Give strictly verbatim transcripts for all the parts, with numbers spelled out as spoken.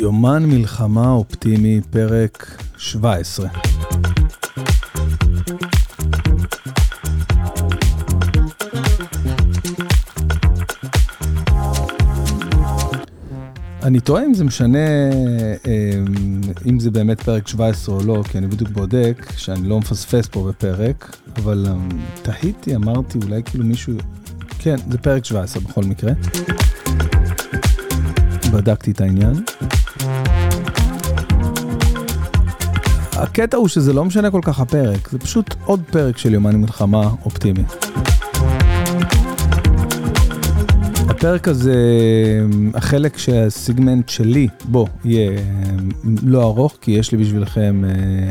יומן מלחמה אופטימי, פרק שבע עשרה. אני טועה אם זה משנה, אם זה באמת פרק שבע עשרה או לא, כי אני בדיוק בודק שאני לא מפספס פה בפרק, אבל תהיתי, אמרתי, אולי כאילו מישהו... כן, זה פרק שבע עשרה בכל מקרה. בדקתי את העניין. הקטע הוא שזה לא משנה כל כך הפרק, זה פשוט עוד פרק של יומן מלחמה אופטימי. הפרק הזה, החלק שהסיגמנט שלי בו יהיה לא ארוך, כי יש לי בשבילכם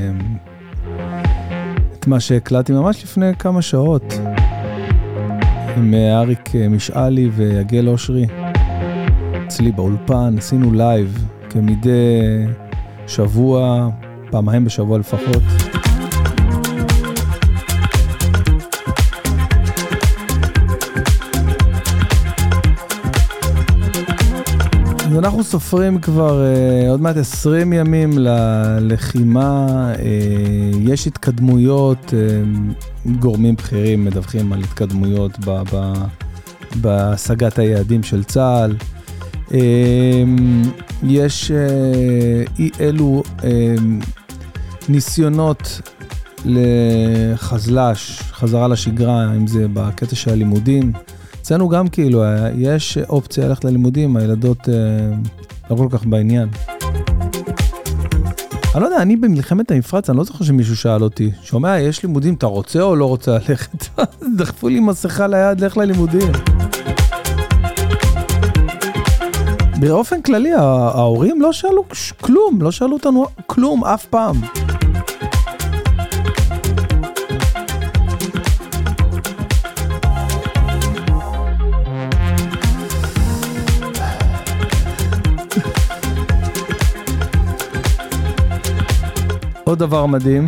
את מה שהקלטתי ממש לפני כמה שעות עם אריק משאלי ויגל אושרי אצלי באולפן. עשינו לייב כמדי שבוע, פעמיים בשבוע לפחות. אז אנחנו סופרים כבר uh, עוד מעט עשרים ימים ללחימה, uh, יש התקדמויות, uh, גורמים בכירים מדווחים על התקדמויות ב- ב- בהשגת היעדים של צה"ל, uh, יש uh, אי אלו uh, ניסיונות לחזלש, חזרה לשגרה, אם זה בקטע של הלימודים, אצלנו גם כאילו, יש אופציה ללכת ללימודים, הילדות אה, לא כל כך בעניין. אני לא יודע, אני במלחמת המפרץ, אני לא זוכר שמישהו שאל אותי, שומע, יש לימודים, אתה רוצה או לא רוצה ללכת? דחפו לי מסכה ליד, לך ללימודים. באופן כללי, ההורים לא שאלו כלום, לא שאלו אותנו כלום אף פעם. עוד דבר מדהים,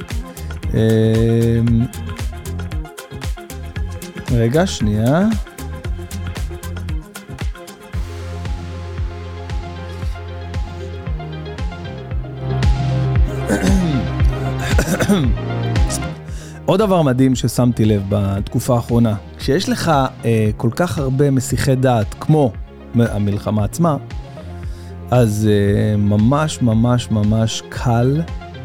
רגע, שנייה. עוד דבר מדהים ששמתי לב בתקופה האחרונה, כשיש לך כל כך הרבה מסיחי דעת, כמו המלחמה עצמה, אז ממש ממש ממש קל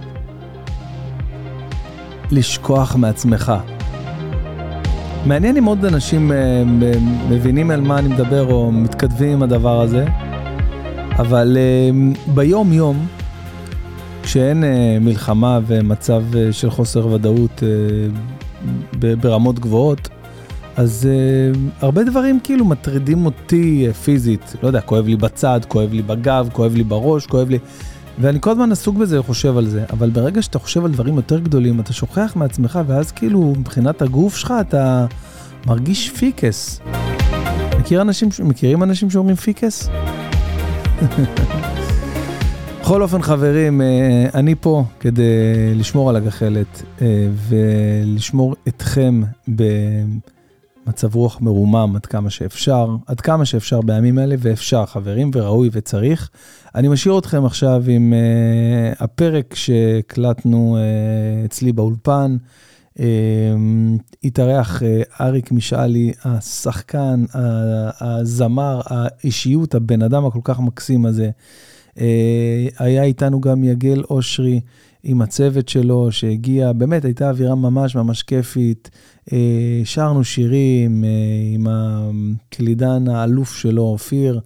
לשכוח מעצמך. מעניין אם עוד אנשים מבינים על מה אני מדבר או מתכתבים עם הדבר הזה, אבל ביום יום, כשאין מלחמה ומצב של חוסר ודאות ברמות גבוהות, אז הרבה דברים כאילו מטרידים אותי פיזית. לא יודע, כואב לי בצד, כואב לי בגב, כואב לי בראש, כואב לי... ואני כל הזמן עסוק בזה וחושב על זה, אבל ברגע שאתה חושב על דברים יותר גדולים, אתה שוכח מעצמך, ואז כאילו מבחינת הגוף שלך אתה מרגיש פיקס. מכיר אנשים, מכירים אנשים שאומרים פיקס? בכל אופן חברים, אני פה כדי לשמור על הגחלת, ולשמור אתכם במצב רוח מרומם עד כמה שאפשר, עד כמה שאפשר בימים האלה, ואפשר חברים, וראוי וצריך. אני משאיר אתכם עכשיו עם uh, הפרק שהקלטנו uh, אצלי באולפן, uh, התארח uh, אריק משאלי, השחקן, uh, הזמר, האישיות, הבן אדם הכל כך מקסים הזה. Uh, היה איתנו גם יגל אושרי עם הצוות שלו שהגיע, באמת הייתה אווירה ממש ממש כיפית, uh, שרנו שירים uh, עם הקלידן האלוף שלו, אופיר,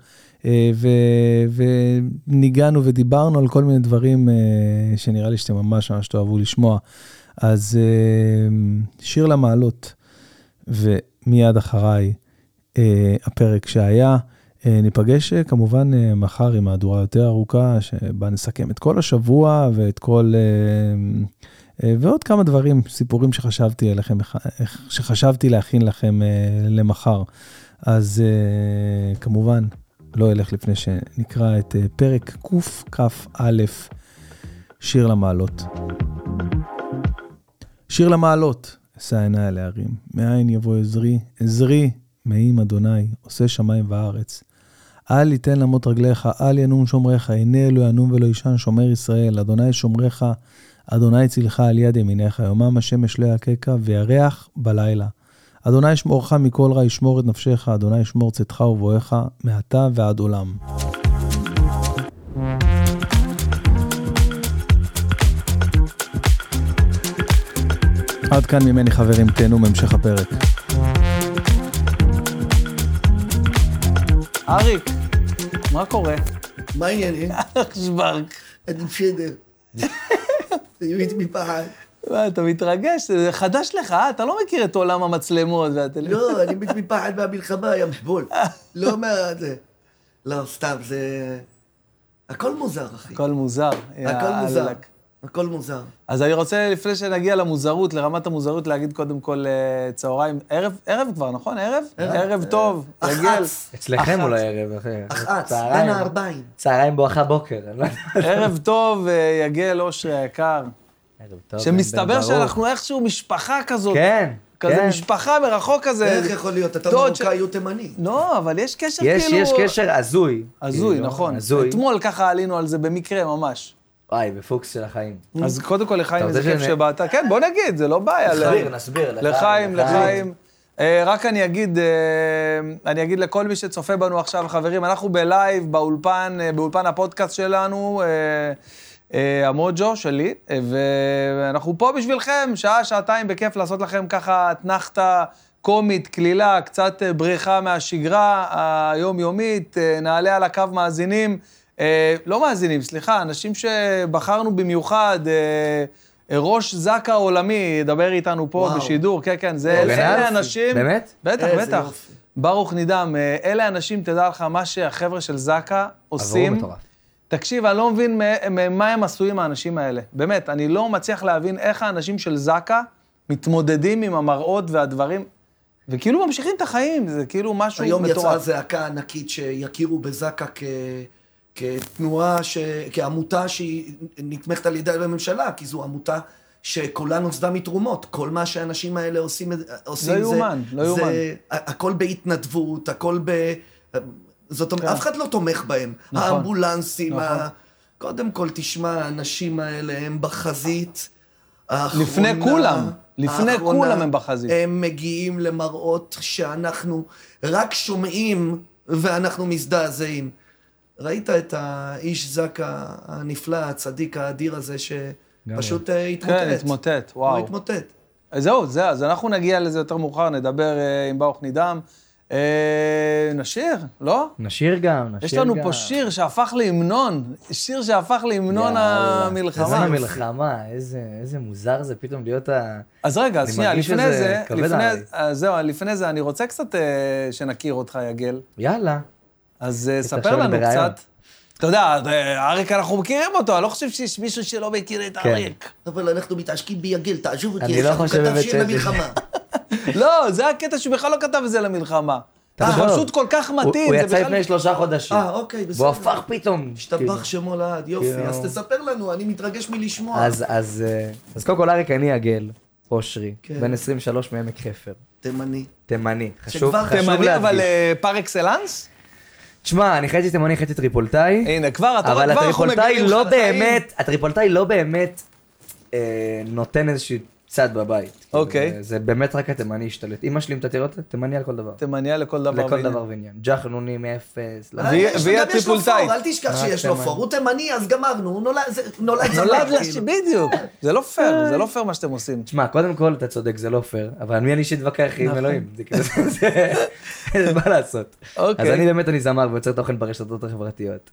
וניגענו ודיברנו על כל מיני דברים שנראה לי שאתם ממש ממש תאהבו לשמוע. אז שיר למעלות, ומיד אחריי הפרק שהיה. ניפגש כמובן מחר עם מהדורה יותר ארוכה, שבה נסכם את כל השבוע ואת כל... ועוד כמה דברים, סיפורים שחשבתי עליכם, שחשבתי להכין לכם למחר. אז כמובן, לא אלך לפני שנקרא את פרק קוף כף א', שיר למעלות. שיר למעלות, אשא עיני אל ההרים, מאין יבוא עזרי, עזרי מעם אדוני, עושה שמיים וארץ. אל יתן למות רגליך, אל ינום שומריך, הנה לא ינום ולא ישן שומר ישראל, אדוני שומריך, אדוני צילך על יד ימיניך, יומם השמש לא יקקה וירח בלילה. אדוני ישמורך מכל רע, ישמור את נפשך, אדוני ישמור צאתך ובואך, מעתה ועד עולם. עד כאן ממני חברים, תהנו מהמשך הפרק. אריק, מה קורה? מה העניינים? שברק. אני בסדר. אני מת מפחד. מה, אתה מתרגש? זה חדש לך, אה? אתה לא מכיר את עולם המצלמות והטלוויזיה. לא, אני מת מפחד מהמלחמה, ים שבול. לא מה זה. לא, סתם, זה... הכל מוזר, אחי. הכל מוזר. הכל מוזר. הכל מוזר. אז אני רוצה, לפני שנגיע למוזרות, לרמת המוזרות, להגיד קודם כל צהריים. ערב, ערב כבר, נכון? ערב? ערב טוב. אחץ. אצלכם אולי ערב, אחי. אחץ, בין הארבעים. צהריים בואכה בוקר. ערב טוב, יגל אושרי היקר. ערב טוב. שמסתבר שאנחנו איכשהו משפחה כזאת. כן. כזה משפחה מרחוק כזה. איך יכול להיות? אתה מרוקאי או תימני. לא, אבל יש קשר יש, כאילו... יש קשר הזוי. הזוי, נכון. הזוי. אתמול ככה עלינו על זה במקרה ממש. וואי, בפוקס של החיים. אז קודם כל לחיים, איזה כיף שבאת. כן, בוא נגיד, זה לא בעיה. נסביר, נסביר. לחיים, לחיים. רק אני אגיד, אני אגיד לכל מי שצופה בנו עכשיו, חברים, אנחנו בלייב, באולפן, באולפן הפודקאסט שלנו, המוג'ו שלי, ואנחנו פה בשבילכם, שעה, שעתיים, בכיף לעשות לכם ככה תנחתה קומית, כלילה, קצת בריחה מהשגרה היומיומית, נעלה על הקו מאזינים, לא מאזינים, סליחה, אנשים שבחרנו במיוחד, ראש זקה העולמי, ידבר איתנו פה בשידור, כן, כן, זה אלה אנשים... באמת? בטח, בטח. ברוך נידם, אלה אנשים, תדע לך, מה שהחבר'ה של זקה עושים... עברו מטורף. תקשיב, אני לא מבין מה הם עשויים האנשים האלה. באמת, אני לא מצליח להבין איך האנשים של זקה מתמודדים עם המראות והדברים, וכאילו ממשיכים את החיים, זה כאילו משהו היום מטורף. יצאה זעקה ענקית שיכירו בזקה כ... כתנועה, ש... כעמותה שהיא נתמכת על ידי הממשלה, כי זו עמותה שכולה נוסדה מתרומות. כל מה שהאנשים האלה עושים, עושים לא יומן, זה, לא יומן. זה הכל בהתנדבות, הכל ב... זאת אומרת, אף אחד לא תומך בהם. נכון. האמבולנסים, נכון. ה... קודם כל תשמע, האנשים האלה הם בחזית. לפני כולם, לפני האחרונה, כולם הם בחזית. הם מגיעים למראות שאנחנו רק שומעים ואנחנו מזדעזעים. ראית את האיש זקה הנפלא, הצדיק האדיר הזה, שפשוט התמוטט. כן, התמוטט, וואו. הוא התמוטט. זהו, זה, אז אנחנו נגיע לזה יותר מאוחר, נדבר עם ברוך נידם. נשיר, לא? נשיר גם, נשיר גם. יש לנו פה שיר שהפך להמנון, שיר שהפך להמנון המלחמה. המלחמה. המלחמה, איזה מוזר זה פתאום להיות ה... אז רגע, שנייה, לפני זה, זהו, לפני זה, אני רוצה קצת שנכיר אותך, יגל. יאללה. אז ספר לנו קצת. אתה יודע, אריק, אנחנו מכירים אותו, אני לא חושב שיש מישהו שלא מכיר את אריק. אבל אנחנו מתעשקים ביגל, תעזוב אותי, אני לא חושב כתב שיר למלחמה. לא, זה הקטע שהוא בכלל לא כתב את זה למלחמה. זה פשוט כל כך מתאים. הוא יצא לפני שלושה חודשים. אה, אוקיי, בסדר. והוא הפך פתאום. השתבח שמו לעד, יופי. אז תספר לנו, אני מתרגש מלשמוע. אז קודם כל, אריק, אני יגל, אושרי, בן עשרים ושלוש מעמק חפר. תימני. תימני. חשוב להדגיש. תימני, אבל פר אקסלנס? תשמע, אני חייתי תימני, חייתי טריפולטאי. הנה, כבר, אתה אבל הטריפולטאי לא באמת, הטריפולטאי לא באמת נותן איזשהו צד בבית. אוקיי. זה באמת רק התימני השתלט. אמא שלי, אם אתה תראה אותה, תימניה לכל דבר. תימניה לכל דבר ועניין. לכל דבר ועניין. ג'חנוני מאפס. והיא הטריפולטאית. אל תשכח שיש לו פור. הוא תימני, אז גמרנו, הוא נולד נולד לשם, בדיוק. זה לא פייר, זה לא פייר מה שאתם עושים. תשמע, קודם כל אתה צודק, זה לא פייר, אבל מי אני שתווכח עם אלוהים? זה כאילו, זה מה לעשות. אז אני באמת, אני זמר ויוצר תוכן ברשתות החברתיות.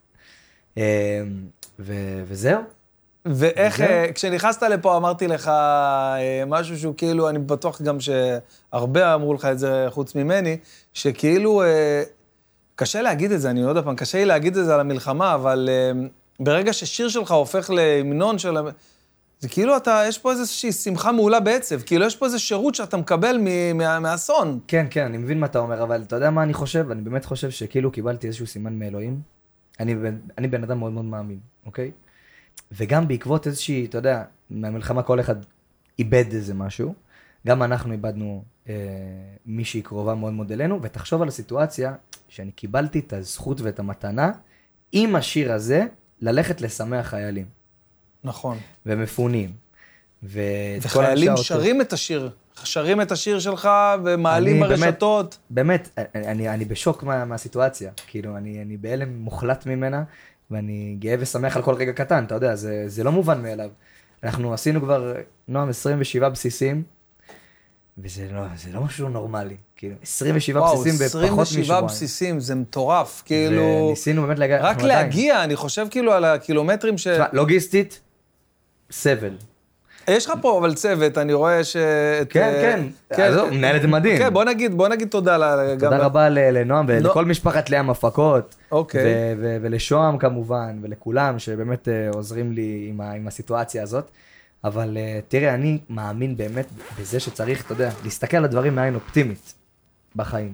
וזהו. ואיך, כשנכנסת לפה אמרתי לך משהו שהוא כאילו, אני בטוח גם שהרבה אמרו לך את זה חוץ ממני, שכאילו, קשה להגיד את זה, אני לא יודע פעם, קשה לי להגיד את זה על המלחמה, אבל ברגע ששיר שלך הופך להמנון של... זה כאילו אתה, יש פה איזושהי שמחה מעולה בעצב, כאילו יש פה איזה שירות שאתה מקבל מהאסון. כן, כן, אני מבין מה אתה אומר, אבל אתה יודע מה אני חושב? אני באמת חושב שכאילו קיבלתי איזשהו סימן מאלוהים. אני, אני בן אדם מאוד מאוד מאמין, אוקיי? וגם בעקבות איזושהי, אתה יודע, מהמלחמה כל אחד איבד איזה משהו, גם אנחנו איבדנו אה, מישהי קרובה מאוד מאוד אלינו, ותחשוב על הסיטואציה, שאני קיבלתי את הזכות ואת המתנה, עם השיר הזה, ללכת לשמח חיילים. נכון. ומפונים. וחיילים שרים את השיר, שרים את השיר שלך ומעלים ברשתות. באמת, באמת אני, אני בשוק מה, מהסיטואציה. כאילו, אני, אני בהלם מוחלט ממנה, ואני גאה ושמח על כל רגע קטן, אתה יודע, זה, זה לא מובן מאליו. אנחנו עשינו כבר, נועם, עשרים ושבעה בסיסים, וזה לא, זה לא משהו נורמלי. כאילו, עשרים ושבעה וואו, בסיסים בפחות משבועיים. עשרים ושבעה בסיסים, זה מטורף, כאילו... וניסינו באמת להגיע... רק להגיע, אני חושב כאילו על הקילומטרים ש... לוגיסטית, סבל. יש לך פה אבל צוות, אני רואה ש... כן, כן, מנהלת מדהים. כן, בוא נגיד, בוא נגיד תודה. תודה רבה לנועם ולכל משפחת לאה מפקות. אוקיי. ולשוהם כמובן, ולכולם שבאמת עוזרים לי עם הסיטואציה הזאת. אבל תראה, אני מאמין באמת בזה שצריך, אתה יודע, להסתכל על הדברים מעין אופטימית בחיים.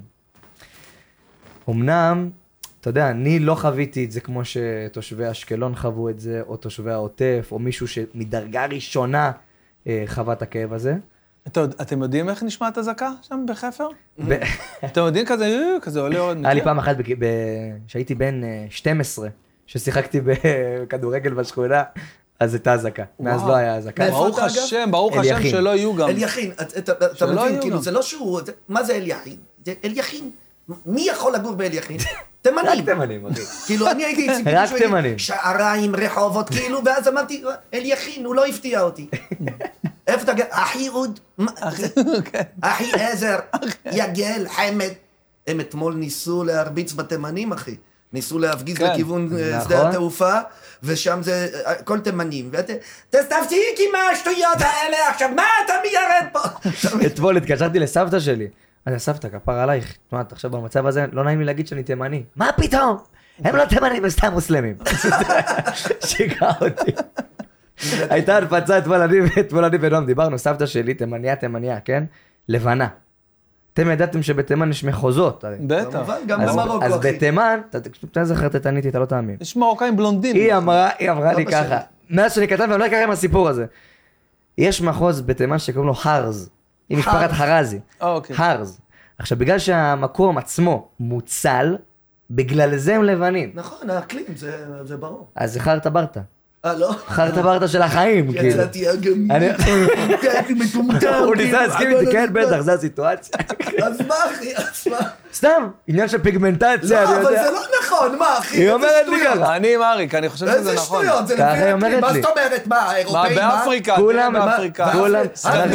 אמנם, אתה יודע, אני לא חוויתי את זה כמו שתושבי אשקלון חוו את זה, או תושבי העוטף, או מישהו שמדרגה ראשונה אה, חווה את הכאב הזה. אתה, אתם יודעים איך נשמעת הזקה שם בחפר? אתם יודעים כזה, כזה עולה עוד... היה לי פעם אחת, שהייתי בן שתים עשרה, ששיחקתי בכדורגל בשכונה, אז הייתה הזקה. מאז לא היה הזקה. ברוך השם, ברוך השם שלא יהיו גם. אליכין, אתה מבין, כאילו, זה לא שהוא... מה זה אליכין? זה אליכין. מי יכול לגור באליכין? תימנים. רק תימנים, אחי. כאילו, אני הייתי ציפיתי רק תימנים. שעריים, רחובות, כאילו, ואז אמרתי, אליכין, הוא לא הפתיע אותי. איפה אתה גר? אחי אוד, אחי עזר, יגל, חמד. הם אתמול ניסו להרביץ בתימנים, אחי. ניסו להפגיז לכיוון שדה התעופה, ושם זה כל תימנים. תפסיקי מה השטויות האלה עכשיו, מה אתה מיירד פה? אתמול התקשרתי לסבתא שלי. אז הסבתא, כפר עלייך, תשמע, אתה עכשיו במצב הזה, לא נעים לי להגיד שאני תימני. מה פתאום? הם לא תימנים, הם סתם מוסלמים. שיקע אותי. הייתה הרפצה אתמול אני ונועם, דיברנו, סבתא שלי, תימניה, תימניה, כן? לבנה. אתם ידעתם שבתימן יש מחוזות. בטח. גם במרוקו, אז בתימן, אתה זכר תתניתי, אתה לא תאמין. יש מרוקאים בלונדים. היא אמרה, היא אמרה לי ככה, מאז שאני כתב, ואני לא אקרא עם הסיפור הזה. יש מחוז בתימן שקוראים לו חרז. עם משפחת חרזי. חרז. עכשיו, בגלל שהמקום עצמו מוצל, בגלל זה הם לבנים. נכון, האקלים, זה ברור. אז זה חרטה ברטה. אה, לא? חרטה ברטה של החיים, כאילו. יצאתי אגמי. יצאתי מטומטם. הוא ניסה להסכים איתי, כן, בטח, זה הסיטואציה. אז מה, אחי? אז מה? סתם, עניין של פיגמנטציה, לא, אבל זה לא נכון, מה, אחי? היא אומרת לי ככה. אני עם אריק, אני חושב שזה נכון. איזה שטויות, זה ככה היא אומרת לי. מה זאת אומרת, מה, האירופאים, מה? באפריקה, כולם, באפריקה. כולם.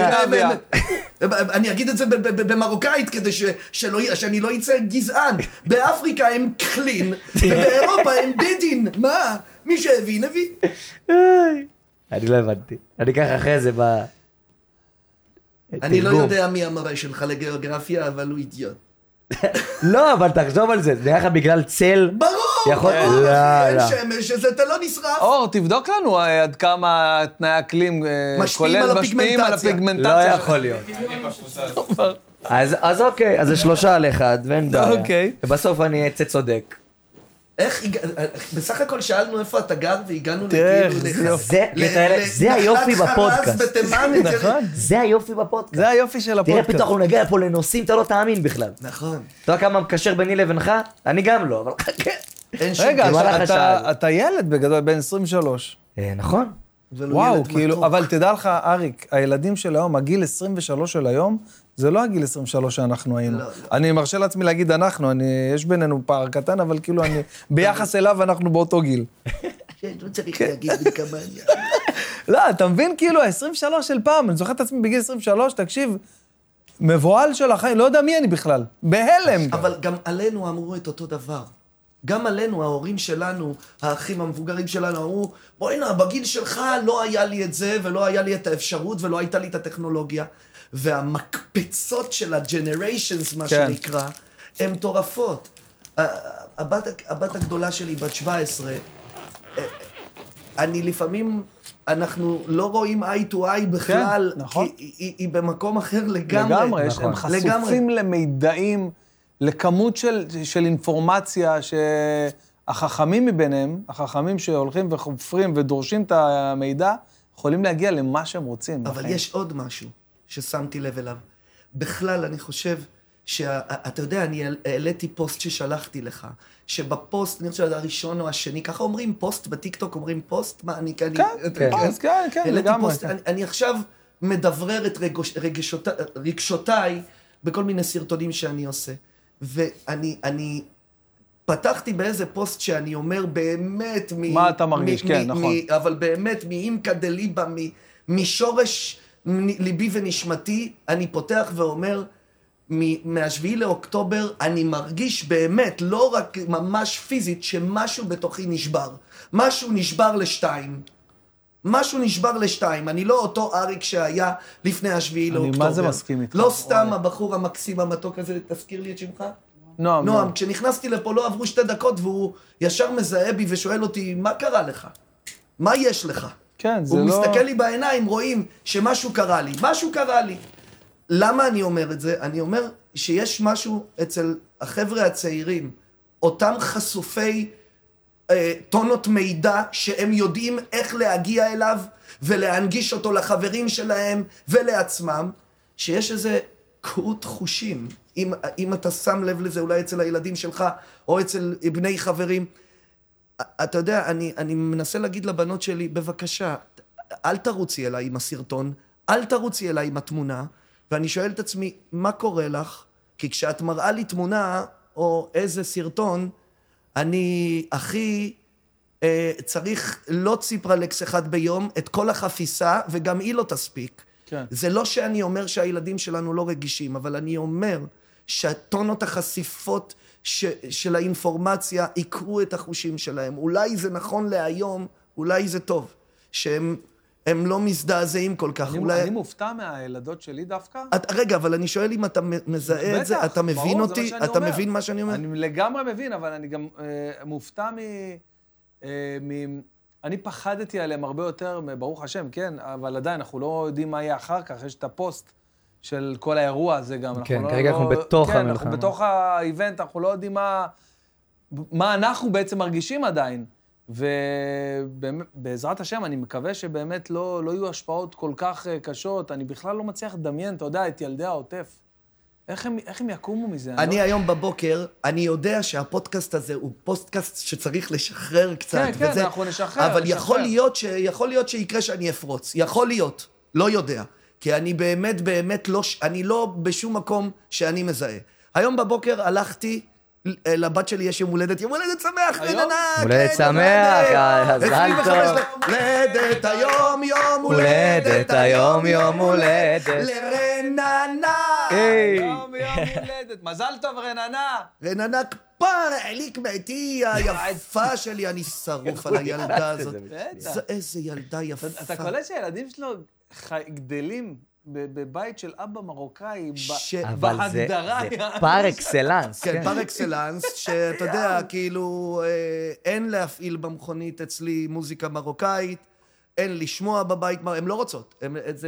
אני אגיד את זה במרוקאית כדי שאני לא יצא גזען. באפריקה הם כחלין, ובאירופה הם בדין. מה? מי שהבין, הבין. אני לא הבנתי. אני ככה אחרי זה בא... אני לא יודע מי המורה שלך לגיאוגרפיה, אבל הוא אידיוט. לא, אבל תחשוב על זה. זה היה לך בגלל צל. ברור! אין שמש, אז אתה לא נשרף. אור, תבדוק לנו עד כמה תנאי אקלים משפיעים על הפיגמנטציה. לא יכול להיות. אז אוקיי, אז זה שלושה על אחד, ואין בעיה. ובסוף אני אצא צודק. איך, בסך הכל שאלנו איפה אתה גר והגענו זה היופי בפודקאסט. זה היופי בפודקאסט. זה היופי של הפודקאסט. תראה פתאום אנחנו נגיע פה לנושאים, אתה לא תאמין בכלל. נכון. אתה יודע כמה מקשר ביני לבינך? אני גם לא, אבל חכה. רגע, אתה ילד בגדול, בן עשרים ושלוש. נכון. וואו, כאילו, אבל תדע לך, אריק, הילדים של היום, הגיל עשרים ושלוש של היום, זה לא הגיל עשרים ושלוש שאנחנו היינו. אני מרשה לעצמי להגיד אנחנו, יש בינינו פער קטן, אבל כאילו אני, ביחס אליו אנחנו באותו גיל. לא צריך להגיד בכמה. לא, אתה מבין כאילו, ה-עשרים ושלוש של פעם, אני זוכר את עצמי בגיל עשרים ושלוש, תקשיב, מבועל של החיים, לא יודע מי אני בכלל, בהלם. אבל גם עלינו אמרו את אותו דבר. גם עלינו, ההורים שלנו, האחים המבוגרים שלנו, אמרו, בואי הנה, בגיל שלך לא היה לי את זה, ולא היה לי את האפשרות, ולא הייתה לי את הטכנולוגיה. והמקפצות של הג'נריישנס, מה שנקרא, הן טורפות. הבת, הבת הגדולה שלי, בת שבע עשרה, אני לפעמים, אנחנו לא רואים eye to eye בכלל, כן, נכון. כי היא, היא במקום אחר לגמרי. לגמרי, נכון. הם חשופים לגמרי. למידעים, לכמות של, של אינפורמציה שהחכמים מביניהם, החכמים שהולכים וחופרים ודורשים את המידע, יכולים להגיע למה שהם רוצים. אבל בחיים. יש עוד משהו ששמתי לב אליו. בכלל, אני חושב שאתה יודע, אני העליתי פוסט ששלחתי לך, שבפוסט, אני חושב, הראשון או השני, ככה אומרים פוסט, בטיקטוק אומרים פוסט, מה, אני... כן, כן, כן, כן, לגמרי. אני עכשיו מדברר את רגשותיי בכל מיני סרטונים שאני עושה, ואני פתחתי באיזה פוסט שאני אומר באמת... מה אתה מרגיש, כן, נכון. אבל באמת, מאימקא דליבא, משורש ליבי ונשמתי, אני פותח ואומר, מהשביעי לאוקטובר אני מרגיש באמת, לא רק ממש פיזית, שמשהו בתוכי נשבר. משהו נשבר לשתיים. משהו נשבר לשתיים. אני לא אותו אריק שהיה לפני השביעי לאוקטובר. אני מה זה מסכים איתך? לא סתם הבחור המקסים המתוק הזה, תזכיר לי את שמך? נועם. נועם, כשנכנסתי לפה לא עברו שתי דקות והוא ישר מזהה בי ושואל אותי, מה קרה לך? מה יש לך? כן, זה לא... הוא מסתכל לי בעיניים, רואים שמשהו קרה לי. משהו קרה לי. למה אני אומר את זה? אני אומר שיש משהו אצל החבר'ה הצעירים, אותם חשופי אה, טונות מידע, שהם יודעים איך להגיע אליו, ולהנגיש אותו לחברים שלהם ולעצמם, שיש איזה קהות חושים, אם, אם אתה שם לב לזה אולי אצל הילדים שלך, או אצל בני חברים. אתה יודע, אני, אני מנסה להגיד לבנות שלי, בבקשה, אל תרוצי אליי עם הסרטון, אל תרוצי אליי עם התמונה, ואני שואל את עצמי, מה קורה לך? כי כשאת מראה לי תמונה, או איזה סרטון, אני הכי אה, צריך לא ציפרלקס אחד ביום, את כל החפיסה, וגם היא לא תספיק. כן. זה לא שאני אומר שהילדים שלנו לא רגישים, אבל אני אומר שהטונות החשיפות ש, של האינפורמציה יקרו את החושים שלהם. אולי זה נכון להיום, אולי זה טוב, שהם... הם לא מזדעזעים כל כך. אני, אולי... אני מופתע מהילדות שלי דווקא. את, רגע, אבל אני שואל אם אתה מזהה בטח, את זה, אתה מבין ברור, אותי? אתה אומר. מבין מה שאני אומר? אני לגמרי מבין, אבל אני גם אה, מופתע מ, אה, מ... אני פחדתי עליהם הרבה יותר, ברוך השם, כן, אבל עדיין אנחנו לא יודעים מה יהיה אחר כך, יש את הפוסט של כל האירוע הזה גם. כן, אנחנו כרגע לא, אנחנו בתוך כן, המלחמה. אנחנו בתוך האיבנט, אנחנו לא יודעים מה, מה אנחנו בעצם מרגישים עדיין. ובעזרת השם, אני מקווה שבאמת לא, לא יהיו השפעות כל כך קשות. אני בכלל לא מצליח לדמיין, אתה יודע, את ילדי העוטף. איך הם, איך הם יקומו מזה? אני לא... היום בבוקר, אני יודע שהפודקאסט הזה הוא פודקאסט שצריך לשחרר קצת. כן, כן, וזה, אנחנו נשחרר. אבל נשחרר. יכול להיות, ש, יכול להיות שיקרה שאני אפרוץ. יכול להיות. לא יודע. כי אני באמת, באמת לא, אני לא בשום מקום שאני מזהה. היום בבוקר הלכתי... לבת שלי יש יום הולדת, יום הולדת שמח, רננה! הולדת שמח, הזל טוב. הולדת היום, יום הולדת היום, יום הולדת. לרננה! יום יום הולדת, מזל טוב רננה! רננה כפר, העליק ביתי היפה שלי, אני שרוף על הילדה הזאת. איזה ילדה יפה. אתה קולט שהילדים שלו גדלים בבית של אבא מרוקאי, בהגדרה. אבל זה פר אקסלנס. כן, פר אקסלנס, שאתה יודע, כאילו, אין להפעיל במכונית אצלי מוזיקה מרוקאית, אין לשמוע בבית, הן לא רוצות,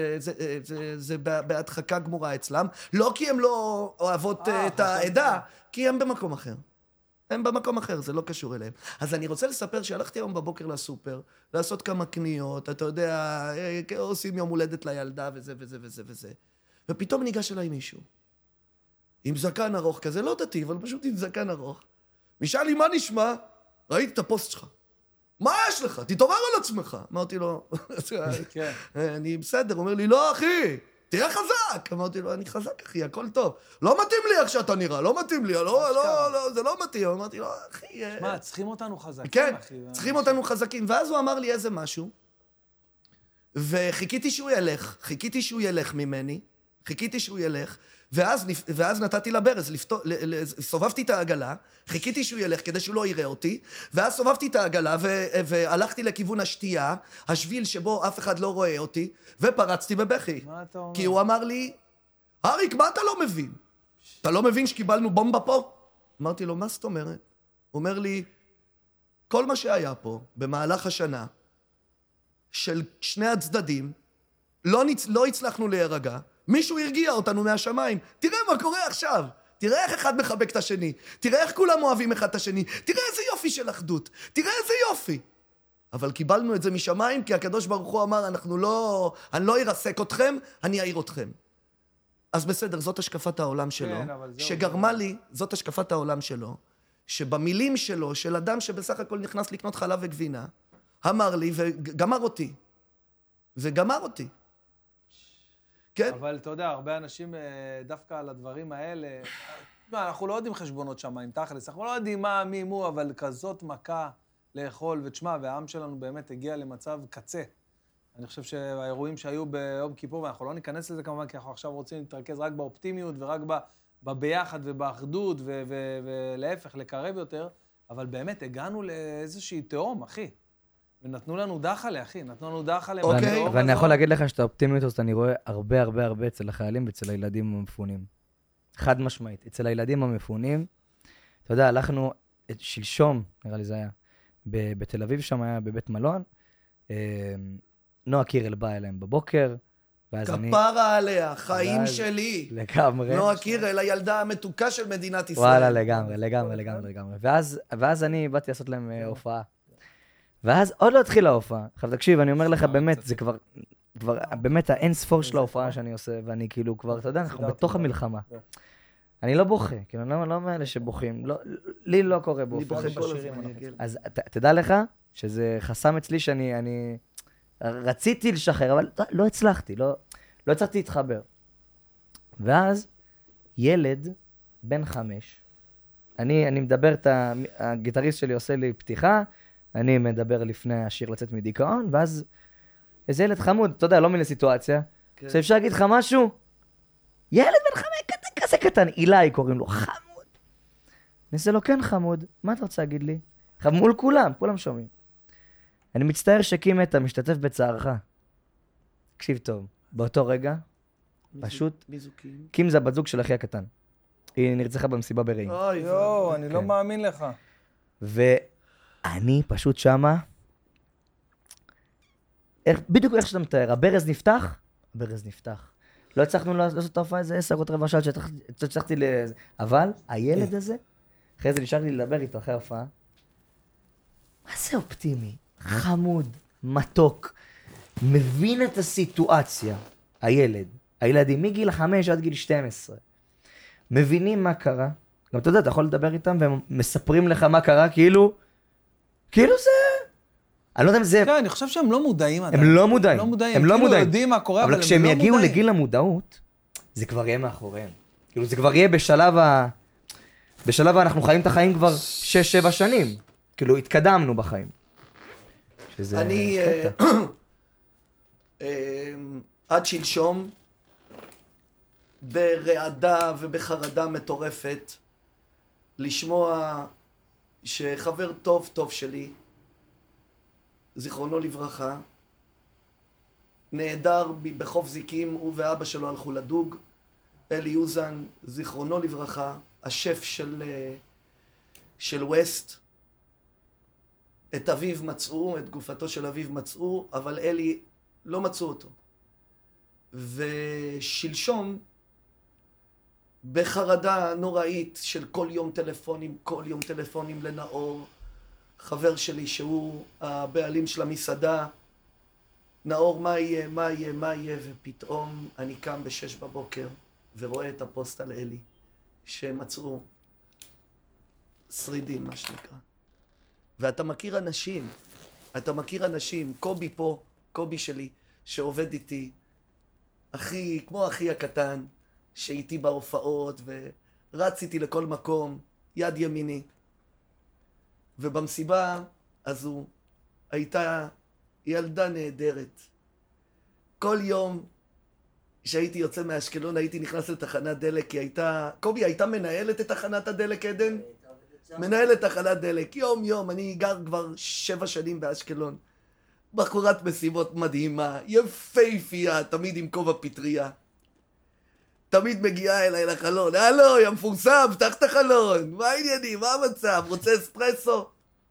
זה בהדחקה גמורה אצלם, לא כי הן לא אוהבות את העדה, כי הן במקום אחר. הם במקום אחר, זה לא קשור אליהם. אז אני רוצה לספר שהלכתי היום בבוקר לסופר, לעשות כמה קניות, אתה יודע, עושים יום הולדת לילדה וזה וזה וזה וזה. ופתאום ניגש אליי מישהו, עם זקן ארוך כזה, לא דתי, אבל פשוט עם זקן ארוך. ושאל לי, מה נשמע? ראיתי את הפוסט שלך. מה יש לך? תתעורר על עצמך. אמרתי לו, אני בסדר. הוא אומר לי, לא אחי, תהיה חזק. אמרתי לו, אני חזק אחי, הכל טוב. לא מתאים לי איך שאתה נראה, לא מתאים לי, לא, לא, לא, זה לא מתאים. אמרתי לו, אחי... מה, צריכים אותנו חזקים, כן, אחי. צריכים אותנו חזקים. ואז הוא אמר לי איזה משהו, וחיכיתי שהוא ילך, חיכיתי שהוא ילך ממני, חיכיתי שהוא ילך, ואז, ואז נתתי לברז, לפתור, סובבתי את העגלה, חיכיתי שהוא ילך כדי שהוא לא יראה אותי, ואז סובבתי את העגלה ו, והלכתי לכיוון השתייה, השביל שבו אף אחד לא רואה אותי, ופרצתי בבכי. מה אתה אומר? כי הוא אמר לי, אריק, מה אתה לא מבין? אתה לא מבין שקיבלנו בומבה פה? אמרתי לו, מה זאת אומרת? הוא אומר לי, כל מה שהיה פה במהלך השנה, של שני הצדדים, לא, נצ... לא הצלחנו להירגע, מישהו הרגיע אותנו מהשמיים. תראה מה קורה עכשיו. תראה איך אחד מחבק את השני. תראה איך כולם אוהבים אחד את השני. תראה איזה יופי של אחדות. תראה איזה יופי. אבל קיבלנו את זה משמיים, כי הקדוש ברוך הוא אמר, אנחנו לא, אני לא ארסק אתכם, אני אעיר אתכם. אז בסדר, זאת השקפת העולם שלו, כן, אבל זהו, שגרמה זהו. לי, זאת השקפת העולם שלו, שבמילים שלו, של אדם שבסך הכל נכנס לקנות חלב וגבינה, אמר לי וגמר אותי. וגמר אותי. כן? אבל אתה יודע, הרבה אנשים אה, דווקא על הדברים האלה, מה, אנחנו לא יודעים חשבונות שמיים, תכלס, אנחנו לא יודעים מה, מי, מו, אבל כזאת מכה לאכול, ותשמע, והעם שלנו באמת הגיע למצב קצה. אני חושב שהאירועים שהיו ביום כיפור, ואנחנו לא ניכנס לזה כמובן, כי אנחנו עכשיו רוצים להתרכז רק באופטימיות, ורק ב- בביחד ובאחדות, ו- ו- ולהפך, לקרב יותר, אבל באמת הגענו לאיזושהי תהום, אחי. ונתנו לנו דחלה, אחי, נתנו לנו דחלה. אוקיי. מהתהום ואני- ואני הזאת. יכול להגיד לך שאת האופטימיות הזאת אני רואה הרבה הרבה הרבה אצל החיילים ואצל הילדים המפונים. חד משמעית. אצל הילדים המפונים, אתה יודע, הלכנו, את- שלשום, נראה לי זה היה, ב- בתל אביב שם היה בבית מלון, אה, נועה קירל באה אליהם בבוקר, ואז אני... כפרה עליה, חיים ואז- שלי. לגמרי. נועה קירל, הילדה המתוקה של מדינת ישראל. וואלה, לגמרי, לגמרי, לגמרי, לגמרי. ואז, ואז אני באתי לעשות להם אה, הופעה. ואז עוד לא התחילה ההופעה. עכשיו תקשיב, אני אומר לך באמת, זה כבר, כבר באמת האין ספור של ההופעה שאני עושה, ואני כאילו כבר, אתה יודע, אנחנו בתוך המלחמה. אני לא בוכה, כאילו, אני לא לא מאלה שבוכים. לא- לי לא קורה אני באופן. בוכה כל בשירים, הזמן, אנחנו יגל. אז ת- תדע לך שזה חסם אצלי שאני אני רציתי לשחרר, אבל לא- לא הצלחתי, לא לא הצלחתי להתחבר. ואז ילד בן חמש, אני, אני מדבר, את ה- הגיטריסט שלי עושה לי פתיחה, אני מדבר לפני השיר לצאת מדיכאון, ואז איזה ילד חמוד, אתה יודע, לא מיני סיטואציה, כן. שאפשר להגיד לך משהו, ילד בן חמש קטן, כזה קטן, אילי קוראים לו, חמוד. אני עושה לו, כן חמוד, מה אתה רוצה להגיד לי? עכשיו מול כולם, כולם שומעים. אני מצטער שקים אתה משתתף בצערך. תקשיב טוב, באותו רגע, מי זו- פשוט, מי זו קים? קים זה הבת זוג של אחי הקטן. היא נרצחה במסיבה ברעים. אוי, יואו, אני לא כן. מאמין לך. ואני פשוט שמה, איך, בדיוק איך שאתה מתאר, הברז נפתח, הברז נפתח. לא הצלחנו לעשות את ההופעה איזה עשר או רבע שעה שהצלחתי ל... אבל הילד הזה, אחרי זה נשאר לי לדבר איתו אחרי ההופעה, מה זה אופטימי? חמוד, מתוק, מבין את הסיטואציה, הילד, הילדים מגיל חמש עד גיל שתים עשרה, מבינים מה קרה, גם אתה יודע, אתה יכול לדבר איתם והם מספרים לך מה קרה, כאילו, כאילו זה, אני לא יודע אם זה, כן, אני חושב שהם לא מודעים עדיין. הם לא מודעים, לא מודעים. הם לא כאילו מודעים, יודעים מה קורה, אבל אבל הם כשהם לא יגיעו מודעים. לגיל המודעות, זה כבר יהיה מאחוריהם, כאילו זה כבר יהיה בשלב ה... בשלב ה... אנחנו חיים את החיים כבר שש שבע שנים, כאילו התקדמנו בחיים. שזה אני, קטע. אה, אה, עד שלשום, ברעדה ובחרדה מטורפת, לשמוע שחבר טוב טוב שלי, זיכרונו לברכה, נעדר ב- בחוף זיקים, הוא ואבא שלו הלכו לדוג, אלי יוזן, זיכרונו לברכה, השף של, אה, של ווסט, את אביו מצאו, את גופתו של אביו מצאו, אבל אלי לא מצאו אותו. ושלשום, בחרדה נוראית של כל יום טלפונים, כל יום טלפונים לנאור, חבר שלי שהוא הבעלים של המסעדה, נאור, מה יהיה, מה יהיה, מה יהיה, ופתאום אני קם בשש בבוקר ורואה את הפוסט על אלי, שמצאו שרידים, מה שנקרא. ואתה מכיר אנשים, אתה מכיר אנשים, קובי פה, קובי שלי, שעובד איתי, אחי, כמו אחי הקטן, שאיתי בהופעות, ורץ איתי לכל מקום, יד ימיני. ובמסיבה הזו הייתה ילדה נהדרת. כל יום שהייתי יוצא מאשקלון, הייתי נכנס לתחנת דלק, כי הייתה... קובי, הייתה מנהלת את תחנת הדלק, עדן? מנהלת תחנת דלק, יום יום, אני גר כבר שבע שנים באשקלון. בחורת מסיבות מדהימה, יפהפייה, תמיד עם כובע פטריה. תמיד מגיעה אליי לחלון, הלו, יא מפורסם, פתח את החלון, מה העניינים, מה המצב, רוצה אספרסו?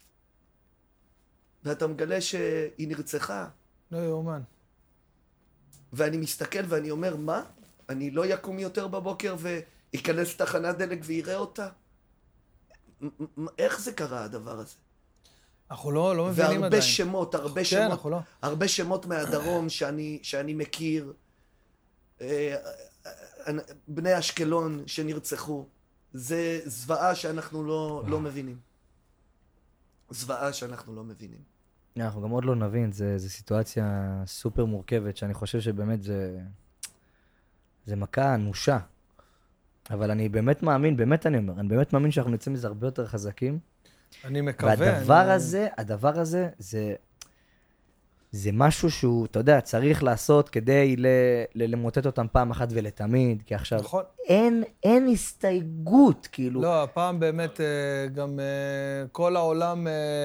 ואתה מגלה שהיא נרצחה. לא יאומן. ואני מסתכל ואני אומר, מה? אני לא יקום יותר בבוקר וייכנס לתחנת דלק ויראה אותה? מ- מ- איך זה קרה הדבר הזה? אנחנו לא, לא מבינים עדיין. והרבה שמות, הרבה כן, שמות, אנחנו לא. הרבה שמות מהדרום שאני, שאני מכיר. אה, בני אשקלון שנרצחו, זה זוועה שאנחנו לא, לא מבינים. זוועה שאנחנו לא מבינים. אנחנו גם עוד לא נבין, זה, זה סיטואציה סופר מורכבת, שאני חושב שבאמת זה, זה מכה אנושה. אבל אני באמת מאמין, באמת אני אומר, אני באמת מאמין שאנחנו נצא מזה הרבה יותר חזקים. אני מקווה. והדבר אני... הזה, הדבר הזה, זה, זה משהו שהוא, אתה יודע, צריך לעשות כדי ל, ל, למוטט אותם פעם אחת ולתמיד, כי עכשיו נכון. אין, אין הסתייגות, כאילו. לא, הפעם באמת גם כל העולם,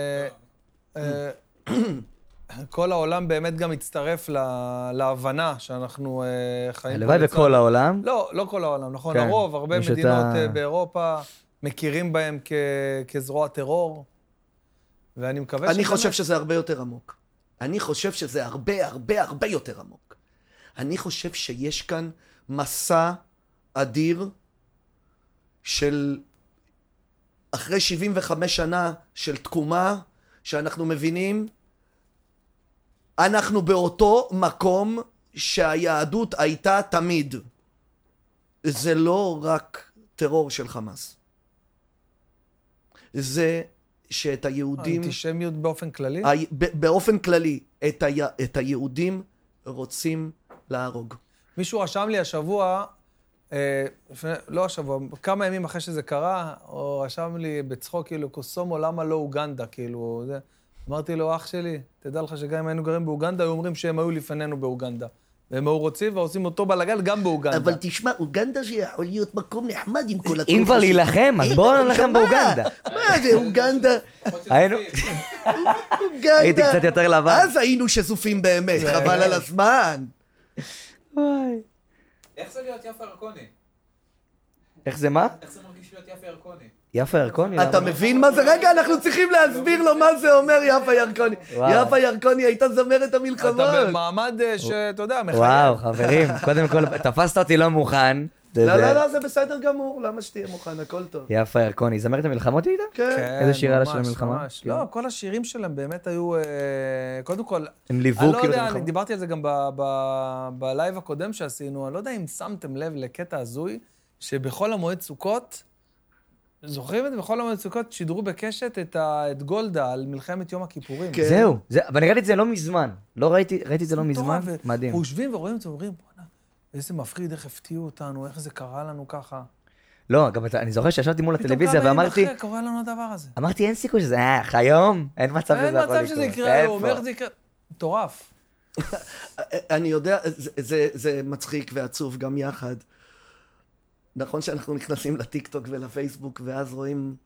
כל העולם באמת גם מצטרף להבנה שאנחנו חיים. הלוואי בכל העולם. לא, לא כל העולם, נכון, כן. הרוב, הרבה יש את מדינות ה- באירופה מכירים בהם כ- כזרוע טרור, ואני מקווה אני שבאמת- חושב שזה הרבה יותר עמוק. אני חושב שזה הרבה הרבה הרבה יותר עמוק. אני חושב שיש כאן מסע אדיר של אחרי שבעים וחמש שנה של תקומה, שאנחנו מבינים, אנחנו באותו מקום שהיהדות הייתה תמיד. זה לא רק טרור של חמאס. זה שאת היהודים... האנטישמיות באופן כללי? ה- ב- באופן כללי, את, ה... את היהודים רוצים להרוג. מישהו רשם לי השבוע, אה, לפני, לא השבוע, כמה ימים אחרי שזה קרה, או רשם לי בצחוק, כאילו, קוסומו, למה לא אוגנדה, כאילו, זה. אמרתי לו, אח שלי, תדע לך שגם אם היינו גרים באוגנדה, היו אומרים שהם היו לפנינו באוגנדה. והם היו רוצים ועושים אותו בלגן גם באוגנדה. אבל תשמע, אוגנדה שיכול להיות מקום נחמד עם כל אם כבר להילחם, אז בואו נלחם באוגנדה. מה זה, אוגנדה? היינו, אוגנדה. הייתי קצת יותר לבן. אז היינו שזופים באמת, חבל על הזמן. איך זה להיות יפה ירקוני? איך זה מה? איך זה מרגיש להיות יפה ירקוני? יפה ירקוני? אתה למה? מבין מה זה? רגע, אנחנו צריכים להסביר לו מה זה אומר יפה ירקוני. וואו. יפה ירקוני הייתה זמרת המלחמות. אתה במעמד אה, שאתה יודע, מחייב. וואו, חברים, קודם כל, תפסת אותי לא מוכן. זה- לא, זה- לא, לא, זה בסדר גמור, למה שתהיה מוכן, הכל טוב. יפה ירקוני, זמרת המלחמות הייתה? כן. כן, איזה שיר היה לה של ממש, המלחמה? ממש. כן. לא, כל השירים שלהם באמת היו, אה, קודם כל, הם ליוו אני לא כאילו את יודע, אני המלחמה? דיברתי על זה גם ב- ב- בלייב הקודם שעשינו, אני לא יודע אם שמתם לב לקטע הזוי, שבכל המועד סוכות, זוכרים את זה? בכל המועד סוכות שידרו בקשת את ה- את גולדה על מלחמת יום הכיפורים. כן. זהו, זה- אבל אני ראיתי את זה לא מזמן. לא ראיתי, ראיתי את זה לא מזמן. מטורף, ו- מדהים. אנחנו יושבים ורואים את זה, אומרים, בוא'נה, איזה מפחיד, איך הפתיעו אותנו, איך זה קרה לנו ככה. לא, גם אתה- אני זוכר שישבתי מול פתאום הטלוויזיה כמה ימים ואמרתי, אחרי קורה לנו הדבר הזה. אמרתי, אין סיכוי שזה, אה, היום? אין מצב שזה אין יכול לקרות. מצב שזה יקרה, הוא איפה? אומר שזה יקרה. מטורף. אני יודע, זה, זה, זה מצחיק ועצוב גם יחד. נכון שאנחנו נכנסים לטיקטוק ולפייסבוק, ואז רואים,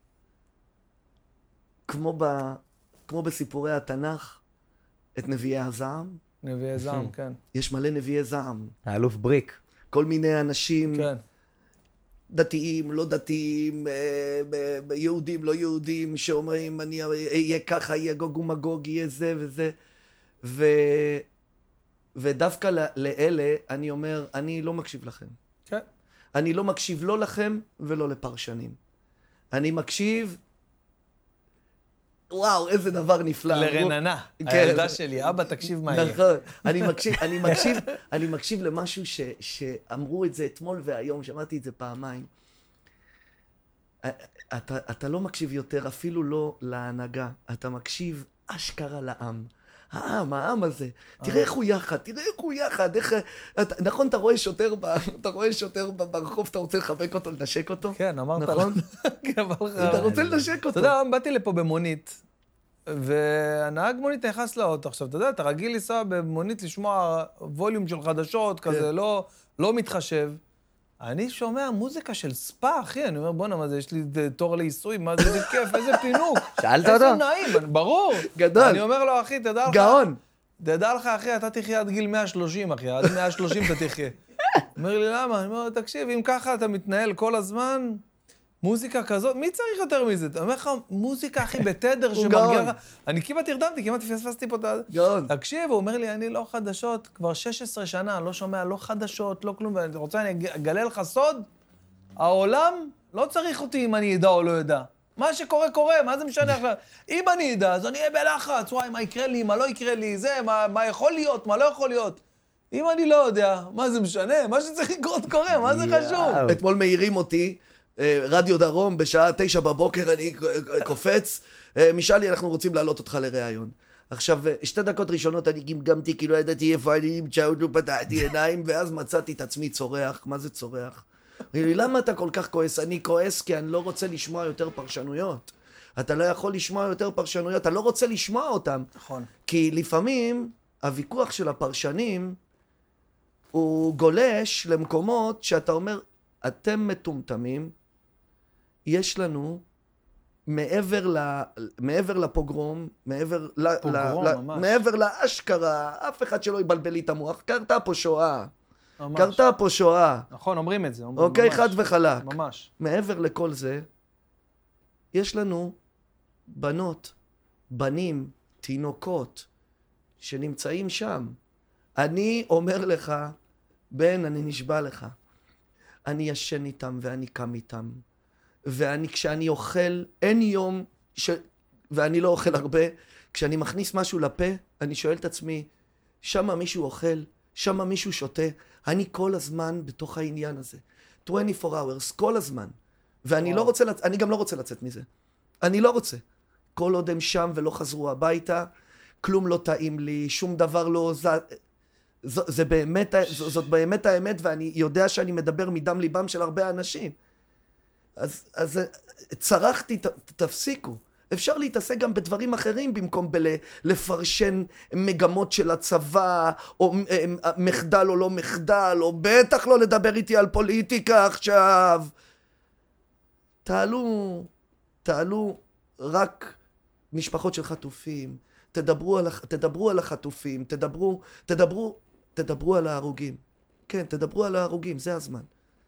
כמו, ב, כמו בסיפורי התנ"ך, את נביאי הזעם. נביאי זעם, כן. יש מלא נביאי זעם. האלוף בריק. כל מיני אנשים, כן. דתיים, לא דתיים, אה, ב- ב- יהודים, לא יהודים, שאומרים, אני אהיה ככה, יהיה גוג ומגוג, יהיה זה וזה. ו... ודווקא ל- לאלה, אני אומר, אני לא מקשיב לכם. כן. אני לא מקשיב לא לכם ולא לפרשנים. אני מקשיב... וואו, איזה דבר נפלא. לרננה, כן. הילדה שלי, אבא, תקשיב מה יהיה. נכון. אני מקשיב, אני מקשיב, אני מקשיב למשהו ש, שאמרו את זה אתמול והיום, שמעתי את זה פעמיים. אתה, אתה לא מקשיב יותר, אפילו לא להנהגה. אתה מקשיב אשכרה לעם. העם, העם הזה. תראה איך הוא יחד, תראה איך הוא יחד, איך... אתה, נכון, אתה רואה שוטר, ב, אתה רואה שוטר ב- ברחוב, אתה רוצה לחבק אותו, לנשק אותו? כן, אמרת. נכון? כן, אמר לך. אתה רוצה לנשק אתה אותו. יודע, באתי לפה במונית, והנהג מונית נכנס לאוטו. עכשיו, אתה יודע, אתה רגיל לנסוע במונית לשמוע ווליום של חדשות, כזה, לא, לא מתחשב. אני שומע מוזיקה של ספא, אחי, אני אומר, בוא'נה, מה זה, יש לי תור לעיסוי, מה זה, איזה כיף, איזה פינוק. שאלת איזה אותו? נעים, ברור. גדול. אני אומר לו, אחי, תדע לך... גאון. תדע לך, אחי, אתה תחיה עד גיל מאה ושלושים, אחי, עד מאה ושלושים אתה תחיה. אומר לי, למה? אני אומר לו, תקשיב, אם ככה אתה מתנהל כל הזמן, מוזיקה כזאת, מי צריך יותר מזה? אני אומר לך, מוזיקה, אחי, בתדר הוא שמרגיע גאון. לך... אני כמעט הרדמתי, כמעט פספסתי פה את ה... גאון. תקשיב, הוא אומר לי, אני לא חדשות, כבר שש עשרה שנה, לא שומע לא חדשות, לא כלום, ואני רוצה, אני אגלה לך סוד, העולם לא צריך אותי אם אני אדע או לא יודע. מה שקורה, קורה, מה זה משנה עכשיו? אם אני אדע, אז אני אהיה בלחץ, וואי, מה יקרה לי, מה לא יקרה לי, זה, מה, מה יכול להיות, מה לא יכול להיות. אם אני לא יודע, מה זה משנה? מה שצריך לקרות קורה, מה זה חשוב? אתמול מעירים אותי, רדיו דרום, בשעה תשע בבוקר אני קופץ, משאלי, אנחנו רוצים להעלות אותך לראיון. עכשיו, שתי דקות ראשונות אני גמגמתי, כאילו ידעתי איפה אני נמצא, עוד לא פתחתי עיניים, ואז מצאתי את עצמי צורח. מה זה צורח? אמרו לי, למה אתה כל כך כועס? אני כועס כי אני לא רוצה לשמוע יותר פרשנויות. אתה לא יכול לשמוע יותר פרשנויות, אתה לא רוצה לשמוע אותם. נכון. כי לפעמים הוויכוח של הפרשנים הוא גולש למקומות שאתה אומר, אתם מטומטמים, יש לנו מעבר, ל, מעבר לפוגרום, מעבר, פוגרום, ל, ממש. מעבר לאשכרה, אף אחד שלא יבלבל לי את המוח, קרתה פה שואה. ממש. קרתה פה שואה. נכון, אומרים את זה. אומרים, אוקיי, ממש. חד וחלק. ממש. מעבר לכל זה, יש לנו בנות, בנים, תינוקות, שנמצאים שם. אני אומר לך, בן, אני נשבע לך, אני ישן איתם ואני קם איתם. ואני, כשאני אוכל, אין יום, ש... ואני לא אוכל הרבה, כשאני מכניס משהו לפה, אני שואל את עצמי, שמה מישהו אוכל, שמה מישהו שותה, אני כל הזמן בתוך העניין הזה. עשרים וארבע hours, כל הזמן. ואני לא רוצה, אני גם לא רוצה לצאת מזה. אני לא רוצה. כל עוד הם שם ולא חזרו הביתה, כלום לא טעים לי, שום דבר לא... ז... ז... זה באמת, ז... זאת באמת האמת, ואני יודע שאני מדבר מדם ליבם של הרבה אנשים. אז, אז צרחתי, ת, תפסיקו. אפשר להתעסק גם בדברים אחרים במקום בלפרשן מגמות של הצבא, או מחדל או לא מחדל, או בטח לא לדבר איתי על פוליטיקה עכשיו. תעלו, תעלו רק משפחות של חטופים, תדברו על, תדברו על החטופים, תדברו, תדברו, תדברו על ההרוגים. כן, תדברו על ההרוגים, זה הזמן.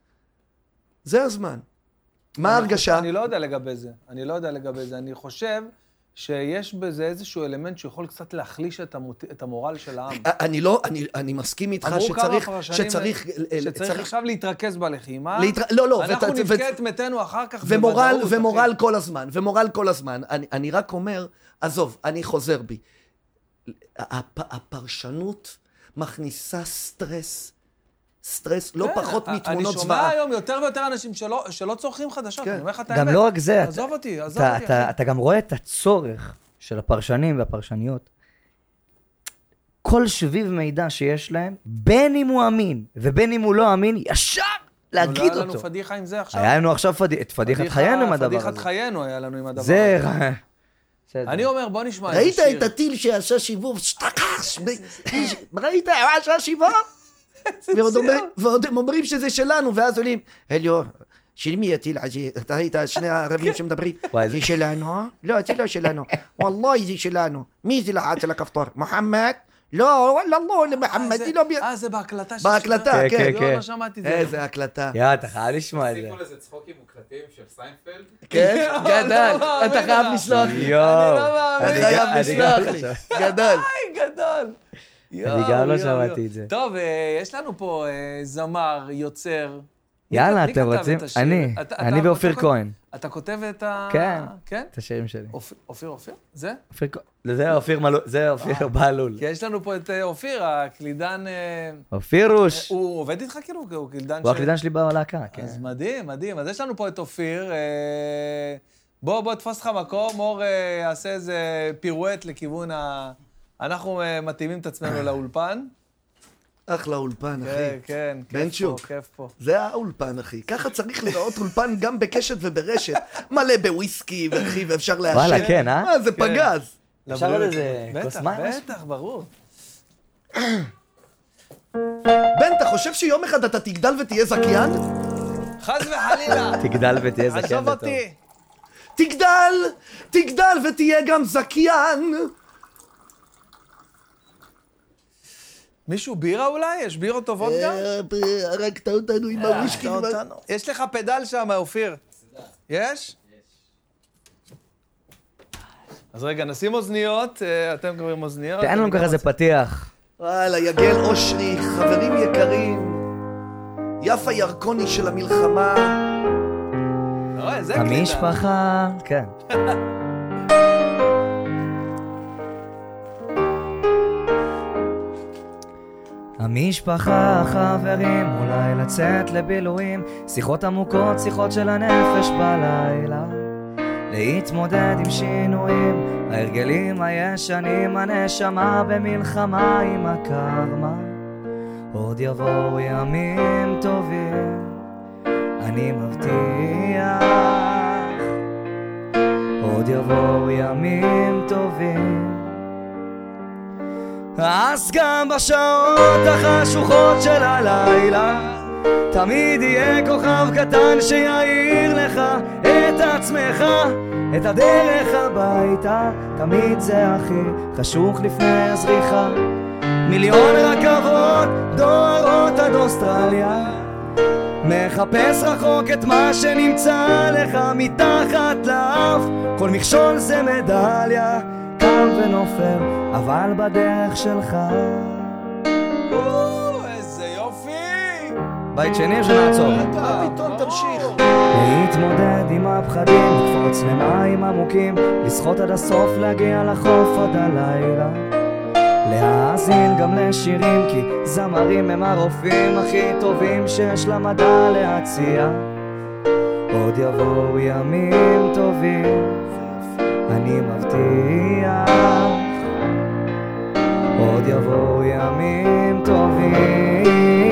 זה הזמן. מה ההרגשה? אני לא יודע לגבי זה, אני לא יודע לגבי זה. אני חושב שיש בזה איזשהו אלמנט שיכול קצת להחליש את, המות... את המורל של העם. אני לא, אני, אני מסכים איתך שצריך, שצריך, שצריך עכשיו להתרכז בלחימה. להתר... לא, לא. אנחנו ות... נבכה את מתנו אחר כך ומורל, בוודאות. ומורל כל הזמן, ומורל כל הזמן. אני, אני רק אומר, עזוב, אני חוזר בי. הפ... הפרשנות מכניסה סטרס. סטרס, לא פחות מתמונות זוועה. אני שומע היום יותר ויותר אנשים שלא, שלא צורכים חדשות. אני אומר לך את האמת. גם לא רק זה. עזוב אותי, עזוב אותי, אחי. אתה גם רואה את הצורך של הפרשנים והפרשניות. כל שביב מידע שיש להם, בין אם הוא אמין ובין אם הוא לא אמין, ישר להגיד אותו. היה לנו פדיחה עם זה עכשיו. היה לנו עכשיו את פדיחת חיינו עם הדבר הזה. פדיחת חיינו היה לנו עם הדבר הזה. זה... אני אומר, בוא נשמע. ראית את הטיל שעשה שיבוב? שטקש! ראית? הוא עשה שיבוב? ועוד הם אומרים שזה שלנו, ואז עולים, הליו, של מי הטיל הזה? אתה היית שני הערבים שמדברים, זה שלנו? לא, זה לא שלנו. וואללה, זה שלנו. מי זה לחץ על הכפתור? מוחמד? לא, וואלה, לא, מוחמד, זה לא... אה, זה בהקלטה. בהקלטה, כן. לא שמעתי את זה. איזה הקלטה. יא, אתה חייב לשמוע את זה. תפסיקו לזה צחוקים מוקלטים של סיינפלד? כן, גדל, אתה חייב לסלוח לי. יואו. אתה חייב לסלוח לי. גדל. גדול. אני גם לא שמעתי את זה. טוב, יש לנו פה זמר, יוצר. יאללה, אתם רוצים? אני, אני ואופיר כהן. אתה כותב את ה... כן, כן? את השירים שלי. אופיר, אופיר? זה? אופיר כהן. זה אופיר מלול, זה אופיר בעלול. כי יש לנו פה את אופיר, הקלידן... אופירוש. הוא עובד איתך כאילו? הוא קלידן ש... הוא הקלידן שלי בלהקה, כן. אז מדהים, מדהים. אז יש לנו פה את אופיר. בוא, בוא, תפוס לך מקום, אור יעשה איזה פירואט לכיוון ה... אנחנו מתאימים את עצמנו לאולפן. אחלה אולפן, אחי. כן, כן, כיף פה, כיף פה. זה האולפן, אחי. ככה צריך לראות אולפן גם בקשת וברשת. מלא בוויסקי, ואחי, ואפשר להשאר. וואלה, כן, אה? מה, זה פגז. אפשר עוד איזה כוס מים? בטח, ברור. בן, אתה חושב שיום אחד אתה תגדל ותהיה זכיין? חס וחלילה. תגדל ותהיה זכיין. עזוב אותי. תגדל, תגדל ותהיה גם זכיין. מישהו בירה אולי? יש בירות טובות גם? הרגת אותנו עם הווישקי. יש לך פדל שם, אופיר. יש? אז רגע, נשים אוזניות, אתם קוראים אוזניות. תן לנו ככה איזה פתיח. וואלה, יגל אושרי, חברים יקרים, יפה ירקוני של המלחמה. המשפחה, כן. המשפחה, החברים, אולי לצאת לבילויים, שיחות עמוקות, שיחות של הנפש בלילה, להתמודד עם שינויים, ההרגלים הישנים, הנשמה במלחמה עם הקרמה. עוד יבואו ימים טובים, אני מבטיח, עוד יבואו ימים טובים. אז גם בשעות החשוכות של הלילה תמיד יהיה כוכב קטן שיעיר לך את עצמך, את הדרך הביתה. תמיד זה הכי חשוך לפני הזריחה, מיליון רכבות דוהרות עד אוסטרליה, מחפש רחוק את מה שנמצא לך מתחת לאף, כל מכשול זה מדליה, קם ונופל אבל בדרך שלך. איזה יופי! בית שני שנעצור. פתאום תמשיך. להתמודד עם הפחדים, לקפוץ למים עמוקים, לשחות עד הסוף, להגיע לחוף עד הלילה, להאזין גם לשירים, כי זמרים הם הרופאים הכי טובים שיש למדע להציע. עוד יבואו ימים טובים, אני מבטיח, עוד יבואו ימים טובים.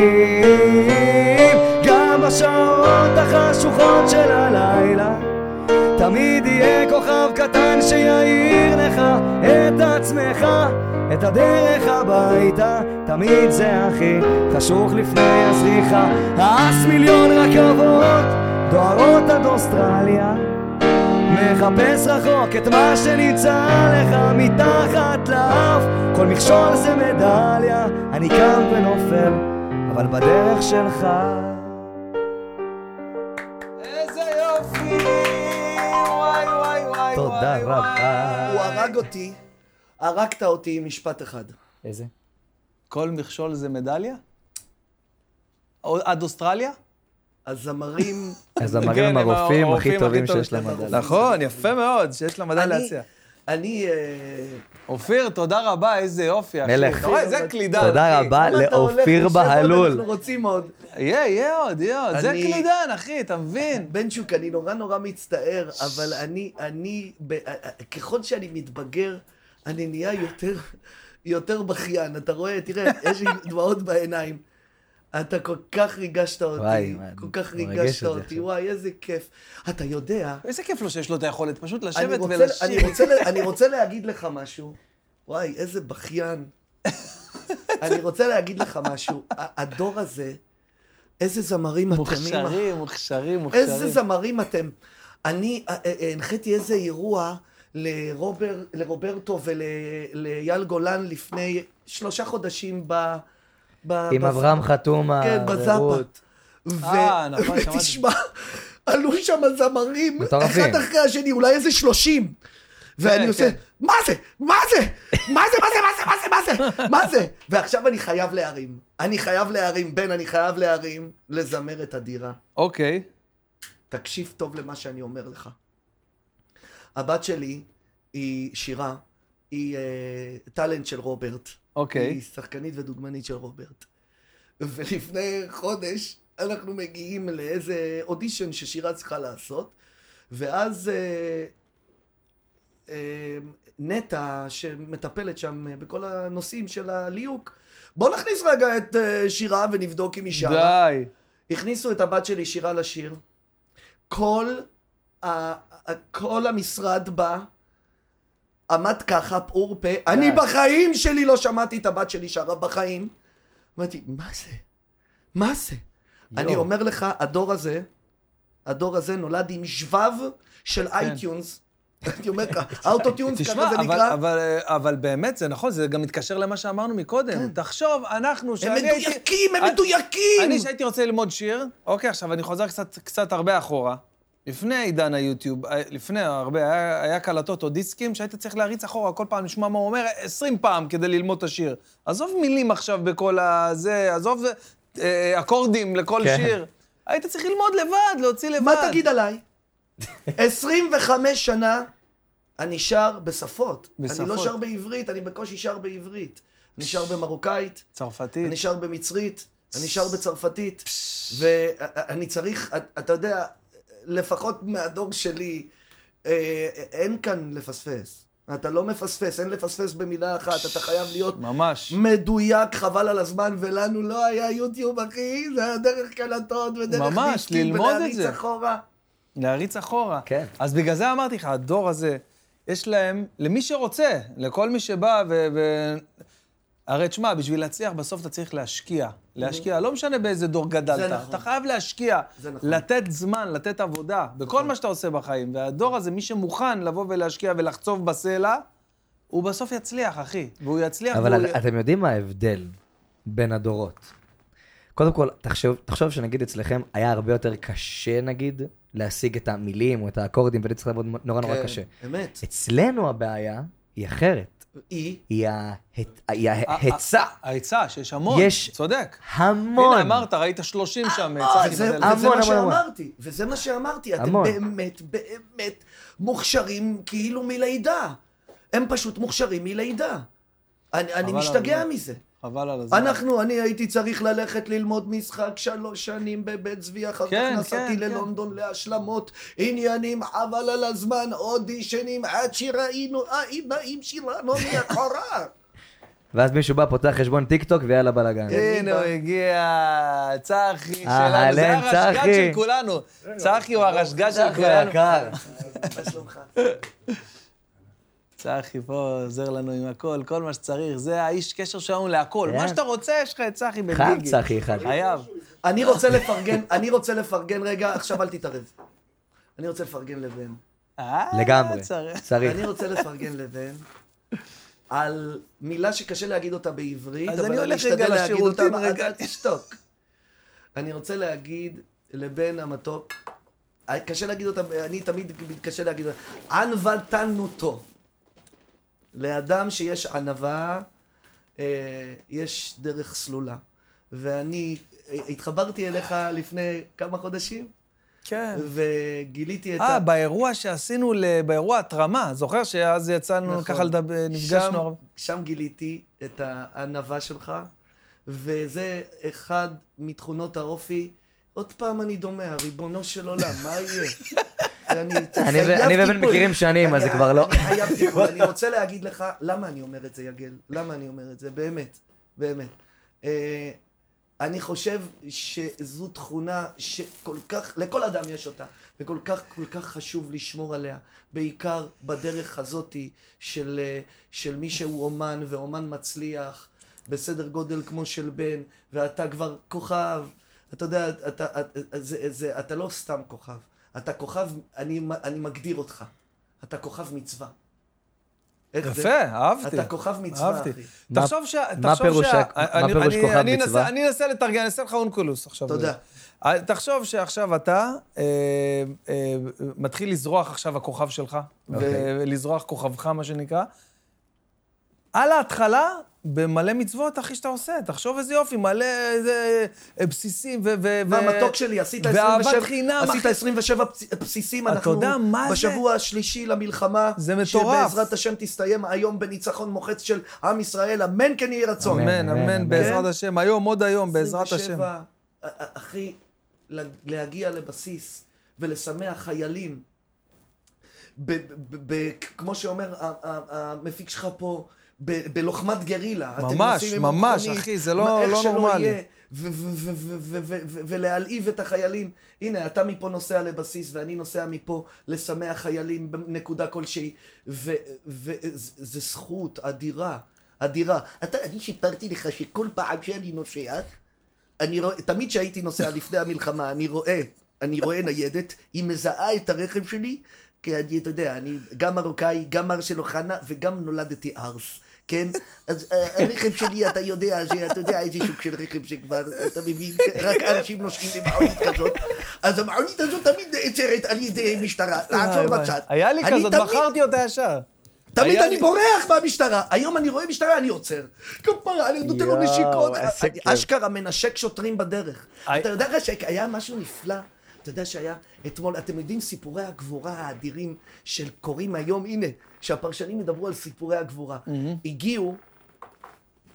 גם בשעות החשוכות של הלילה תמיד יהיה כוכב קטן שיעיר לך את עצמך, את הדרך הביתה. תמיד זה הכי חשוך לפני הזריחה, אז מיליון רכבות דוהרות עד אוסטרליה, מחפש רחוק את מה שנמצא לך מתחת לאף, כל מכשול זה מדליה, אני קם ונופל אבל בדרך שלך. איזה יופי! וואי וואי וואי. תודה וואי, רבה. וואי. הוא הרג אותי, הרגת אותי עם משפט אחד. איזה? כל מכשול זה מדליה? או- עד אוסטרליה? הזמרים... הזמרים כן, הם הרופאים הרופאים הכי הכי טובים טובים. שיש למדע. נכון, יפה מאוד, שיש לה מדע אני- להציע. אני... אה, אופיר, תודה רבה, איזה יופי, אחי. מלך. אתה רואה, זה קלידן. תודה אחי. רבה אם אתה הולך לאופיר לשב עוד, בהלול. אנחנו רוצים עוד. יהיה, יהיה עוד, יהיה עוד. זה אני- קלידן, אחי, אתה מבין? בנצ'וק, אני נורא נורא מצטער, אבל אני, אני, ב- ככל שאני מתבגר, אני נהיה יותר, יותר בכיין. אתה רואה, תראה, יש לי דמעות בעיניים. אתה כל כך ריגשת אותי, וואי, כל מה, כך מרגש ריגשת אותי אותי, עכשיו. וואי, איזה כיף. אתה יודע, איזה כיף לו שיש לו את היכולת פשוט אני לשבת רוצה, ולשיר. אני, רוצה, אני רוצה להגיד לך משהו. וואי, איזה בכיין. אני רוצה להגיד לך משהו. ה- הדור הזה, איזה זמרים אתם. מוכשרים, מוכשרים, מוכשרים. איזה זמרים אתם. אני אה, אה, הנחיתי איזה אירוע לרובר, לרוברטו ולאייל גולן לפני שלושה חודשים ב... ב עם בז- אברהם חתומה, כן, בזאפה. ורות. ו- אה, נכון, שמעתי. ותשמע, עלו שם זמרים, מטורפים. אחד אחרי השני, אולי איזה שלושים. ואני כן, עושה, כן. מה זה? מה זה? מה זה? מה זה? מה זה? מה זה? מה זה? מה זה? ועכשיו אני חייב להרים. אני חייב להרים, בן, אני חייב להרים לזמרת אדירה. אוקיי. תקשיב טוב למה שאני אומר לך. הבת שלי היא שירה, היא אה, טלנט של רוברט. אוקיי. היא שחקנית ודוגמנית של רוברט. ולפני חודש אנחנו מגיעים לאיזה אודישן ששירה צריכה לעשות, ואז אה, אה, נטע שמטפלת שם בכל הנושאים של הליוק, בוא נכניס רגע את אה, שירה ונבדוק אם היא שרה. די. הכניסו את הבת שלי שירה לשיר. כל, ה, ה, כל המשרד בה עמד ככה, פעור פה. אני בחיים שלי לא שמעתי את הבת שלי שרה, בחיים. אמרתי, מה זה? מה זה? אני אומר לך, הדור הזה, הדור הזה נולד עם שבב של אייטיונס. אני אומר לך, אוטוטיונס, ככה תשמע, זה אבל, נקרא. אבל, אבל באמת זה נכון, זה גם מתקשר למה שאמרנו מקודם. תחשוב, אנחנו, הם שאני הייתי... מדויקים, הם אני- מדויקים! אני שהייתי רוצה ללמוד שיר, אוקיי, עכשיו אני חוזר קצת, קצת הרבה אחורה. לפני עידן היוטיוב, לפני הרבה, היה, היה קלטות או דיסקים שהיית צריך להריץ אחורה כל פעם, לשמוע מה הוא אומר, עשרים פעם כדי ללמוד את השיר. עזוב מילים עכשיו בכל הזה, עזוב אה, אקורדים לכל כן. שיר. היית צריך ללמוד לבד, להוציא לבד. מה תגיד עליי? עשרים וחמש שנה אני שר בשפות. בשפות. אני לא שר בעברית, אני בקושי שר בעברית. אני שר במרוקאית, צרפתית. אני שר במצרית, אני שר בצרפתית, ואני צריך, אתה יודע, לפחות מהדור שלי, אין כאן לפספס. אתה לא מפספס, אין לפספס במילה אחת, אתה חייב להיות ממש. מדויק, חבל על הזמן, ולנו לא היה יוטיוב, אחי, זה היה דרך קלטות ודרך ממש, דיסקים, ללמוד את ולהריץ זה. אחורה. להריץ אחורה. כן. אז בגלל זה אמרתי לך, הדור הזה, יש להם, למי שרוצה, לכל מי שבא ו... ו... הרי תשמע, בשביל להצליח, בסוף אתה צריך להשקיע. להשקיע, לא משנה באיזה דור גדלת. נכון. אתה חייב להשקיע, זה נכון. לתת זמן, לתת עבודה, בכל מה שאתה עושה בחיים. והדור הזה, מי שמוכן לבוא ולהשקיע ולחצוב בסלע, הוא בסוף יצליח, אחי. והוא יצליח... אבל והוא... אתם יודעים מה ההבדל בין הדורות? קודם כל, תחשוב, תחשוב שנגיד אצלכם היה הרבה יותר קשה, נגיד, להשיג את המילים או את האקורדים, ולצריך לעבוד נורא נורא כן, קשה. אמת. אצלנו הבעיה היא אחרת. היא, היא ההת- היא ההיצע. ההיצע, שיש המון. יש צודק. המון. הנה, אמרת, ראית שלושים שם. אה, צחי זה- בדלת. וזה המון, מה המון, המון. שאמרתי, וזה מה שאמרתי, אתם המון. באמת, באמת מוכשרים כאילו מלידה. הם פשוט מוכשרים מלידה. אני אני אבל משתגע אבל- מזה. חבל על הזמן. אנחנו, אני הייתי צריך ללכת ללמוד משחק שלוש שנים בבית צבי, אחר כך כן, נסעתי כן, ללונדון להשלמות, עניינים, חבל על הזמן, אודישנים, עד שראינו, האמאים שלנו מאחורה. ואז מישהו בא, פותח חשבון טיק טוק ויאללה בלאגן. הנה הוא הגיע, צחי שלנו, אהלן, זה הרשג"ד צחי. של כולנו. צחי הוא הרשג"ד של צחי כולנו. היקר. מה שלומך? צחי פה עוזר לנו עם הכל, כל מה שצריך, זה האיש קשר שלנו להכל. כן. מה שאתה רוצה, יש לך את צחי בן חייב גיגי. צחי אחד. חייב. אני רוצה לפרגן, אני רוצה לפרגן רגע, עכשיו אל תתערב. אני רוצה לפרגן לבן. אה, לגמרי. צריך. צריך. אני רוצה לפרגן לבן על מילה שקשה להגיד אותה בעברית, אז אבל אני אני הולך רגע אשתדל להגיד אותה, לשירותים רגע. אל תשתוק. אני רוצה להגיד לבן המתוק, קשה להגיד אותה, אני תמיד מתקשה להגיד אותה, ענוותנותו. לאדם שיש ענווה, אה, יש דרך סלולה. ואני התחברתי אליך לפני כמה חודשים, כן. וגיליתי את אה, באירוע שעשינו, ל- באירוע התרמה, זוכר שאז יצאנו נכון. ככה לדבר, נפגשנו. הרבה? שם, שם גיליתי את הענווה שלך, וזה אחד מתכונות האופי. עוד פעם אני דומה, ריבונו של עולם, מה יהיה? אני אני ו- אני ובן מכירים שנים, אז זה כבר לא. אני חייב טיפול, אני רוצה להגיד לך, למה אני אומר את זה, יגל? למה אני אומר את זה? באמת, באמת. אה, אני חושב שזו תכונה שכל כך, לכל אדם יש אותה, וכל כך, כל כך חשוב לשמור עליה, בעיקר בדרך הזאת של, של מי שהוא אומן, ואומן מצליח, בסדר גודל כמו של בן, ואתה כבר כוכב, אתה יודע, אתה, אתה, זה, זה, אתה לא סתם כוכב, אתה כוכב, אני, אני מגדיר אותך, אתה כוכב מצווה. איך זה? יפה, אהבתי. אתה כוכב מצווה, אהבתי. אחי. מה- תחשוב ש... מה תחשוב פירוש שה- ה- מה אני- פירוש אני- כוכב אני אנסה- מצווה? אני אנסה לתרגל, אני אעשה לך אונקולוס עכשיו. תודה. אה, תחשוב שעכשיו אתה אה, אה, מתחיל לזרוח עכשיו הכוכב שלך, אוקיי. ולזרוח כוכבך, מה שנקרא. על ההתחלה, במלא מצוות, אחי, שאתה עושה. תחשוב איזה יופי, מלא איזה אה, בסיסים ו... ו- ו- והמתוק שלי, עשית ואהבת עשרים ושבע, חינם, עשית אחי. עשרים ושבע בסיס- בסיסים, אתה אנחנו יודע מה זה? בשבוע השלישי למלחמה, זה מטורף. שבעזרת השם תסתיים היום בניצחון מוחץ של עם ישראל, אמן כן יהי רצון. אמן. אמן, אמן, אמן, בעזרת כן? השם. היום, עוד היום, בעזרת עשרים השם. ושבע, א- א- אחי, לה- להגיע לבסיס ולשמח חיילים, ב- ב- ב- כמו שאומר ה- ה- המפיק שלך פה, ב- בלוחמת גרילה. אתם ממש, נוסעים עם ממש, מכונית, אחי, זה לא- מה- איך לא שלא נורמלי. יהיה, ו- ו- ו- ו- ו- ו- ו- ולהלהיב את החיילים. הנה, אתה מפה נוסע לבסיס, ואני נוסע מפה לשמח חיילים בנקודה כלשהי, וזה זכות אדירה, אדירה. אתה, אני שיפרתי לך שכל פעם שאני נוסע, אני רואה, תמיד שהייתי נוסע לפני המלחמה, אני רואה, אני רואה ניידת, היא מזהה את הרכב שלי, כי אני, אתה יודע, אני גם מרוקאי, גם מרסל אוחנה, וגם נולדתי ארס, כן? אז uh, הרכב שלי, אתה יודע, זה, אתה יודע איזה סוג של רכב שכבר, אתה מבין, רק אנשים נוסעים במעונית כזאת, אז המעונית הזאת תמיד נעצרת על ידי משטרה, לעצור וואי, בצד. היה לי אני כזאת, תמיד- מכרתי אותה ישר. תמיד היה אני לי- בורח מהמשטרה. היום אני רואה משטרה, אני עוצר. כפרה, אני נותן לו יואו, נשיקות. איזה אני כיף. אשכרה מנשק שוטרים בדרך. הי- אתה יודע שהיה משהו נפלא? אתה יודע שהיה אתמול, אתם יודעים סיפורי הגבורה האדירים של קוראים היום, הנה, שהפרשנים ידברו על סיפורי הגבורה. הגיעו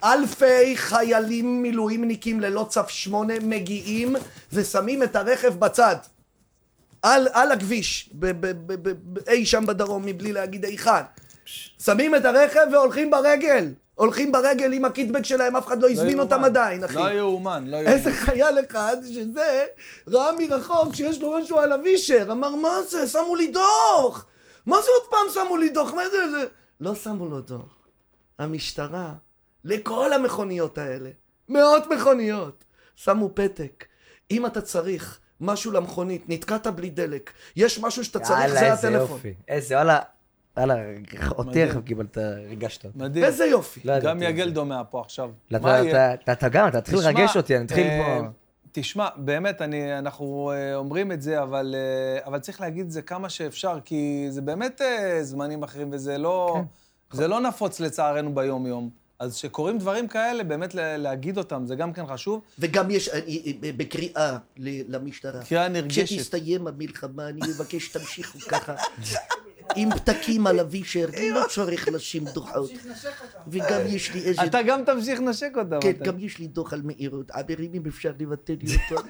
אלפי חיילים מילואימניקים ללא צו שמונה מגיעים ושמים את הרכב בצד. על, על הכביש, ב, ב, ב, ב, אי שם בדרום, מבלי להגיד איכן. שמים את הרכב והולכים ברגל. הולכים ברגל עם הקיטבק שלהם, אף אחד לא הזמין אותם עדיין, אחי. לא יאומן, לא יאומן. איזה חייל אחד שזה ראה מרחוק שיש לו משהו על אבישר, אמר מה זה? שמו לי דוח! מה זה עוד פעם שמו לי דוח? מה זה זה? לא שמו לו דוח. המשטרה, לכל המכוניות האלה, מאות מכוניות, שמו פתק. אם אתה צריך משהו למכונית, נתקעת בלי דלק, יש משהו שאתה צריך, זה הטלפון. איזה יופי, איזה, וואלה, וואלה, אותי איך קיבלת, ריגשת. מדהים. איזה יופי. גם יגל דומע פה עכשיו. אתה גם, אתה תתחיל לרגש אותי, אני אתחיל פה. תשמע, באמת, אני, אנחנו uh, אומרים את זה, אבל, uh, אבל צריך להגיד את זה כמה שאפשר, כי זה באמת uh, זמנים אחרים, וזה לא, כן. זה לא נפוץ לצערנו ביום-יום. אז שקוראים דברים כאלה, באמת להגיד אותם, זה גם כן חשוב. וגם יש בקריאה למשטרה. קריאה נרגשת. כשתסתיים המלחמה, אני מבקש שתמשיכו ככה. עם פתקים על אבישר, לא צריך לשים דוחות. וגם יש לי איזה... אתה גם תמשיך נשק אותם. כן, גם יש לי דוח על מהירות. עברים אם אפשר לבטל לי אותו.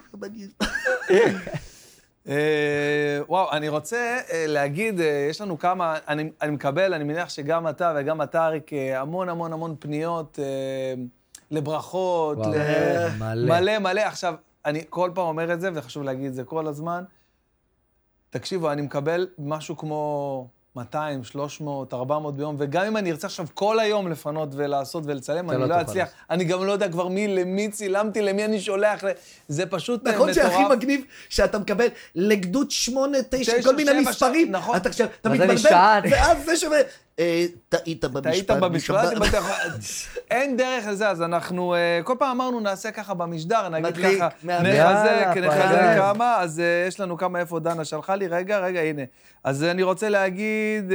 וואו, אני רוצה להגיד, יש לנו כמה, אני מקבל, אני מניח שגם אתה וגם אתה, אריק, המון המון המון פניות לברכות, מלא מלא. עכשיו, אני כל פעם אומר את זה, וחשוב להגיד את זה כל הזמן. תקשיבו, אני מקבל משהו כמו מאתיים, שלוש מאות, ארבע מאות ביום, וגם אם אני ארצה עכשיו כל היום לפנות ולעשות ולצלם, אני לא אצליח. אני גם לא יודע כבר מי, למי צילמתי, למי אני שולח, זה פשוט מטורף. נכון שהכי מגניב שאתה מקבל לגדוד שמונה, תשע, כל מיני מספרים, נכון. אתה מתבלבל, ואז זה שווה, טעית במשפט. טעית במשפט, אין דרך לזה, אז אנחנו, כל פעם אמרנו, נעשה ככה במשדר, נגיד ככה, נחזק, נחזק כמה, אז יש לנו כמה איפה דנה שלחה לי, רגע, רגע, הנה. אז אני רוצה להגיד,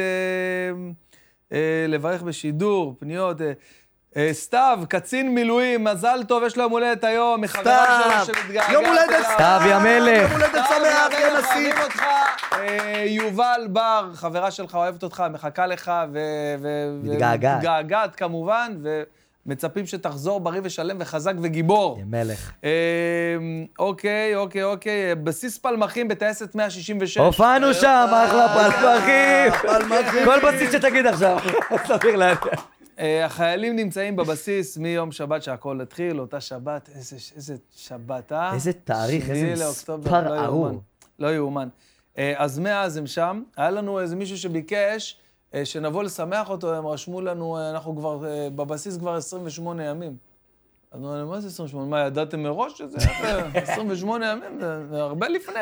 לברך בשידור, פניות, סתיו, קצין מילואים, מזל טוב, יש לו יום הולדת היום, מחברה שלו שמתגעגעת. יום הולדת סתיו, יא מלך. יום הולדת שמח, יא נשיא. אותך, יובל בר, חברה שלך אוהבת אותך, מחכה לך, ומתגעגעת כמובן, ומצפים שתחזור בריא ושלם וחזק וגיבור. יא מלך. אוקיי, אוקיי, אוקיי, בסיס פלמחים בטייסת מאה שישים ושש. הופענו שם, אחלה פלמחים. כל בסיס שתגיד עכשיו. סביר להגיד. החיילים נמצאים בבסיס מיום שבת שהכל התחיל, אותה שבת, איזה, איזה שבת, אה? איזה תאריך, איזה מספר ארור. לא יאומן. אז מאז הם שם, היה לנו איזה מישהו שביקש שנבוא לשמח אותו, הם רשמו לנו, אנחנו כבר, בבסיס כבר עשרים ושמונה ימים. אז אמרנו, מה זה עשרים ושמונה? מה, ידעתם מראש שזה עשרים ושמונה ימים? זה הרבה לפני.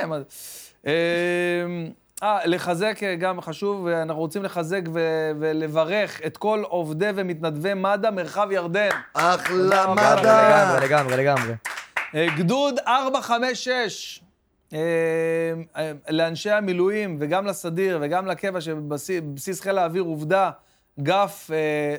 אה, לחזק גם חשוב, אנחנו רוצים לחזק ו- ולברך את כל עובדי ומתנדבי מד"א מרחב ירדן. אחלה מד"א. לגמרי, לגמרי, לגמרי. גדוד ארבע חמש שש, לאנשי המילואים וגם לסדיר וגם לקבע שבסיס חיל האוויר עובדה, גף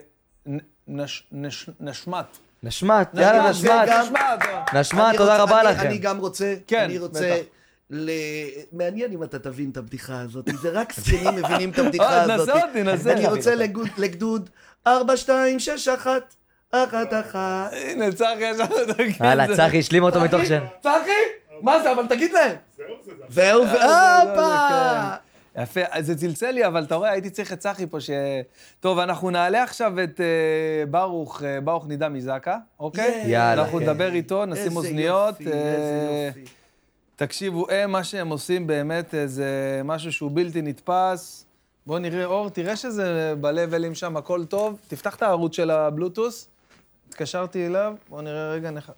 נשמת. נשמת, יאללה, נשמת. נשמת, תודה רבה לכם. אני גם רוצה, אני רוצה... מעניין אם אתה תבין את הבדיחה הזאת, זה רק סקנים מבינים את הבדיחה הזאת. נסה אותי, נסה. אני רוצה לגדוד ארבע, שתיים, שש, אחת, אחת, אחת. הנה, צחי, יש לנו תגיד. הלאה, צחי, השלים אותו מתוך שם. צחי? מה זה? אבל תגיד להם. זהו זה. זהו זה. יפה, זה צלצל לי, אבל אתה רואה, הייתי צריך את צחי פה ש... טוב, אנחנו נעלה עכשיו את ברוך, ברוך נידה מזקה, אוקיי? יאללה. אנחנו נדבר איתו, נשים אוזניות. איזה יופי, איזה יופי. תקשיבו, הם, מה שהם עושים באמת זה משהו שהוא בלתי נתפס. בואו נראה, אור, תראה שזה בלבלים שם, הכל טוב. תפתח את הערוץ של הבלוטוס. התקשרתי אליו, בואו נראה רגע נח...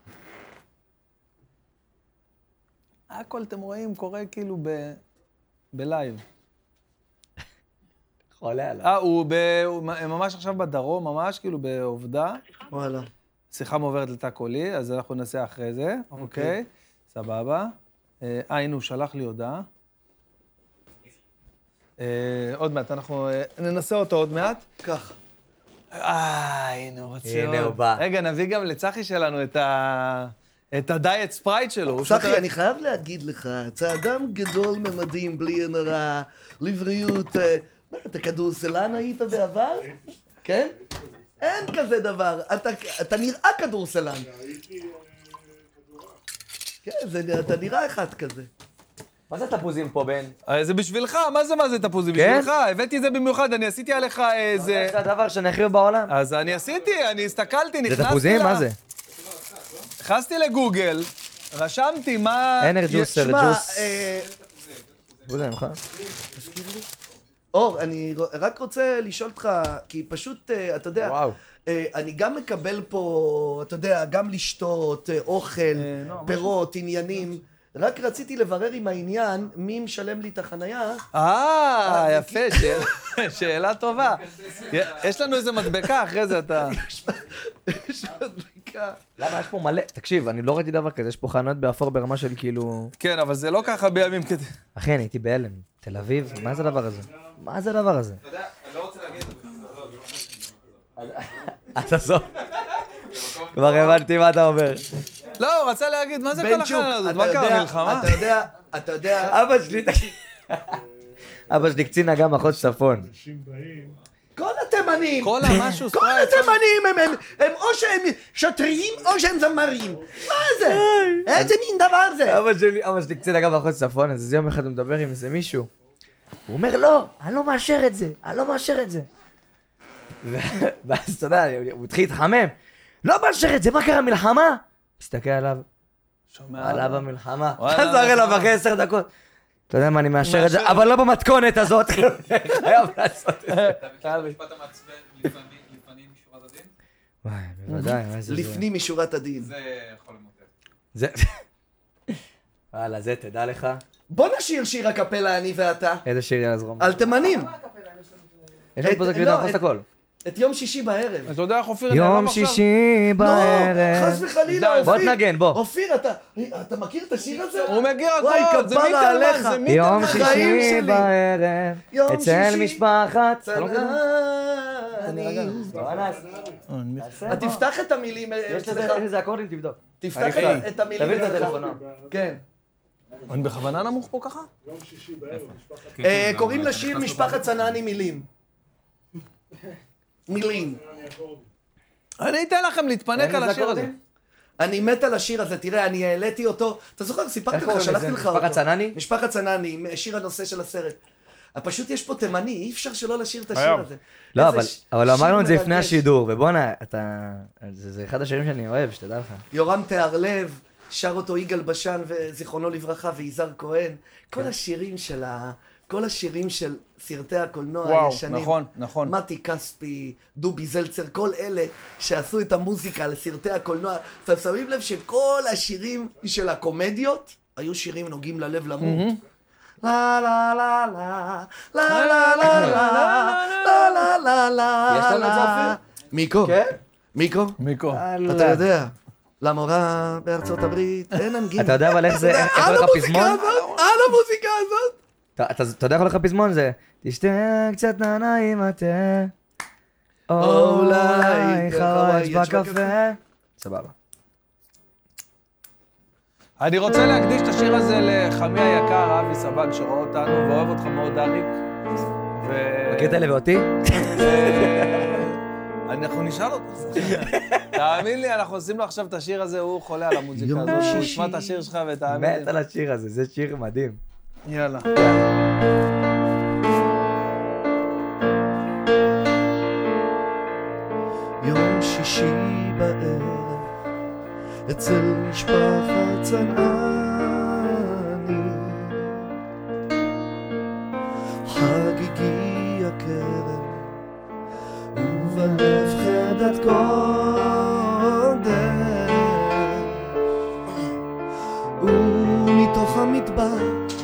הכל, אתם רואים, קורה כאילו ב... בלייב. חולה עליו. אה, הוא, ב... הוא ממש עכשיו בדרום, ממש כאילו בעובדה. וואלה. שיחה מעוברת לתא קולי, אז אנחנו נעשה אחרי זה, אוקיי? סבבה. אה, הנה, הוא שלח לי הודעה. אה, עוד מעט, אנחנו ננסה אותו עוד מעט. כך. אה, הנה, הוא רוצה... הנה, הוא בא. רגע, נביא גם לצחי שלנו את ה... את הדיאט ספרייט שלו. צחי, אני חייב להגיד לך, אתה אדם גדול ממדים, בלי עין הרע, לבריאות. מה, אתה כדורסלן היית בעבר? כן? אין כזה דבר. אתה, אתה נראה כדורסלן. כן, זה, אתה נראה אחד כזה. מה זה תפוזים פה, בן? זה בשבילך, מה זה מה זה תפוזים? כן? בשבילך, הבאתי את זה במיוחד, אני עשיתי עליך איזה... זה הדבר שאני הכי אוהב בעולם. אז אני עשיתי, אני הסתכלתי, נכנסתי... זה תפוזים? מה זה? נכנסתי לגוגל, רשמתי מה... אנרג'י ג'וסר, שמע, ג'וס. אה, תפוזים, נכון? אור, אני רק רוצה לשאול אותך, כי פשוט, אה, אתה יודע, וואו. אה, אני גם מקבל פה, אתה יודע, גם לשתות, אה, אוכל, פירות, עניינים. רק רציתי לברר עם העניין, מי משלם לי את החנייה. אה, יפה, שאלה- שאלה טובה. יש לנו איזה מדבקה, אחרי זה אתה... יש מדבקה. למה? יש פה מלא... תקשיב, אני לא ראיתי דבר כזה, יש פה חנויות באפור ברמה של כאילו... כן, אבל זה לא ככה בימים כדי... אחי, אני הייתי בהלם. תל אביב, מה זה הדבר הזה? מה זה הדבר הזה? אתה יודע, אני לא רוצה להגיד את זה, אבל זה לא, אתה עזוב. כבר הבנתי מה אתה אומר. לא, הוא רצה להגיד, מה זה כל בנצ'וק, החנה הזאת? אתה מה קרה, יודע- מלחמה? אתה יודע, אתה יודע, אבא שלי, תקשיב. אבא שלי קצין נגן מחוז צפון. כל התימנים, כל המשהו... כל התימנים הם, הם, הם או שהם שוטרים או שהם זמרים. מה זה? איזה מין דבר זה? אבא שלי, אבא שלי קצין נגן מחוז צפון, אז יום אחד הוא מדבר עם איזה מישהו. הוא אומר, לא, אני לא מאשר את זה, אני לא מאשר את זה. ו- ואז אתה יודע, הוא התחיל להתחמם. לא מאשר את זה, מה קרה, מלחמה? מסתכל עליו, שומע? עליו המלחמה. וואלה, חזר אליו אחרי עשר דקות. אתה יודע מה, אני מאשר את זה, אבל לא במתכונת הזאת. חייב לעשות את זה. אתה מכיר את המשפט המעצבן לפנים לפנים משורת הדין? וואי, בוודאי, מה זה זה? לפנים משורת הדין. זה יכול למוטט. זה... וואלה, זה תדע לך. בוא נשיר שיר הקפלה אני ואתה. איזה שיר יאללה זרום. על תימנים. יש לנו פה את- זה קליטה, לא, אנחנו עושים את- הכל. את יום שישי בערב. אתה יודע איך אופיר יום נעלם עכשיו? שישי לא, בערב. חס וחלילה, די, בוא אופיר. תנגן, בוא. אופיר, אתה, אתה מכיר את השיר הזה? הוא מכיר וואי, הכל, זה כפרה מיטלמן, עליך. זה יום מיטלמן. חיים שישי שלי. בערב. יום אצל שישי. משפחת. אתה לא מכיר? צנעני. תפתח את המילים יש אצלך. לזה איזה אקורדים, תבדוק. תפתח אני את- את המילים תביא את אצלך. הטלפון. כן. אני בכוונה נמוך פה ככה? אה, קוראים לשיר משפחת צנעני מילים. מילים. אני אתן לכם להתפנק על השיר הזה. אני מת על השיר הזה, תראה, אני העליתי אותו, אתה זוכר, סיפרתי איך לך, קוראים שלחתי לזה? לך אותו. משפחת צנעני? משפחת צנעני, שיר הנושא של הסרט. פשוט יש פה תימני, אי אפשר שלא לשיר את השיר חייב. הזה. לא, איזה אבל- ש- אבל אמרנו את זה שיר לפני מרגש. השידור, ובואנה, אתה... זה זה אחד השירים שאני אוהב, שתדע לך. יורם תיארלב, שר אותו יגאל בשן וזיכרונו לברכה ויזהר כהן. כל השירים של ה... כל השירים של סרטי הקולנוע וואו, הישנים. נכון, נכון. מתי כספי, דובי זלצר, כל אלה שעשו את המוזיקה לסרטי הקולנוע. אתם שמים לב שכל השירים של הקומדיות היו שירים נוגעים ללב למות. לה לה לה לה, לה לה לה לה, לה לה לה לה. יש לנו את זה, אופיר? מיקו. כן? מיקו. מיקו. אתה יודע, למורה בארצות הברית אין אנגין. אתה יודע אבל איך זה, איך על הולך המוזיקה הפזמון? הזאת, על המוזיקה הזאת. אתה- אתה אתה יודע איך הולך הפזמון? זה תשתה קצת נענה עם התה, אולי חווייג' בקפה. סבבה. אני רוצה להקדיש את השיר הזה לחמי היקר, אבי סבג, שרואה אותנו, ואוהב אותך מאוד, אריק. ו... מכיר את אלה ואותי? אנחנו נשאל אותו. תאמין לי, אנחנו עושים לו עכשיו את השיר הזה, הוא חולה על המוזיקה יום הזאת, הוא שישי. ישמע את השיר שלך ותאמין מת לי. על השיר הזה, זה שיר מדהים. יאללה. יום שישי בערב אצל משפחת צנעני, חגיגי הכרם ובלב חרדת קודש, ומתוך המטבח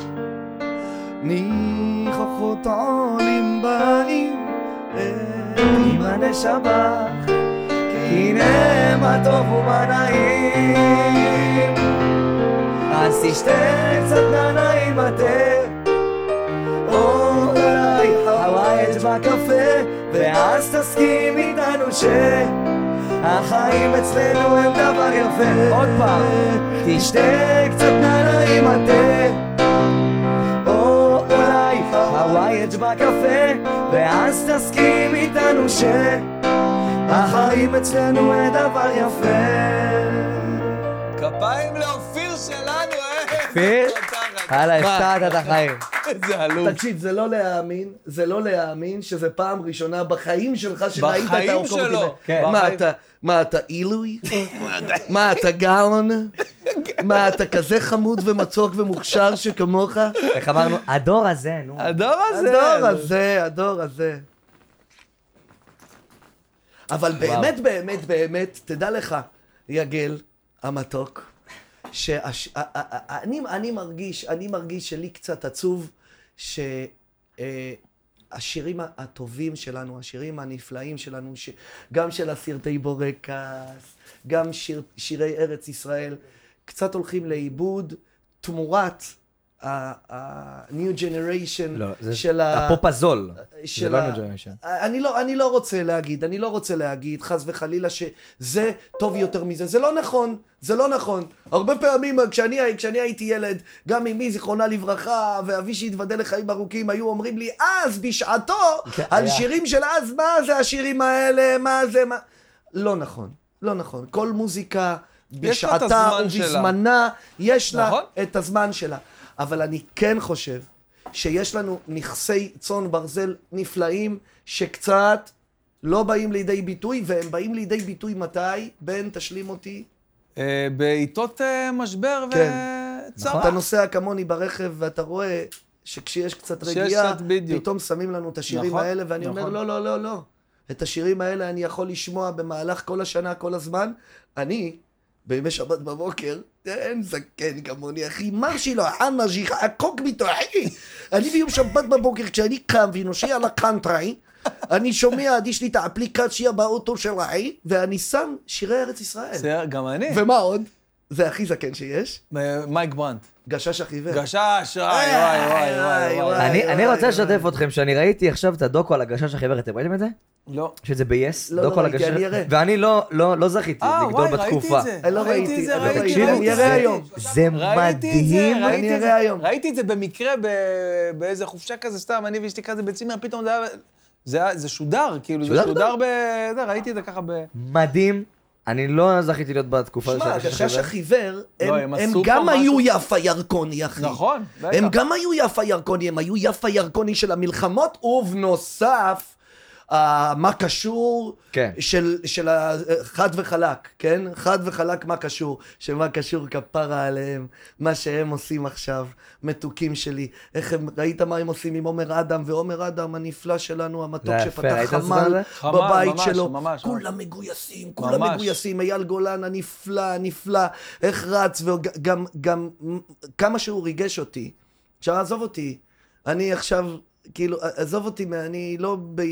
ניחוחות עולים באים עם הנשמה, כי הנה מה טוב ומה נעים. אז תשתה קצת נענה עם התה, או אולי חווייג' בקפה, ואז תסכים איתנו שהחיים אצלנו הם דבר יפה. עוד פעם, תשתה קצת נענה עם התה, או אולי חווייג' בקפה, ואז תסכים איתנו החיים אצלנו הם דבר יפה. כפיים לאופיר שלנו, אה? אופיר? הלאה, הפתעת את החיים. איזה עלוב. תקשיב, זה לא להאמין, זה לא להאמין שזה פעם ראשונה בחיים שלך שראית את בחיים האורקות. שלו. כן. מה בחיים. אתה, מה אתה אילוי? מה אתה גאון? מה אתה כזה חמוד ומצוק ומוכשר שכמוך? איך אמרנו? הדור הזה, נו. הדור הזה. הדור הזה, הדור הזה. אבל באמת, באמת, באמת, תדע לך, יגל, המתוק, שאני אני מרגיש, אני מרגיש שלי קצת עצוב, שהשירים הטובים שלנו, השירים הנפלאים שלנו, גם של הסרטי בורקס, גם שיר, שירי ארץ ישראל, קצת הולכים לאיבוד תמורת ה-new generation לא, זה של ה... הפופ הזול. של זה לא ה- new generation. אני לא, אני לא רוצה להגיד, אני לא רוצה להגיד, חס וחלילה, שזה טוב יותר מזה. זה לא נכון, זה לא נכון. הרבה פעמים כשאני, כשאני הייתי ילד, גם אמי זיכרונה לברכה, ואבי שהתוודל לחיים ארוכים, היו אומרים לי, אז בשעתו, על היה. שירים של אז, מה זה השירים האלה, מה זה, מה... לא נכון, לא נכון. כל מוזיקה יש לה את בשעתה הזמן שלה. ובזמנה, יש לה נכון. את הזמן שלה. אבל אני כן חושב שיש לנו נכסי צאן ברזל נפלאים שקצת לא באים לידי ביטוי, והם באים לידי ביטוי מתי? בן, תשלים אותי. אה, בעיתות אה, משבר כן. וצרה. אתה נוסע כמוני ברכב ואתה רואה שכשיש קצת שיש רגיעה, קצת בדיוק. פתאום שמים לנו את השירים נכון, האלה, ואני אומר, נכון. לא, לא, לא, לא. את השירים האלה אני יכול לשמוע במהלך כל השנה, כל הזמן. אני, בימי שבת בבוקר, אין זקן כמוני, אחי, מרשי לו, חנה ז'יחה, עקוק מתוכי. אני ביום שבת בבוקר, כשאני קם ונושע לקאנטרי, אני שומע, יש לי את האפליקציה באוטו של אחי, ואני שם שירי ארץ ישראל. בסדר, גם אני. ומה עוד? זה הכי זקן שיש. אה, מייק ברנט. גשש החיוור. גשש, וואי, וואי, וואי, וואי, וואי. אני וואי, אני רוצה וואי. לשתף אתכם שאני ראיתי עכשיו את הדוקו על הגשש החיוור, אתם ראיתם את זה? לא. שזה ב-yes, לא, דוקו לא על ראיתי, הגשש, אני אראה. ואני לא- לא לא זכיתי אה, לגדול וואי, ראיתי בתקופה. את זה. אני לא ראיתי, את זה, אבל ראיתי, תקשיבו, ראיתי, יראה ראיתי. היום. זה ראיתי את זה, מדהים. ראיתי אני את זה. אראה היום. ראיתי את זה במקרה ב- באיזה חופשה כזה סתם, אני ואשתי כזה בצימר, פתאום זה היה... זה היה- זה שודר, כאילו, זה שודר? שודר ב... זה, ראיתי את זה ככה ב... מדהים. אני לא זכיתי להיות בתקופה שמע, של הגשש החיוור, לא, הם הם הם עשו גם פה היו משהו- יפה ירקוני, אחי. נכון, בטח. הם גם היו יפה ירקוני, הם היו יפה ירקוני של המלחמות, ובנוסף, אה, מה קשור כן. של, של ה- חד וחלק, כן? חד וחלק מה קשור, שמה קשור כפרה עליהם, מה שהם עושים עכשיו, מתוקים שלי. איך הם, ראית מה הם עושים עם עומר אדם, ועומר אדם הנפלא שלנו, המתוק זה יפה, שפתח ראית את זה חמ"ל הזה? חמ"ל, בבית ממש, שלו. ממש, כולם מגויסים, כולם ממש. מגויסים, אייל גולן הנפלא, הנפלא, איך רץ, וגם גם, כמה שהוא ריגש אותי. עכשיו, עזוב אותי, אני עכשיו, כאילו, עזוב אותי, אני לא ב,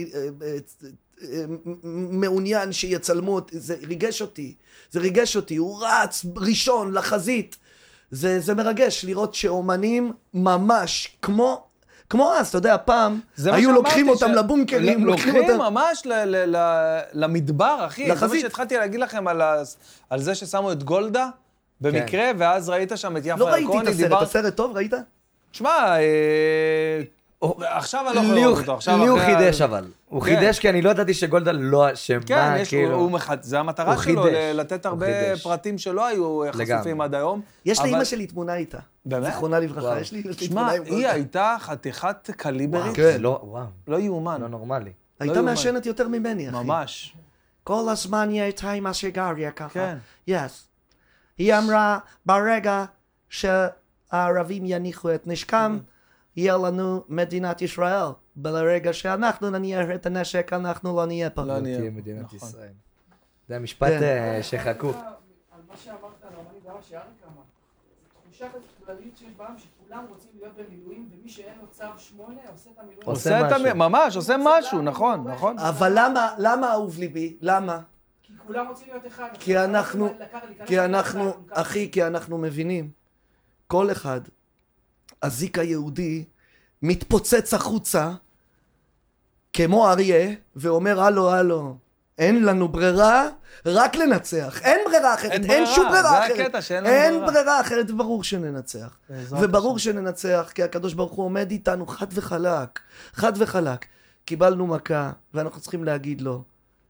מעוניין שיצלמו אותי, זה ריגש אותי, זה ריגש אותי, הוא רץ ראשון לחזית, זה, זה מרגש לראות שאומנים ממש, כמו, כמו אז, אתה יודע, פעם, זה מה היו שאמרתי, לוקחים אותם ש- לבונקרים, לוקחים אותם... ממש ל- ל- ל- למדבר, אחי. זה מה לחזית. שהתחלתי להגיד לכם על ה- על זה ששמו את גולדה, במקרה, ואז ראית שם את יפה לא ראיתי ירקוני, את הסרט, דיבר- הסרט טוב, ראית? שמע, אה, עכשיו אני לא יכול לי לראות הוא- אותו. עכשיו לי הוא אחרי ה- חידש אבל. הוא כן. חידש כי אני לא ידעתי שגולדה לא אשמה, כן, יש, הוא, כאילו. הוא מחד... זה המטרה הוא שלו, חידש. ל- לתת הוא הרבה חידש. פרטים שלא היו חשופים לגמרי. עד היום. יש אבל- לאמא שלי תמונה איתה. באמת? זיכרונה לברכה, וואו. יש לי יש לי שמע, תמונה עם היא גולדה. הייתה חתיכת קליברית, כן. זה לא, וואו, לא יאומן, לא נורמלי. הייתה יאומן. מעשנת יותר ממני, אחי. ממש. כל הזמן היא הייתה עם הסיגריה ככה. כן. יס. היא אמרה, ברגע שהערבים יניחו את נשקם, יהיה לנו מדינת ישראל. ברגע שאנחנו נניח את הנשק, אנחנו לא נהיה פה. לא נהיה. תהיה מדינת נכון. ישראל. זה המשפט כן. אה, שחקו. על מה שאמרת על האמנים, דבר שאריק אמר, זו תחושה כללית שיש בעם שכולם רוצים להיות במילואים, ומי שאין לו צו שמונה עושה את המילואים. עושה עושה את משהו. המ... ממש, עושה משהו, נכון, נכון. אבל למה, למה אהוב ליבי? למה? כי כולם רוצים להיות אחד. כי אנחנו, לקחת- להיכנס כי אנחנו, לאלונקה. אחי, כי אנחנו מבינים. כל אחד, הזיק היהודי, מתפוצץ החוצה, כמו אריה, ואומר, הלו, הלו, אין לנו ברירה, רק לנצח. אין ברירה אחרת, אין אין, ברירה, שום ברירה זה אחרת. הקטע שאין לנו אין ברירה. ברירה אחרת, ברור שננצח. בעזרת וברור השם. שננצח, כי הקדוש ברוך הוא עומד איתנו חד וחלק. חד וחלק. קיבלנו מכה, ואנחנו צריכים להגיד לו,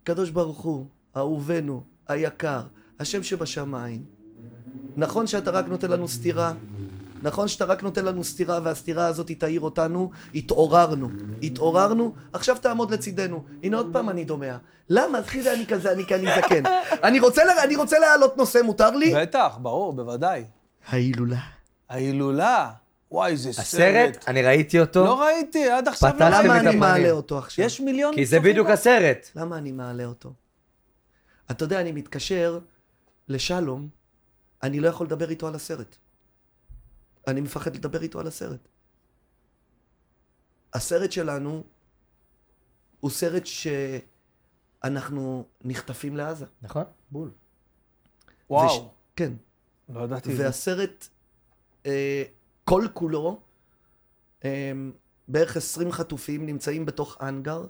קדוש ברוך הוא, אהובנו, היקר, השם שבשמיים. נכון שאתה רק נותן לנו סתירה, נכון שאתה רק נותן לנו סתירה, והסתירה הזאת היא תאיר אותנו, התעוררנו, התעוררנו, עכשיו תעמוד לצידנו. הנה עוד פעם אני דומע. למה? אחי זה אני כזה, אני כאני זקן. אני רוצה, אני רוצה להעלות נושא, מותר לי? בטח, ברור, בוודאי. ההילולה. ההילולה. וואי, זה סרט. הסרט, אני ראיתי אותו. לא ראיתי, עד עכשיו לא פתחתם ראיתי. למה את אני הפנים. מעלה אותו עכשיו? יש מיליון כי זה צופים בדיוק בו. הסרט. למה אני מעלה אותו? אתה יודע, אני מתקשר לשלום, אני לא יכול לדבר איתו על הסרט. אני מפחד לדבר איתו על הסרט. הסרט שלנו הוא סרט שאנחנו נחטפים לעזה. נכון? בול. וואו, וש... כן. לא ידעתי את זה. והסרט, אה, כל כולו, אה, בערך עשרים חטופים נמצאים בתוך אנגר,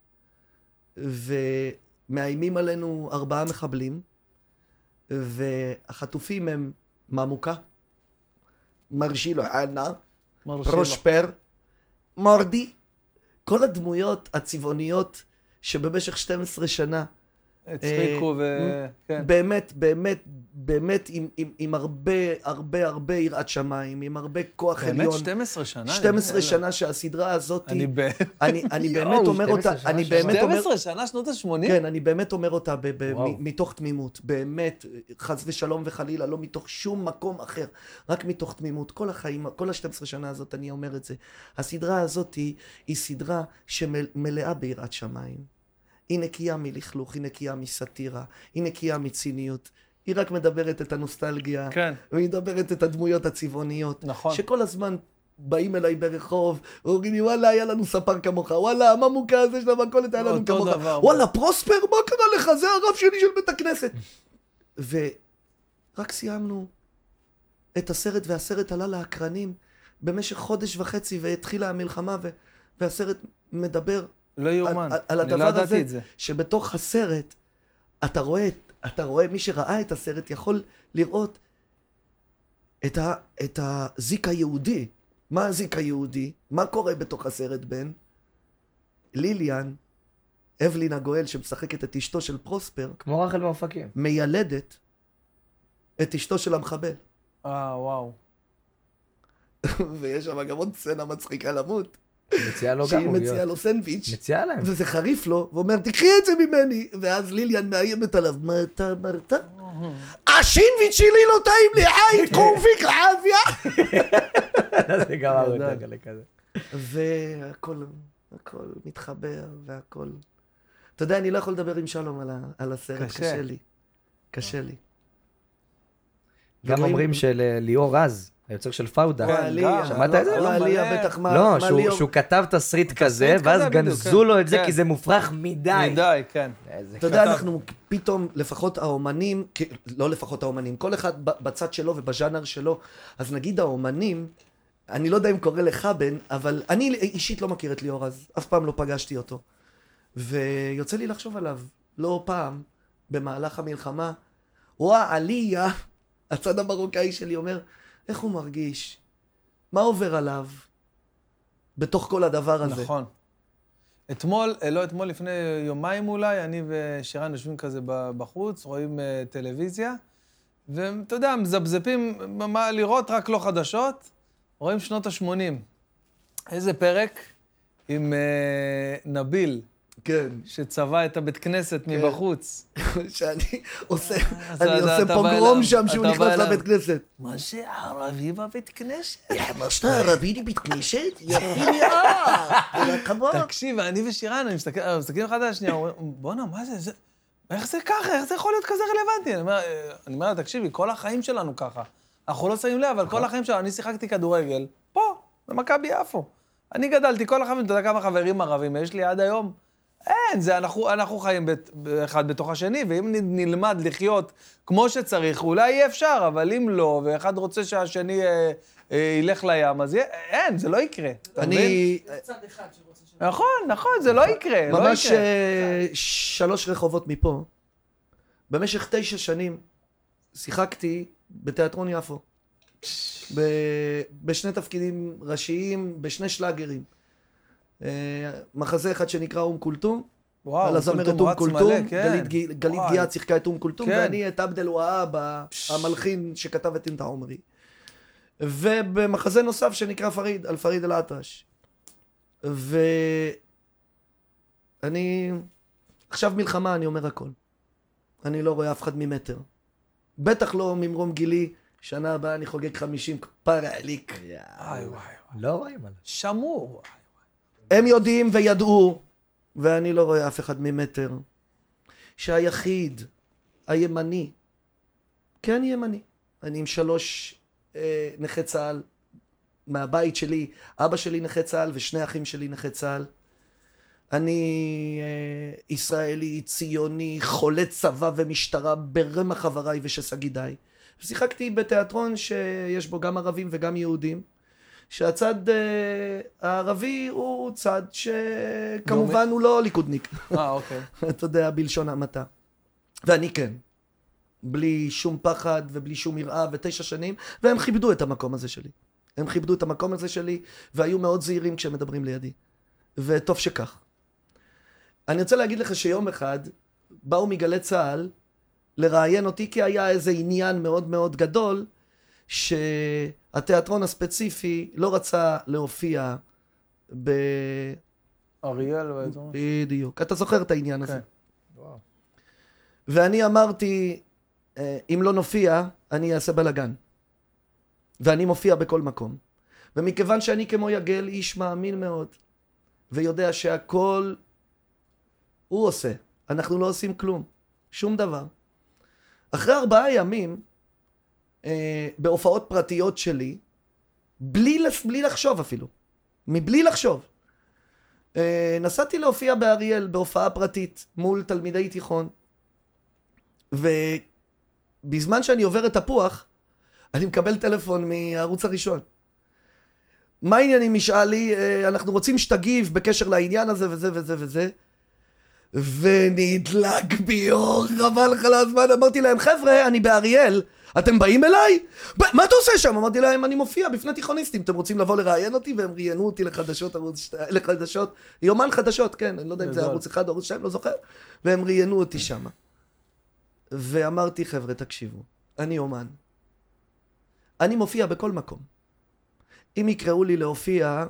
ומאיימים עלינו ארבעה מחבלים, והחטופים הם ממוקה, מרשילו ענה, מרשילו. פרושפר, מורדי, כל הדמויות הצבעוניות שבמשך שתים עשרה שנה, הצחיקו ו... אה, כן. באמת, באמת, באמת עם, עם, עם הרבה, הרבה, הרבה יראת שמיים, עם הרבה כוח באמת עליון. שתים עשרה שנה? שתים עשרה אני- שנה שהסדרה הזאת, אני ב... אני, אני יואו, באמת אומר שתים עשרה אותה, שנה אני שמעתי. באמת אומר, שתים עשרה שנה, שנות ה-שמונים? כן, אני באמת אומר אותה ב, ב, וואו. מ, מתוך תמימות, באמת, חס ושלום וחלילה, לא מתוך שום מקום אחר, רק מתוך תמימות. כל החיים, כל ה-שתים עשרה שנה הזאת, אני אומר את זה. הסדרה הזאת היא, היא סדרה שמלאה ביראת שמיים. היא נקייה מלכלוך, היא נקייה מסטירה, היא נקייה מציניות. היא רק מדברת את הנוסטלגיה, כן. והיא מדברת את הדמויות הצבעוניות. נכון. שכל הזמן באים אליי ברחוב, ואומרים לי, וואלה, היה לנו ספר כמוך, וואלה, הממוקה הזה של המכולת היה לנו אותו כמוך. דבר. וואלה, פרוספר, מה קרה לך? זה הרב שלי של בית הכנסת. ורק סיימנו את הסרט, והסרט עלה לאקרנים במשך חודש וחצי, והתחילה המלחמה, ו- והסרט מדבר לא יאומן. על, על אני לא הדבר ידעתי הזה, את זה. שבתוך הסרט, אתה רואה, אתה רואה, מי שראה את הסרט יכול לראות את, ה, את הזיק היהודי. מה הזיק היהודי? מה קורה בתוך הסרט, בן? ליליאן, אבלין הגואל, שמשחקת את אשתו של פרוספר, כמו רחל מאופקים. מיילדת את אשתו של המחבל. אה, וואו. ויש שם גם עוד סצנה מצחיקה למות, מציעה לו גם שהיא עוגיות. מציעה לו סנדוויץ'. מציעה להם. וזה חריף לו, ואומר, תקחי את זה ממני. ואז ליליאן מאיימת עליו, מה אתה אמרת? השינוויץ' שלי לא טעים לי, היי, קורפיק עביה. זה גם הרבה יותר גלה כזה. והכל, הכל מתחבר, והכל. אתה יודע, אני לא יכול לדבר עם שלום על, ה, על הסרט, קשה. קשה לי. קשה לי. גם ורואים- אומרים של ליאור רז, היוצר של פאודה. כן, וואליה, גם. שמעת את זה? וואליה, מלא. בטח מה, לא, מה שהוא- ליאור- שהוא כתב תסריט כזה, תסריט ואז כזה בדיוק, גנזו כן. לו את זה כן. כי זה מופרך מדי. מדי, כן. איזה אתה יודע, כתב. אנחנו פתאום, לפחות האומנים, כי- לא לפחות האומנים, כל אחד ב- בצד שלו ובז'אנר שלו, אז נגיד האומנים, אני לא יודע אם קורא לך בן, אבל אני אישית לא מכיר את ליאור אז, אף פעם לא פגשתי אותו. ויוצא לי לחשוב עליו, לא פעם, במהלך המלחמה, וואה, עליה, הצד המרוקאי שלי אומר, איך הוא מרגיש? מה עובר עליו? בתוך כל הדבר הזה. נכון. אתמול, אה, לא אתמול, לפני יומיים אולי, אני ושירן יושבים כזה ב- בחוץ, רואים אה, טלוויזיה, ואתה יודע, מזפזפים מה לראות, רק לא חדשות, רואים שנות ה-שמונים. איזה פרק עם אה, נביל, כן. שצבע את הבית כנסת מבחוץ. שאני עושה, אז אני אתה- עושה אתה בא פוגרום אליו, שם שהוא אתה בא נכנס אליו. לבית כנסת. מה זה ערבי בבית כנסת? מה שאתה ערבי לבית כנסת? יפי מאוד. כבוד. תקשיב, אני ושירן, אני מסתכל, אנחנו מסתכלים אחד על השנייה, אומרים, בואנה, מה זה, זה, איך זה ככה, איך זה יכול להיות כזה רלוונטי? אני אומר, אה, אני אומר לה, תקשיבי, כל החיים שלנו ככה. אנחנו לא שמים לב, אבל כל החיים שלנו, אני שיחקתי כדורגל, פה, במכבי יפו. אני גדלתי, כל החיים, אתה יודע כמה חברים ערבים יש לי עד היום? אין, זה, אנחנו, אנחנו חיים בית, אחד בתוך השני, ואם נ- נלמד לחיות כמו שצריך, אולי יהיה אפשר, אבל אם לא, ואחד רוצה שהשני אה, אה, ילך לים, אז יהיה, אין, זה לא יקרה. אתה מבין? אני זה צד אחד שרוצה ש... נכון, נכון, זה לא יקרה, לא ממש יקרה. אה, שלוש רחובות מפה, במשך תשע שנים שיחקתי בתיאטרון יפו. ב- בשני תפקידים ראשיים, בשני שלאגרים. אה, מחזה אחד שנקרא אום כולתום, וואו, על הזמרת קולטום אום רץ קולטום, מלא, כן. גלית ג- גלית וואי. גיאת שיחקה את אום קולטום, כן. ואני את עבד אל-והאב, המלחין שכתב את אינטה עומרי. ובמחזה נוסף שנקרא פריד, על פריד אל-אטרש. ואני... עכשיו מלחמה, אני אומר הכל. אני לא רואה אף אחד ממטר. בטח לא ממרום גילי, שנה הבאה אני חוגג חמישים, פרה עליק. וואי, וואי. לא רואים עליו. שמור. הם יודעים וידעו, ואני לא רואה אף אחד ממטר, שהיחיד, הימני, כן ימני. אני עם שלוש אה, נכי צהל מהבית שלי, אבא שלי נכה צהל ושני אחים שלי נכה צהל. אני אה, ישראלי, ציוני, חולה צבא ומשטרה ברמח חבריי ושסגידיי. שיחקתי בתיאטרון שיש בו גם ערבים וגם יהודים. שהצד uh, הערבי הוא צד שכמובן הוא לא ליכודניק. אה, אוקיי. אתה יודע, בלשון המעטה. ואני כן. בלי שום פחד ובלי שום יראה ותשע שנים, והם כיבדו את המקום הזה שלי. הם כיבדו את המקום הזה שלי, והיו מאוד זהירים כשהם מדברים לידי. וטוב שכך. אני רוצה להגיד לך שיום אחד באו מגלי צהל לראיין אותי, כי היה איזה עניין מאוד מאוד גדול, שהתיאטרון הספציפי לא רצה להופיע ב... אריאל ואזור. בדיוק. אתה זוכר את העניין הזה. כן. וואו. ואני אמרתי, אם לא נופיע, אני אעשה בלגן. ואני מופיע בכל מקום. ומכיוון שאני כמו יגל איש מאמין מאוד, ויודע שהכל הוא עושה, אנחנו לא עושים כלום, שום דבר. אחרי ארבעה ימים, אה, בהופעות פרטיות שלי, בלי, בלי לחשוב אפילו, מבלי לחשוב, אה, נסעתי להופיע באריאל בהופעה פרטית מול תלמידי תיכון, ובזמן שאני עובר את תפוח, אני מקבל טלפון מהערוץ הראשון. מה העניין אם ישאל לי, אה, אנחנו רוצים שתגיב בקשר לעניין הזה וזה וזה וזה, ונדלק בי אור, חבל לך להזמן, אמרתי להם, חבר'ה, אני באריאל, אתם באים אליי? מה אתה עושה שם? אמרתי להם, אני מופיע בפני תיכוניסטים, אתם רוצים לבוא לראיין אותי? והם ראיינו אותי לחדשות, לחדשות, יומן חדשות, כן, אני לא יודע אם זה ערוץ אחד או ערוץ שתיים, לא זוכר, והם ראיינו אותי שם. ואמרתי, חבר'ה, תקשיבו, אני אומן. אני מופיע בכל מקום. אם יקראו לי להופיע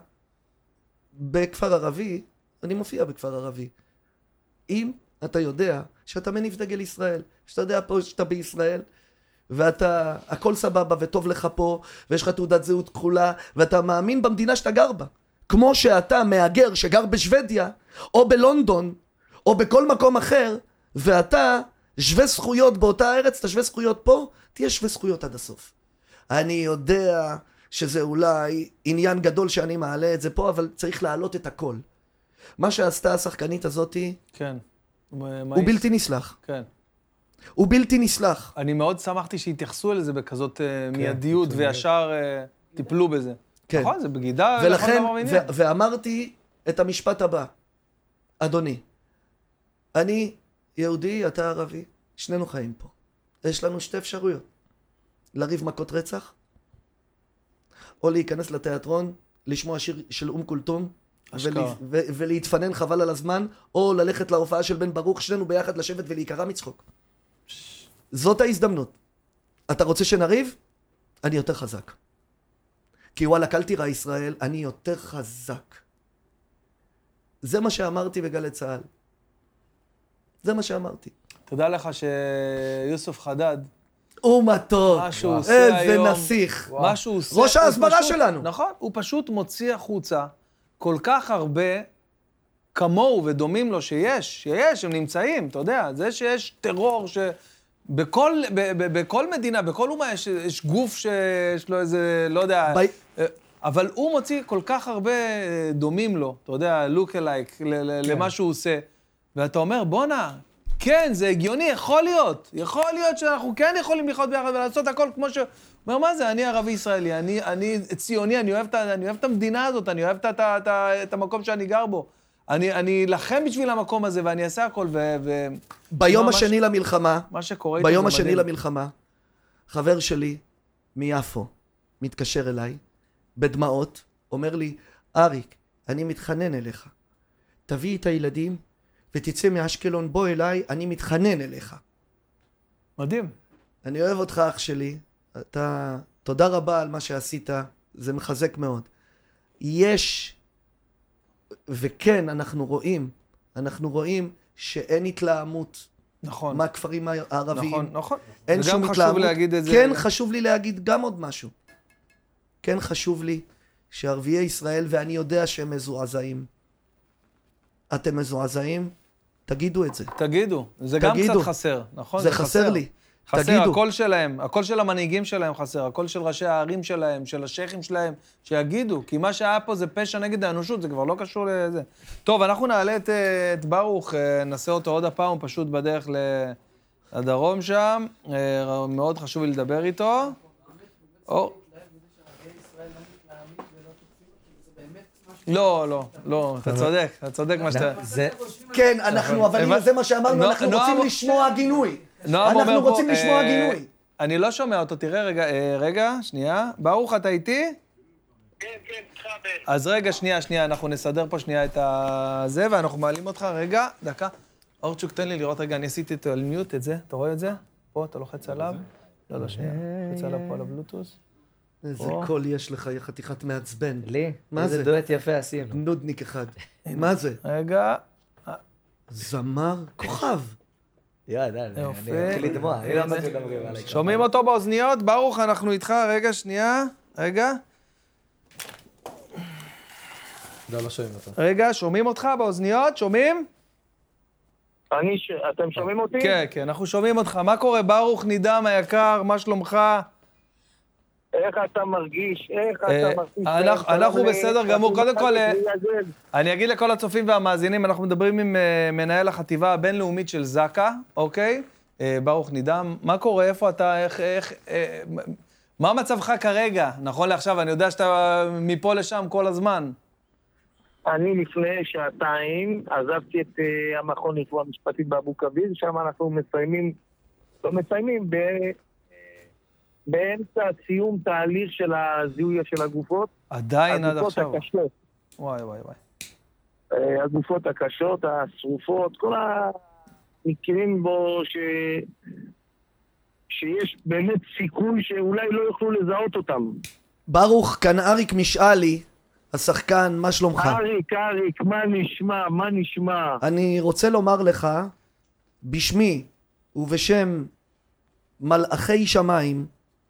בכפר ערבי, אני מופיע בכפר ערבי. אם אתה יודע שאתה מניף דגל ישראל, שאתה יודע פה שאתה בישראל, ואתה, הכל סבבה וטוב לך פה, ויש לך תעודת זהות כחולה, ואתה מאמין במדינה שאתה גר בה. כמו שאתה מהגר שגר בשוודיה, או בלונדון, או בכל מקום אחר, ואתה שווה זכויות באותה ארץ, אתה שווה זכויות פה, תהיה שווה זכויות עד הסוף. אני יודע שזה אולי עניין גדול שאני מעלה את זה פה, אבל צריך להעלות את הכל. מה שעשתה השחקנית הזאתי, כן. הוא בלתי נסלח. כן. הוא בלתי נסלח. אני מאוד שמחתי שהתייחסו לזה בכזאת מיידיות, וישר טיפלו בזה. כן. נכון, זה בגידה. ולכן, ו- ואמרתי את המשפט הבא, אדוני, אני יהודי, אתה ערבי, שנינו חיים פה. יש לנו שתי אפשרויות, לריב מכות רצח, או להיכנס לתיאטרון, לשמוע שיר של אום קולטום, ולה, ו- ולהתפנן חבל על הזמן, או ללכת להופעה של בן ברוך, שנינו ביחד לשבת ולהיקרא מצחוק. זאת ההזדמנות. אתה רוצה שנריב? אני יותר חזק. כי וואלה, קל תיראה ישראל, אני יותר חזק. זה מה שאמרתי בגלי צהל. זה מה שאמרתי. תודה לך שיוסף חדד, הוא מתוק. מה שהוא עושה היום, איזה נסיך. מה שהוא עושה, ראש ההסברה פשוט, שלנו. נכון, הוא פשוט מוציא החוצה כל כך הרבה כמוהו ודומים לו שיש, שיש, הם נמצאים, אתה יודע, זה שיש טרור ש... בכל, ב, ב, בכל מדינה, בכל אומה יש, יש גוף שיש לו איזה, לא יודע, ב... אבל הוא מוציא כל כך הרבה דומים לו, אתה יודע, look alike, ל, ל, כן. למה שהוא עושה, ואתה אומר, בונה, כן, זה הגיוני, יכול להיות, יכול להיות שאנחנו כן יכולים לחיות ביחד ולעשות הכל כמו ש... אומר, מה זה? אני ערבי ישראלי, אני, אני ציוני, אני אוהב, אני אוהב את המדינה הזאת, אני אוהב את, את, את, את המקום שאני גר בו. אני, אני אלחם בשביל המקום הזה, ואני אעשה הכל, ו... ו... ביום השני ש... למלחמה, מה שקורה איתו זה ביום השני מדהים. למלחמה, חבר שלי מיפו מתקשר אליי, בדמעות, אומר לי, אריק, אני מתחנן אליך, תביא את הילדים, ותצא מאשקלון, בוא אליי, אני מתחנן אליך. מדהים. אני אוהב אותך, אח שלי. אתה, תודה רבה על מה שעשית, זה מחזק מאוד. יש, וכן, אנחנו רואים, אנחנו רואים שאין התלהמות. נכון. מהכפרים הערביים. נכון, נכון. אין שום וגם התלהמות. חשוב להגיד את זה. כן, חשוב לי להגיד גם עוד משהו. כן, חשוב לי שערביי ישראל, ואני יודע שהם מזועזעים. אתם מזועזעים? תגידו את זה. תגידו. זה גם תגידו. קצת חסר, נכון? זה חסר לי. חסר, תגידו. הקול שלהם, הקול של המנהיגים שלהם חסר, הקול של ראשי הערים שלהם, של השייכים שלהם, שיגידו, כי מה שהיה פה זה פשע נגד האנושות, זה כבר לא קשור לזה. טוב, אנחנו נעלה את, את ברוך, נעשה אותו עוד הפעם, הוא פשוט בדרך לדרום שם, מאוד חשוב לי לדבר איתו. או... לא, לא, לא, אתה צודק, אתה צודק מה שאתה... כן, אנחנו, אבל זה מה שאמרנו, אנחנו רוצים לשמוע גינוי. אנחנו רוצים לשמוע גינוי. אני לא שומע אותו, תראה, רגע, רגע, שנייה. ברוך, אתה איתי? כן, כן, איתך בן. אז רגע, שנייה, שנייה, אנחנו נסדר פה שנייה את זה, ואנחנו מעלים אותך, רגע, דקה. אורצ'וק, תן לי לראות, רגע, אני עשיתי את המיוט, את זה, אתה רואה את זה? פה, אתה לוחץ עליו? לא, לא, שנייה, לוחץ עליו פה על הבלוטוס. איזה קול יש לך, חתיכת מעצבן. לי? מה זה? איזה דואט יפה עשינו. נודניק אחד. מה זה? רגע. זמר כוכב. יאללה, אני יופי. מתחיל לדמוע. אני לא אמרתי לדברים עליי. שומעים אותו באוזניות? ברוך, אנחנו איתך, רגע, שנייה. רגע. לא, לא שומעים אותו. רגע, שומעים אותך באוזניות? שומעים? אני, ש... אתם שומעים אותי? כן, כן, אנחנו שומעים אותך. מה קורה, ברוך נידם היקר? מה שלומך? איך אתה מרגיש? איך אה, אתה מרגיש? אנחנו- אנחנו בסדר גמור. קודם כל, אה, להגן. אני אגיד לכל הצופים והמאזינים, אנחנו מדברים עם אה, מנהל החטיבה הבינלאומית של זק"א, אוקיי? אה, ברוך נידם. מה קורה? איפה אתה? איך... איך אה, מה מצבך כרגע? נכון לעכשיו, אני יודע שאתה מפה לשם כל הזמן. אני לפני שעתיים עזבתי את uh, המכון לרפואה משפטית באבו כביר, שם אנחנו מסיימים, לא מסיימים, ב, באמצע סיום תהליך של הזיהוי של הגופות. עדיין עד עכשיו. הגופות הקשות. וואי, וואי, וואי. Uh, הגופות הקשות, השרופות, כל המקרים בו ש... שיש באמת סיכוי שאולי לא יוכלו לזהות אותם. ברוך, כאן אריק משאלי, השחקן, מה שלומך? אריק, אריק, מה נשמע, מה נשמע? אני רוצה לומר לך, בשמי ובשם מלאכי שמיים,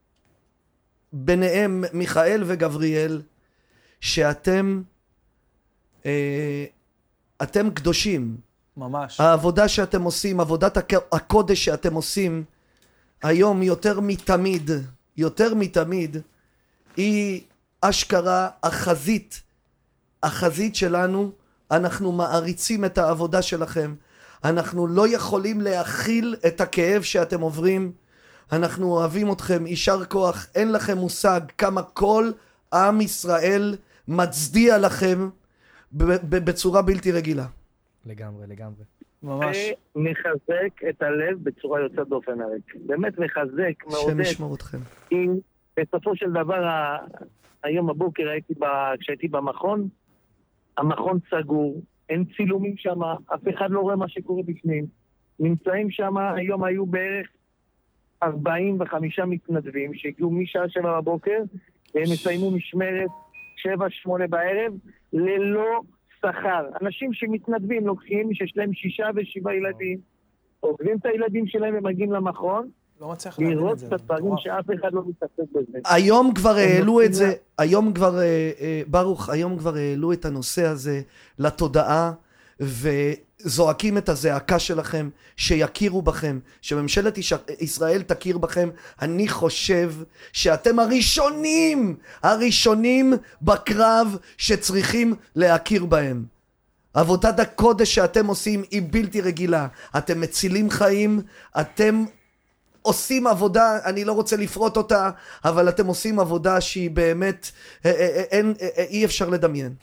ביניהם מיכאל וגבריאל, שאתם אה, אתם קדושים. ממש. העבודה שאתם עושים, עבודת הק- הקודש שאתם עושים, היום יותר מתמיד, יותר מתמיד, היא אשכרה החזית, החזית שלנו. אנחנו מעריצים את העבודה שלכם. אנחנו לא יכולים להכיל את הכאב שאתם עוברים. אנחנו אוהבים אתכם, יישר כוח. אין לכם מושג כמה כל עם ישראל מצדיע לכם ב- ב- בצורה בלתי רגילה. לגמרי, לגמרי. ממש. זה מחזק את הלב בצורה יוצאת דופן, אריק. באמת מחזק, השם מעודד. ישמור אתכם. כי בסופו של דבר, ה... היום בבוקר הייתי ב... כשהייתי במכון, המכון סגור, אין צילומים שם, אף אחד לא רואה מה שקורה בפנים. נמצאים שם, היום היו בערך ארבעים וחמישה מתנדבים שהגיעו משעה שבע בבוקר, והם מסיימו משמרת שבע שמונה בערב, ללא שכר. אנשים שמתנדבים, לוקחים, שיש להם שישה ושבעה ילדים, עובדים את הילדים שלהם ומגיעים למכון, לא מצליח להבין לראות את זה. את הדברים שאף אחד לא מתעסק בזה. היום כבר העלו את נותנים זה, היום כבר, אה, אה, ברוך, היום כבר העלו את הנושא הזה לתודעה, וזועקים את הזעקה שלכם, שיכירו בכם, שממשלת יש- ישראל תכיר בכם. אני חושב שאתם הראשונים, הראשונים בקרב שצריכים להכיר בהם. עבודת הקודש שאתם עושים היא בלתי רגילה. אתם מצילים חיים, אתם עושים עבודה, אני לא רוצה לפרוט אותה, אבל אתם עושים עבודה שהיא באמת, אה, אה, אה, אין, אה, אה, אי אפשר לדמיין.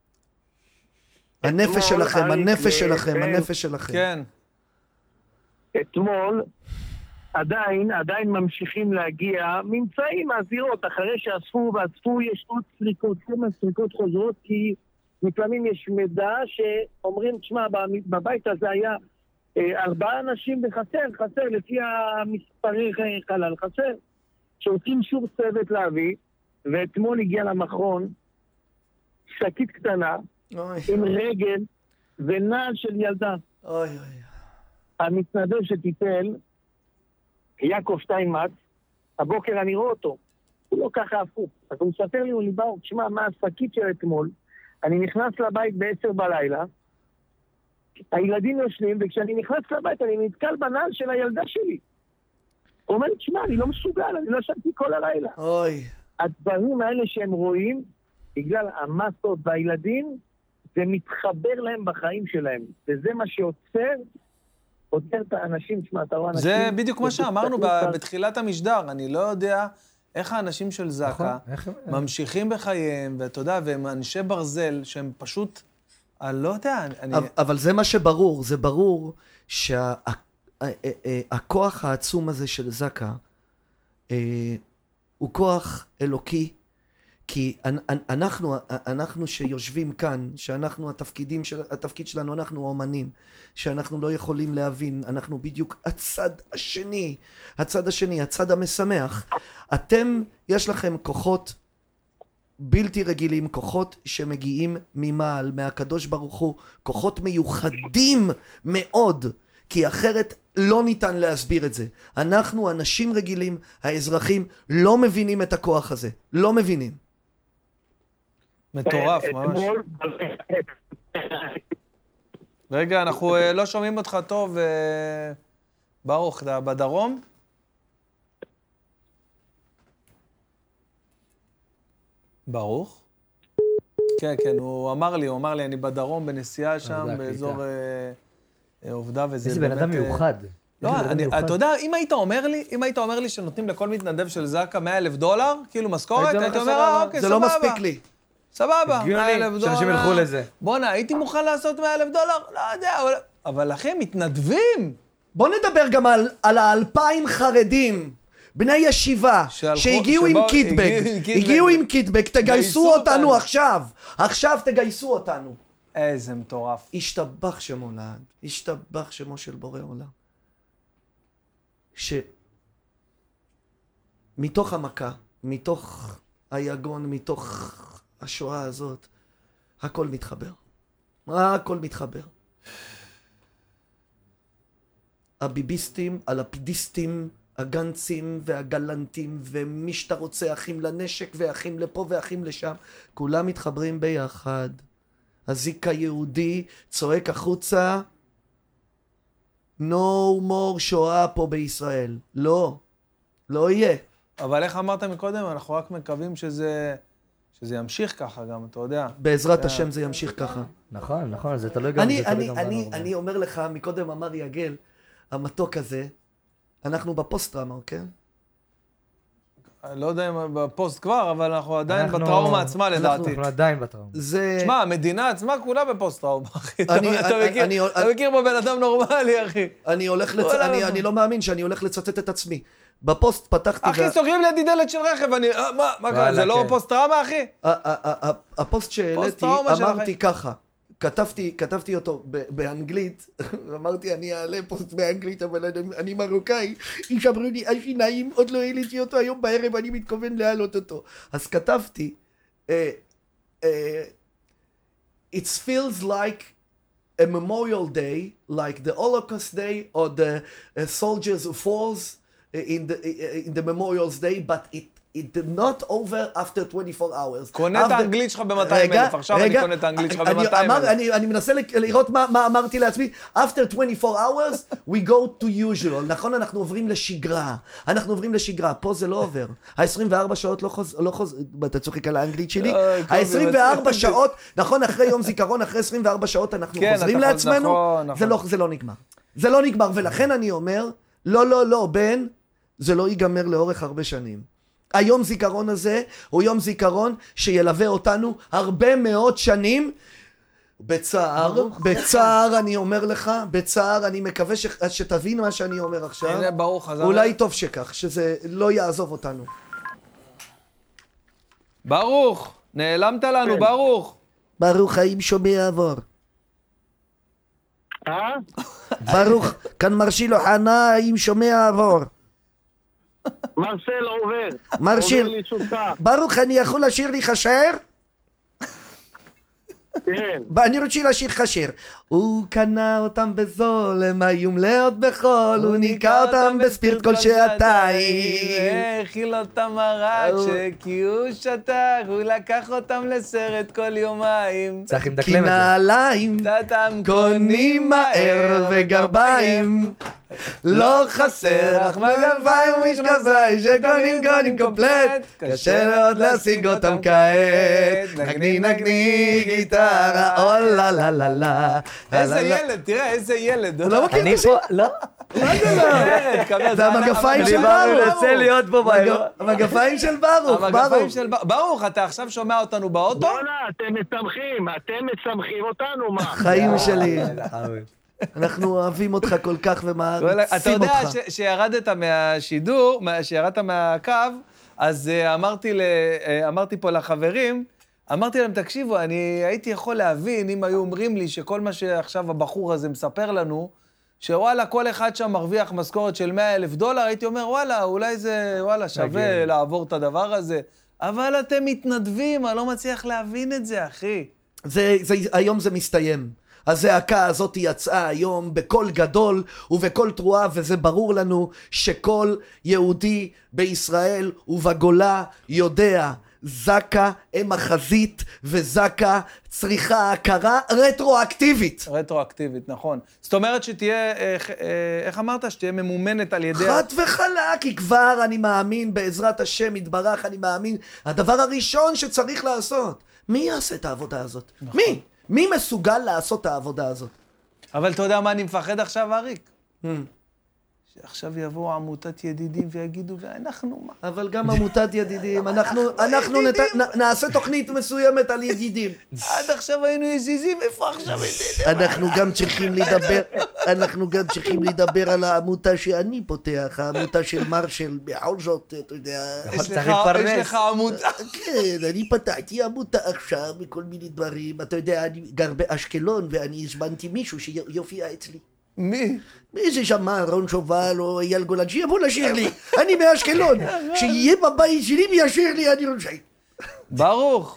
הנפש אתמול, שלכם, אריק, הנפש אה, שלכם, כן. הנפש שלכם. כן. אתמול עדיין, עדיין ממשיכים להגיע ממצאים מהזירות, אחרי שאספו ואספו יש עוד סריקות, כמה סריקות חוזרות, כי לפעמים יש מידע שאומרים, תשמע, בבית הזה היה ארבעה אנשים בחסר, חסר, לפי המספרי חלל, חסר. שעושים שוב צוות להביא, ואתמול הגיע למכון שקית קטנה, אוי. עם רגל ונעל של ילדה. אוי אוי. המתנדב שטיפל, יעקב שטיינמץ, הבוקר אני רואה אותו, הוא לא ככה הפוך. אז הוא מספר לי, הוא ליבר, תשמע, מה השקית של אתמול, אני נכנס לבית בעשר בלילה, הילדים יושנים, וכשאני נכנס לבית אני נתקל בנעל של הילדה שלי. הוא אומר לי, תשמע, אני לא מסוגל, אני לא ישנתי כל הלילה. אוי. הדברים האלה שהם רואים, בגלל המסות והילדים, זה מתחבר להם בחיים שלהם. וזה מה שעוצר, עוצר את האנשים, תשמע, אתה רואה אנשים... זה בדיוק מה שאמרנו בתחילת המשדר, אני לא יודע איך האנשים של זק"א ממשיכים בחייהם, ואתה יודע, והם אנשי ברזל, שהם פשוט, אני לא יודע, אני... אבל זה מה שברור, זה ברור שה... הכוח העצום הזה של זק"א הוא כוח אלוקי, כי אנחנו, אנחנו שיושבים כאן, שאנחנו התפקידים של, התפקיד שלנו, אנחנו אומנים, שאנחנו לא יכולים להבין, אנחנו בדיוק הצד השני, הצד השני, הצד המשמח. אתם, יש לכם כוחות בלתי רגילים, כוחות שמגיעים ממעל, מהקדוש ברוך הוא, כוחות מיוחדים מאוד, כי אחרת לא ניתן להסביר את זה. אנחנו, אנשים רגילים, האזרחים, לא מבינים את הכוח הזה. לא מבינים. מטורף, ממש. רגע, אנחנו לא שומעים אותך טוב. ברוך, אתה בדרום? ברוך? כן, כן, הוא אמר לי, הוא אמר לי, אני בדרום, בנסיעה שם, באזור... עובדה וזה איזה בן אדם מיוחד. לא, אתה יודע, אם היית אומר לי, אם היית אומר לי שנותנים לכל מתנדב של זק"א מאה אלף דולר, כאילו משכורת, היית אומר, אה, אוקיי, זה סבבה. לא מספיק לי. סבבה, מאה אלף דולר. שאנשים ילכו לזה. בוא'נה, הייתי מוכן לעשות מאה אלף דולר? לא יודע, אבל אחי, מתנדבים. בוא נדבר גם על האלפיים חרדים, בני ישיבה, שהגיעו עם קיטבג, הגיעו עם קיטבג, תגייסו אותנו עכשיו, עכשיו תגייסו אותנו. איזה מטורף. השתבח שמו לעד, השתבח שמו של בורא עולם. שמתוך המכה, מתוך היגון, מתוך השואה הזאת, הכל מתחבר. הכל מתחבר. הביביסטים, הלפידיסטים, הגנצים והגלנטים, ומי שאתה רוצה, אחים לנשק ואחים לפה ואחים לשם, כולם מתחברים ביחד. הזיק היהודי צועק החוצה, no more שואה פה בישראל. לא, לא יהיה. אבל איך אמרת מקודם, אנחנו רק מקווים שזה, שזה ימשיך ככה גם, אתה יודע. בעזרת השם זה ימשיך ככה. נכון, נכון, זה תלוי גם. אני, אני, אני, אני אומר לך, מקודם אמר יגל, המתוק הזה, אנחנו בפוסט-טראומה, אוקיי? לא יודע אם בפוסט כבר, אבל אנחנו עדיין בטראומה עצמה, לדעתי. אנחנו עדיין בטראומה. תשמע, המדינה עצמה כולה בפוסט-טראומה, אחי. אתה מכיר פה בן אדם נורמלי, אחי. אני לא מאמין שאני הולך לצטט את עצמי. בפוסט פתחתי... אחי, סוגרים לידי דלת של רכב, אני... מה קרה? זה לא פוסט-טראומה, אחי? הפוסט שהעליתי, אמרתי ככה. כתבתי, כתבתי אותו באנגלית, אמרתי אני אעלה פוסט באנגלית, אבל אני מרוקאי, ישמרו לי השיניים, עוד לא העליתי אותו היום בערב, אני מתכוון להעלות אותו. אז כתבתי, it feels like a memorial day, like the Holocaust day, or the uh, soldiers falls in the, in the memorial's day, but it It did not over after twenty-four hours. קונה את האנגלית שלך ב-מאתיים אלף, עכשיו אני קונה את האנגלית שלך ב-מאתיים אלף. אני מנסה לראות מה אמרתי לעצמי. After twenty-four hours, we go to usual. נכון, אנחנו עוברים לשגרה. אנחנו עוברים לשגרה. פה זה לא עובר. ה-עשרים וארבע שעות לא חוז... אתה צוחק על האנגלית שלי? ה-עשרים וארבע שעות, נכון, אחרי יום זיכרון, אחרי עשרים וארבע שעות אנחנו חוזרים לעצמנו. זה לא נגמר. זה לא נגמר, ולכן אני אומר, לא, לא, לא, בן, זה לא ייגמר לאורך הרבה שנים. היום זיכרון הזה הוא יום זיכרון שילווה אותנו הרבה מאוד שנים. בצער, בצער אני אומר לך, בצער אני מקווה ש... שתבין מה שאני אומר עכשיו. הנה ברוך, אולי טוב שכך, שזה לא יעזוב אותנו. ברוך, נעלמת לנו, ברוך. ברוך, האם שומע עבור? אה? ברוך, כאן מרשיל אוחנה, האם שומע עבור? מרסל עובר. מרשיל. עובר לי שותף. ברוך, אני יכול לשיר לי חשר? כן. אני רוצה לשיר חשר. הוא קנה אותם בזול, הם היו מלאות בחול, הוא ניקה אותם בספירט כל שעתיים. האכיל אותם מרק כי הוא שתק, הוא לקח אותם לסרט כל יומיים. צריך עם כי דקלם את זה. נעליים טאטם קונים מהר וגרביים לא חסר, אך מגרביים ומשקפיים שקונים קונים קומפלט, קשה מאוד להשיג אותם כעת. נגני נגני גיטרה, אולה לה לה לה. איזה ילד, תראה איזה ילד. לא מכיר אני פה, לא. מה זה לא? זה המגפיים של אני ברוך. רוצה להיות פה באירוע. המגפיים של ברוך, המגפיים ברוך. של ברוך. ברוך, אתה עכשיו שומע אותנו באוטו? בוא'נה, אתם מסמכים, אתם מסמכים אותנו, מה? חיים שלי. אנחנו אוהבים אותך כל כך אתה ומעריצים יודע אותך. ש- שירדת מהשידור, מה- שירדת מהקו, אז אה, אמרתי, ל- אה, אמרתי פה לחברים, אמרתי להם, תקשיבו, אני הייתי יכול להבין אם היו אומרים לי שכל מה שעכשיו הבחור הזה מספר לנו, שוואלה, כל אחד שם מרוויח משכורת של מאה אלף דולר, הייתי אומר, וואלה, אולי זה, וואלה, שווה לעבור את הדבר הזה. אבל אתם מתנדבים, אני לא מצליח להבין את זה, אחי. זה, זה, היום זה מסתיים. הזעקה הזאת יצאה היום בקול גדול ובקול תרועה, וזה ברור לנו שכל יהודי בישראל ובגולה יודע, זקה הם החזית, וזקה צריכה הכרה רטרואקטיבית. רטרואקטיבית, נכון. זאת אומרת שתהיה, איך, איך אמרת? שתהיה ממומנת על ידי... חד וחלק, כי כבר אני מאמין, בעזרת השם יתברך, אני מאמין, הדבר הראשון שצריך לעשות, מי יעשה את העבודה הזאת? נכון. מי? מי מסוגל לעשות את העבודה הזאת? אבל אתה יודע מה אני מפחד עכשיו, אריק? Hmm. שעכשיו יבואו עמותת ידידים ויגידו, ואנחנו מה? אבל גם עמותת ידידים, אנחנו, אנחנו נת, נ, נעשה תוכנית מסוימת על ידידים. עד עכשיו היינו יזיזים, איפה עכשיו ידידים? אנחנו גם צריכים לדבר, אנחנו גם צריכים לדבר על העמותה שאני פותח, העמותה של מרשל, בכל זאת, אתה יודע. יש צריך לך- להתפרנס. יש לך עמותה. כן, אני פתחתי עמותה עכשיו בכל מיני דברים, אתה יודע, אני גר באשקלון ואני הזמנתי מישהו שיופיע אצלי. מי? מי זה שם, רון שובל או אייל גולן, שיבוא לשיר לי, אני מאשקלון, שיהיה בבית שלי וישיר לי, אני רוצה. כן, ברוך,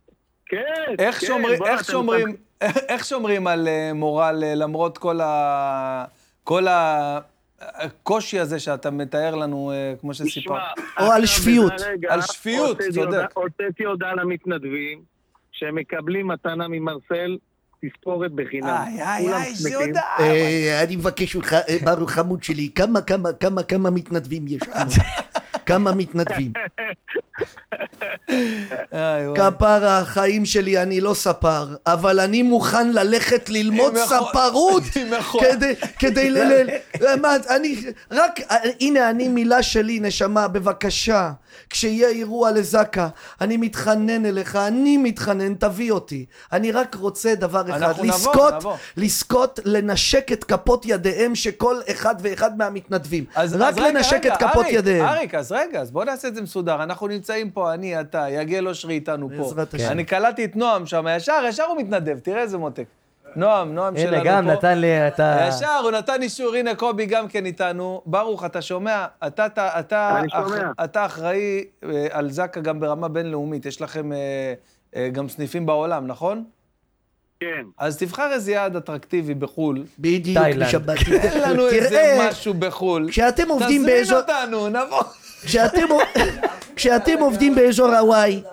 איך כן, שומרים, בוא, איך אתם שומרים, איך שומרים על אה, מורל אה, למרות כל ה... כל הקושי הזה שאתה מתאר לנו, אה, כמו שסיפרת? תשמע, או על עכשיו שפיות. בזה רגע, על שפיות, הוצאתי צודק. הודעה- הוצאתי הודעה למתנדבים, שהם מקבלים מתנה ממרסל, תספורת בחינם. איי, איי, כולם איי, זה שמחים. הודעה. אה, אני מבקש ממך, אה, ברוך חמוד שלי, כמה, כמה, כמה, כמה מתנדבים יש לנו? כמה מתנדבים? איי, וואי. כפרה החיים שלי, אני לא ספר, אבל אני מוכן ללכת ללמוד עם מכו- ספרות עם מכו- כדי, כדי ל... ל- מה, אני, רק, הנה אני מילה שלי, נשמה, בבקשה, כשיהיה אירוע לזקה, אני מתחנן אליך, אני מתחנן, תביא אותי. אני רק רוצה דבר אחד, אנחנו נבוא, לזכות, נבוא. לזכות לנשק את כפות ידיהם שכל אחד ואחד מהמתנדבים. אז- רק אז רגע, לנשק רגע, את כפות אריק, ידיהם. אריק, אז רגע, אז בוא נעשה את זה מסודר. אנחנו נמצאים פה, אני, אתה, יגל אושרי איתנו פה. בעזרת השם. אני קלטתי את נועם שם, ישר, ישר הוא מתנדב, תראה איזה מותק. נועם, נועם שלנו פה. הנה, גם נתן לי, אתה... ישר, הוא נתן אישור, הנה קובי גם כן איתנו. ברוך, אתה שומע? אתה, אתה, אתה, אני שומע. אח, אתה אחראי אה, על זקה גם ברמה בינלאומית. יש לכם אה, אה, גם סניפים בעולם, נכון? כן. אז תבחר איזה יעד אטרקטיבי בחו"ל. בדיוק, תאילנד. בשבת. תן לנו איזה תראה, משהו בחו"ל. כשאתם עובדים תזמין באזור... אותנו, נבוא. כשאתם, כשאתם עובדים באזור הוואי,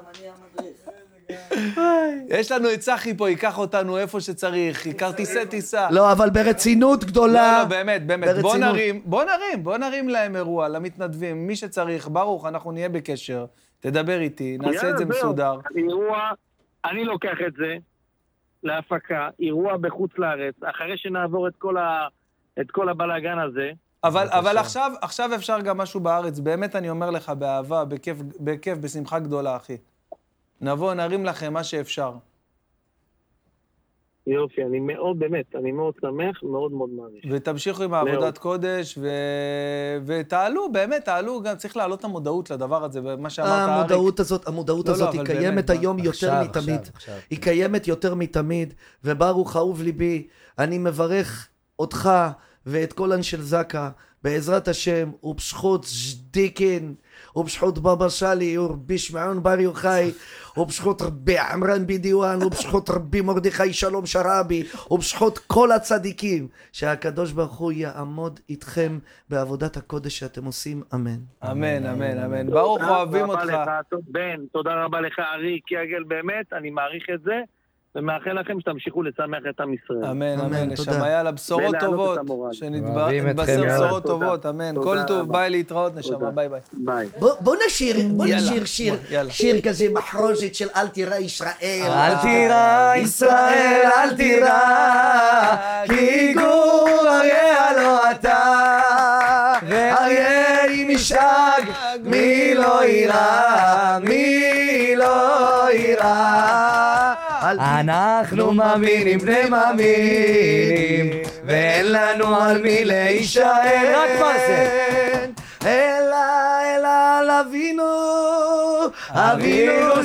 יש לנו את צחי פה, ייקח אותנו איפה שצריך, כרטיסי טיסה. לא, אבל ברצינות לא, גדולה. לא, באמת, באמת. בוא ברצינות. נרים, בוא נרים, בוא נרים להם אירוע, למתנדבים, מי שצריך. ברוך, אנחנו נהיה בקשר, תדבר איתי, נעשה יאללה, את זה זהו. מסודר. אירוע, אני לוקח את זה להפקה, אירוע בחוץ לארץ, אחרי שנעבור את כל, ה, את כל הבלאגן הזה. אבל, אבל עכשיו, עכשיו אפשר גם משהו בארץ, באמת אני אומר לך, באהבה, בכיף, בכיף, בשמחה גדולה, אחי. נבוא, נרים לכם מה שאפשר. יופי, אני מאוד, באמת, אני מאוד שמח, מאוד מאוד מעריך. ותמשיכו עם העבודת קודש, ו... ותעלו, באמת, תעלו, גם צריך להעלות את המודעות לדבר הזה, ומה שאמרת, אריק. המודעות הזאת, המודעות לא, הזאת לא, היא אבל קיימת באמת, היום יותר עכשיו, מתמיד. עכשיו, עכשיו. היא קיימת יותר מתמיד, וברוך אהוב ליבי, אני מברך אותך ואת כל אנשי זקה, בעזרת השם, ובשחות ז'דיקין, ובשחות בבא שלי, ורבי שמעון בר יוחאי, ובשחות רבי עמרן בדיואן, ובשחות רבי מרדכי שלום שרעבי, ובשחות כל הצדיקים, שהקדוש ברוך הוא יעמוד איתכם בעבודת הקודש שאתם עושים, אמן. אמן, אמן, אמן. ברוך, אוהבים אותך. בן, תודה רבה לך, אריק יגל, באמת, אני מעריך את זה, ומאחל לכם שתמשיכו לשמח את עם ישראל. אמן, אמן, אמן. תודה. נשמה, יאללה, בשורות ולהעלות טובות. את המורל. אוהבים אתכם, שנתבשר יאללה. בשורות תודה. טובות, אמן. תודה כל טוב, רבה. ביי להתראות, נשמה, תודה. ביי ביי. ביי. בוא, בוא נשיר, בוא יאללה. נשיר שיר, יאללה. שיר כזה מחרוזת של אל תירא ישראל. אל תירא ישראל, אל תירא, כי גור אריה לא אתה, ואריה אם ישאג, מי לא יירא, מי לא יירא. אנחנו מאמינים בני מאמינים, ואין לנו על מי להישען, רק מעשה. אלא, אלא לבינו, אבינו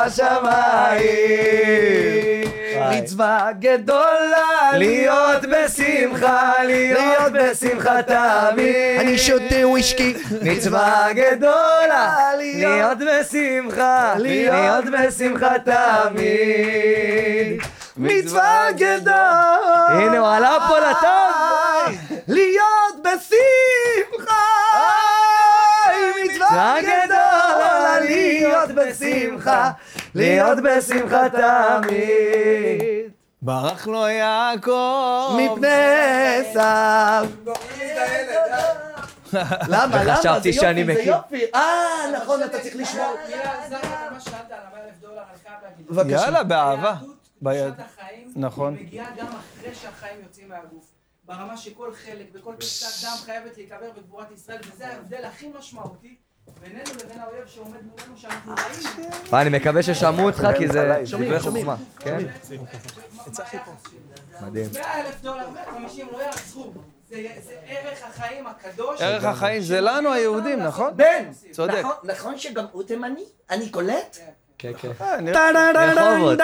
שבשמיים. מצווה גדולה להיות בשמחה, להיות בשמחה תמיד. אני שותה וויסקי. מצווה גדולה להיות בשמחה, להיות בשמחה תמיד. מצווה גדולה. הנה הוא עלה פה לטוב. להיות בשמחה. מצווה גדולה להיות בשמחה, להיות בשמחה תמיד. ברכנו יעקב. מפני עשיו. למה? למה? וחשבתי זה שאני יופי, זה מכיר. יופי. אה, נכון, אתה צריך לשמוע. מילה, זה מה שאלת על אלף דולר, אני חייב להגיד. בבקשה. יאללה, באהבה. ביד. קדושת החיים, נכון. היא מגיעה גם אחרי שהחיים יוצאים מהגוף. ברמה שכל חלק וכל פרצת דם חייבת להיקבר בגבורת ישראל, וזה ההבדל הכי משמעותי בינינו לבין האויב שעומד מולנו שאנחנו ראינו. אני מקווה ששמעו אותך כי זה שומעים, דברי שומעים. חוכמה. כן? מדהים. מאה אלף דולר, מאה וחמישים לא יעזרו. זה זה ערך החיים הקדוש. ערך החיים זה לנו היהודים, נכון? בן, צודק. נכון- נכון שגם הוא תימני? אני קולט? כן, כן. אה, נראה- רחובות.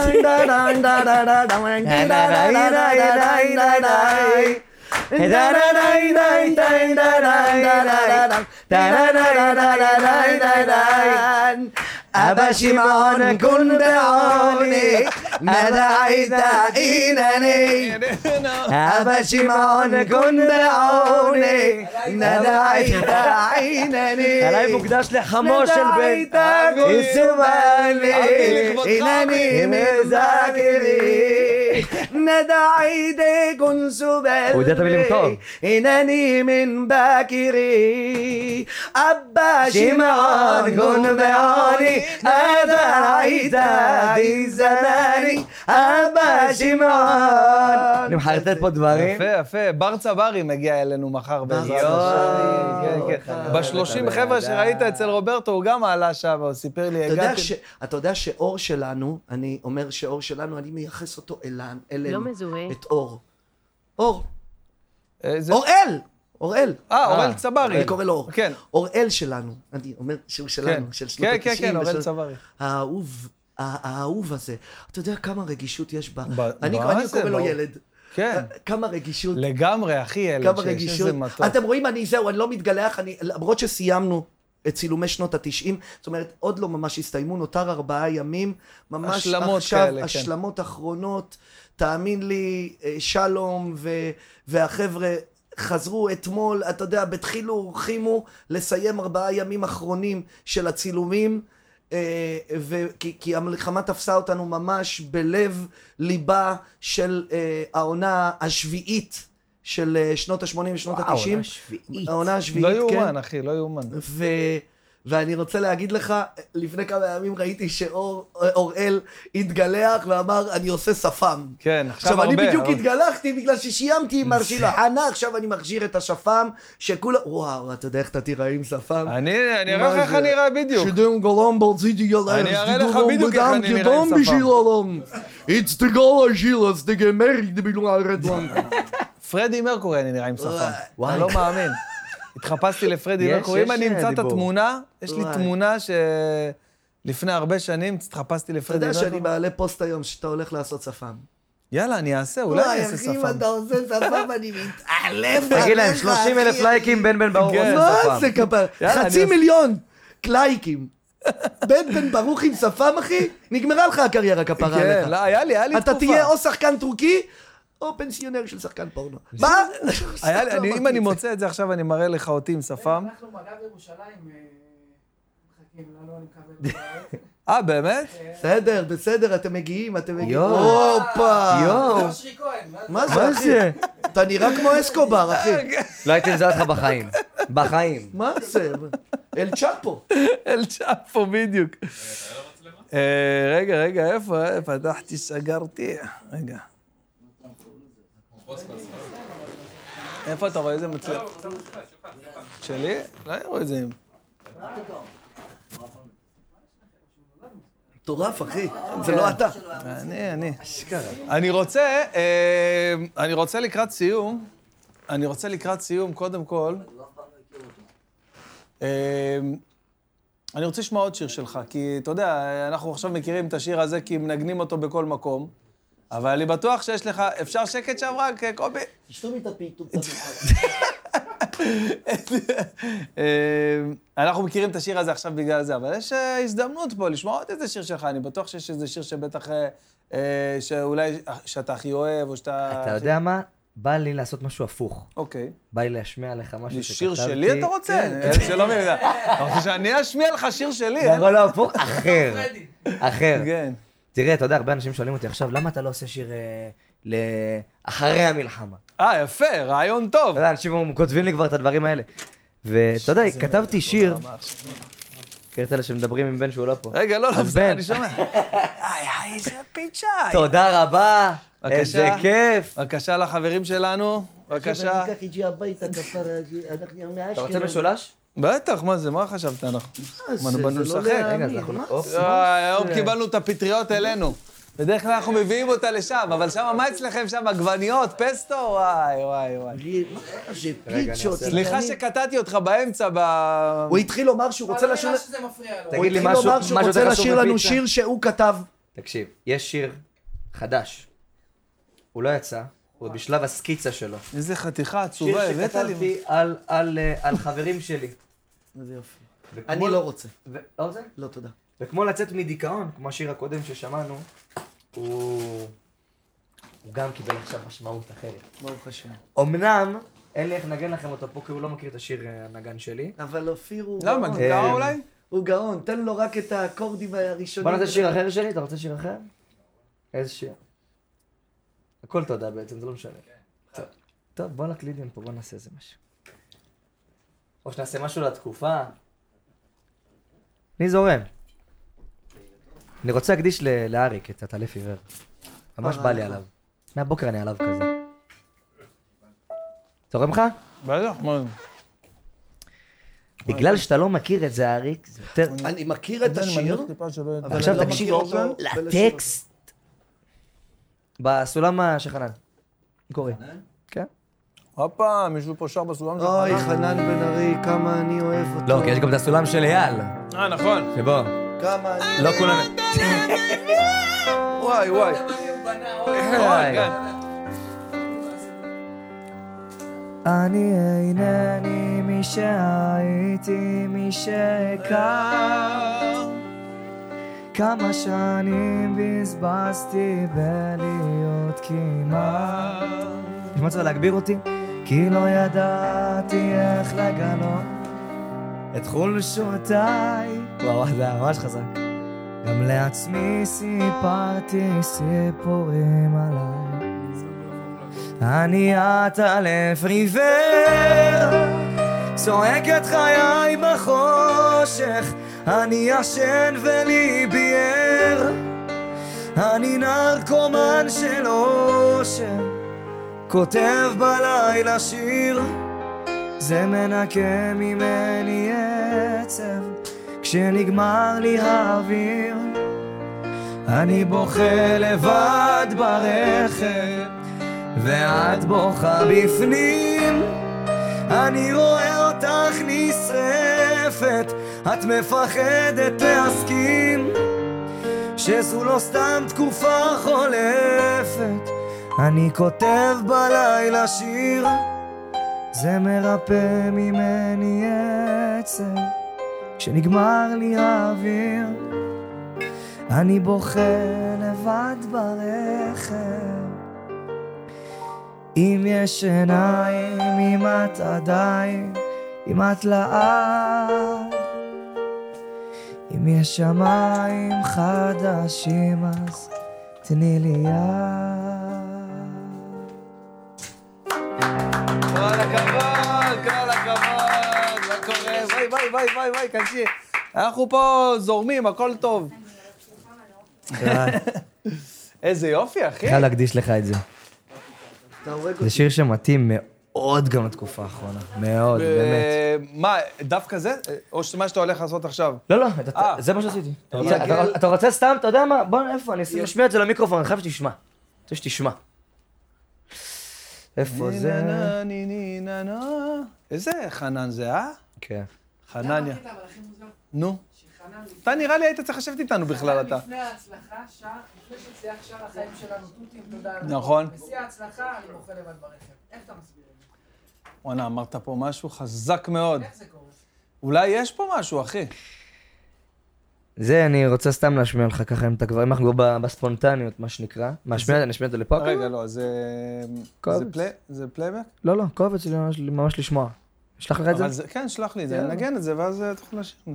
אבא שמעון כון בעוני נדעית אינני אבא שמעון כון בעוני נדעית אינני עליי מוקדש לחמו של בן. איסובלי אינני מזכרי נדעית קונסובלי הוא יודע את המילים טוב. אינני מן בקירי אבא שמעון כון בעוני נדעית דיזנני אבא שמעון. אני מחרטט פה דברים. יפה, יפה. בר צברי מגיע אלינו מחר בעזרת יואי. השם. כן, כן. בשלושים חבר'ה שראית אצל רוברטו, הוא גם עלה שם, הוא סיפר לי, אתה יודע הגעתם... ש- אתה יודע שאור שלנו, אני אומר שאור שלנו, אני מייחס אותו אלן, אלינו. לא מזוהה. את אור. אור. איזה- אוראל! אוראל. אה, אוראל צברי. אני קורא לו אור. כן. אוראל שלנו. אני אומר שהוא כן, שלנו, של שנות כן, ה-תשעים. כן, כן, אוראל ושל- צברי. האהוב, ה- האהוב הזה. אתה יודע כמה רגישות יש בה. ב- אני מה אני זה, קורא לו ברור. ילד. כן. כמה רגישות. לגמרי, אחי, ילד, כמה שיש רגישות. איזה מתוק. אתם רואים, אני זהו, אני לא מתגלח, אני, למרות שסיימנו את צילומי שנות התשעים, זאת אומרת, עוד לא ממש הסתיימו, נותר ארבעה ימים, ממש השלמות עכשיו, כאלה, כן. השלמות אחרונות, תאמין לי, אה, שלום ו, והחבר'ה חזרו אתמול, אתה יודע, בתחילו, חימו, לסיים ארבעה ימים אחרונים של הצילומים, אה, וכי, כי המלחמה תפסה אותנו ממש בלב ליבה של אה, העונה השביעית של אה, שנות ה-שמונים ושנות ה-תשעים. העונה השביעית. העונה לא השביעית, כן. יאומן, אחי, לא יאומן. ו... ואני רוצה להגיד לך, לפני כמה ימים ראיתי שאוראל התגלח ואמר, אני עושה שפם. כן, עכשיו עכשיו, הרבה. אני בדיוק אבל- התגלחתי בגלל ששיימתי עם מרשי לחנה, עכשיו אני מכשיר את השפם, שכולה... וואו, אתה יודע איך אתה תראה עם שפם? אני אני אראה לך איך אני אראה בדיוק. שדם גלום ברציתי ילך, אני אראה לך בדיוק איך אני נראה עם שפם. It's the goal Achilles, the gemerkt, the below Redland. פרדי מרקורי אני נראה עם שפם. וואי. אני לא מאמין. התחפשתי לפרדי יש, מרקורי. אם יש, אני אמצא את דיבור. התמונה, יש לי וואי. תמונה שלפני הרבה שנים התחפשתי אתה לפרדי יודע שאני מרקורי. מעלה פוסט היום שאתה הולך לעשות שפם. יאללה, אני אעשה, אולי אני אעשה אחי, אם שפם. אתה עושה שפם, אני מתעלף. תגיד להם, עליך, שלושים אלף אחי. לייקים, בן בן ברוך כן. עושה מה שפם. זה כפר? יאללה, חצי אני- מיליון לייקים. בן בן ברוך עם שפם, אחי? נגמרה לך הקריירה כפרה כן, עליך. לא, היה לי, היה לי אתה תקופה. תהיה או שחקן טורקי, או פנסיונר של שחקן פורנו. מה? היה לי, אני- אם אמרתי אני את זה. מוצא את זה עכשיו, אני מראה לך אותי עם שפם. אנחנו מגע בירושלים, אה, מחכים לנו, אני מקווה. אה, באמת? בסדר, בסדר, אתם מגיעים, אתם מגיעים. יואו. הופה. יואו. אושרי כהן, מה זה, מה אחי? זה? אתה נראה כמו אסקובר, אחי. לא הייתי מזהה אותך בחיים. בחיים. מה זה? אל צ'אפו. אל צ'אפו, בדיוק. אה, רגע, רגע, איפה? אה, פתחתי, סגרתי. רגע. איפה אתה רואה איזה מצלם? שלי? לא אני רואה את זה. מטורף, אחי. זה לא אתה. אני, אני. אני רוצה, אה, אני רוצה לקראת סיום, אני רוצה לקראת סיום, קודם כל, אה, אני רוצה לשמוע עוד שיר שלך, כי אתה יודע, אנחנו עכשיו מכירים את השיר הזה כי מנגנים אותו בכל מקום, אבל אני בטוח שיש לך, אפשר שקט שם רק, קובי? תשתום את הפיתות. אה, אנחנו מכירים את השיר הזה עכשיו בגלל זה, אבל יש אה, הזדמנות פה לשמוע עוד איזה שיר שלך, אני בטוח שיש איזה שיר שבטח, אה, אה, שאולי, שאתה הכי אוהב, או שאתה... אתה יודע מה? בא לי לעשות משהו הפוך. אוקיי. בא לי להשמיע לך משהו שכתבתי. שיר שלי אתה רוצה? כן, אה, שלא מבין. אתה רוצה שאני אשמיע לך שיר שלי? כן. לא, לא, הפוך, אחר. אחר. כן. תראה, אתה יודע, הרבה אנשים שואלים אותי עכשיו, למה אתה לא עושה שיר אה, לאחרי המלחמה? אה, יפה, רעיון טוב. אתה יודע, אנשים כותבים לי כבר את הדברים האלה. ואתה יודע, כתבתי שיר, קראת לה שמדברים עם בן שהוא לא פה. רגע, לא, לא, אז בסדר, בן. אני שומע. היי, היי, איזה פיצ'ה. תודה רבה, בבקשה. איזה כיף. בבקשה לחברים שלנו, בבקשה. אני אקח איתי הביתה, כפרה, אנחנו מאשקלון. אתה רוצה משולש? בטח, מה זה, מה חשבת אנחנו? מה זה? מה, באנו זה לא לשחק? רגע, אז להאמין. אנחנו... מה אופ. אה, היום קיבלנו את הפטריות אלינו. בדרך כלל אנחנו מביאים אותה לשם, אבל שם, מה אצלכם שם? עגבניות, פסטו? וואי, וואי, וואי. לי- מה זה רגע, פיצ'ות? אני סליחה אני- שקטעתי אותך באמצע ב... הוא התחיל לומר שהוא רוצה אבל לשיר... נראה שזה מפריע לו. הוא תגיד לי התחיל משהו- לומר שהוא משהו רוצה יותר חשוב לשיר לנו מפיצה. שיר שהוא כתב. תקשיב, יש שיר חדש. הוא לא יצא, הוא בשלב הסקיצה שלו. איזה חתיכה שיר עצובה, הבאת לי. שכתבתי על- על אה, על חברים שלי. איזה יופי. וכמו- אני לא רוצה. ו- לא רוצה? לא, תודה. וכמו לצאת מדיכאון, כמו השיר הקודם ששמענו, הוא... הוא גם קיבל עכשיו משמעות אחרת. ברוך השם. אמנם, אין לי איך לנגן לכם אותו פה, כי הוא לא מכיר את השיר אה, הנגן שלי. אבל אופיר הוא למה, גאון. גיטרה אה, אולי? הוא גאון, תן לו רק את האקורדים הראשונים. בוא נעשה שיר אחר שלי, אתה רוצה שיר אחר? איזה שיר? הכל תודה בעצם, זה לא משנה. טוב, טוב, בוא נקלידים פה, בוא נעשה איזה משהו. או שנעשה משהו לתקופה. אני זורם. אני רוצה להקדיש ל- לאריק את הטלף עיוור. ממש בא לי עליו. מהבוקר אני עליו כזה. זורם לך? בטח, מה זה? בגלל שאתה לא מכיר את זה, אריק, זה יותר... אני מכיר את השיר, אבל עכשיו אני לא תקשיב מכיר אותו בלשיר. לטקסט. בסולם של חנן. קורא. כן? הופה, מישהו פה שר בסולם שלך. אוי, חנן בן ארי, כמה אני אוהב אותו. לא, כי יש גם את הסולם של אייל. אה, נכון. שבו. כמה אני... לא כולם... וואי, וואי. היי. אני אינני מי שהייתי, מי שהכר. כמה שנים בזבזתי בלהיות כמעט. יש מצב להגביר אותי? כי לא ידעתי איך לגנות את חולשותיי. וואו, זה היה ממש חזק. גם לעצמי סיפרתי סיפורים עליי. אני עטלף עיוור, צועק את חיי בחושך, אני ישן וליבי ער, אני נרקומן של אושר, כותב בלילה שיר, זה מנקה ממני עצב, כשנגמר לי האוויר, אני בוכה לבד ברכב, ואת בוכה בפנים, אני רואה אותך נשרפת, את מפחדת להסכים, שזו לא סתם תקופה חולפת, אני כותב בלילה שיר, זה מרפא ממני עצב, כשנגמר לי האוויר, אני בוכה לבד ברכב. אם יש עיניים, אם את עדיין, אם את לעד, אם יש שמיים חדשים, אז תני לי יד. כל הכבוד, כל הכבוד, מה קורה? ביי, ביי, ביי, ביי, ביי, קנשי. אנחנו פה זורמים, הכל טוב. איזה יופי, אחי. חייב להקדיש לך את זה. זה שיר שמתאים מאוד גם לתקופה האחרונה. מאוד, באמת. מה, דווקא זה? או מה שאתה הולך לעשות עכשיו? לא, לא, זה מה שעשיתי. אתה רוצה סתם, אתה יודע מה? בוא, איפה? אני משמיע את זה למיקרופון, אני חייב שתשמע. אני רוצה שתשמע. איפה זה? איזה חנן זה, אה? כן. חנניה. זה אבל הכי מוזר. נו. שחנן... אתה נראה לי היית צריך לשבת איתנו בכלל, אתה. לפני ההצלחה, שר, לפני שצייח שר החיים שלנו, תותים, תודה. נכון. בשיא ההצלחה, אני בוכה לבד ברכב. איך אתה מסביר את זה? וואנה, אמרת פה משהו חזק מאוד. איך זה קורה? אולי יש פה משהו, אחי. זה, אני רוצה סתם להשמיע לך ככה, אם אתה כבר, אם אנחנו כבר בספונטניות, מה שנקרא. מה, אני אשמיע את זה לפה? רגע, לא, זה... זה פלייבק? לא, לא, קובץ שלי ממש לשמוע. אשלח לך את זה? כן, שלח לי את זה, נגן את זה, ואז תוכל לשיר.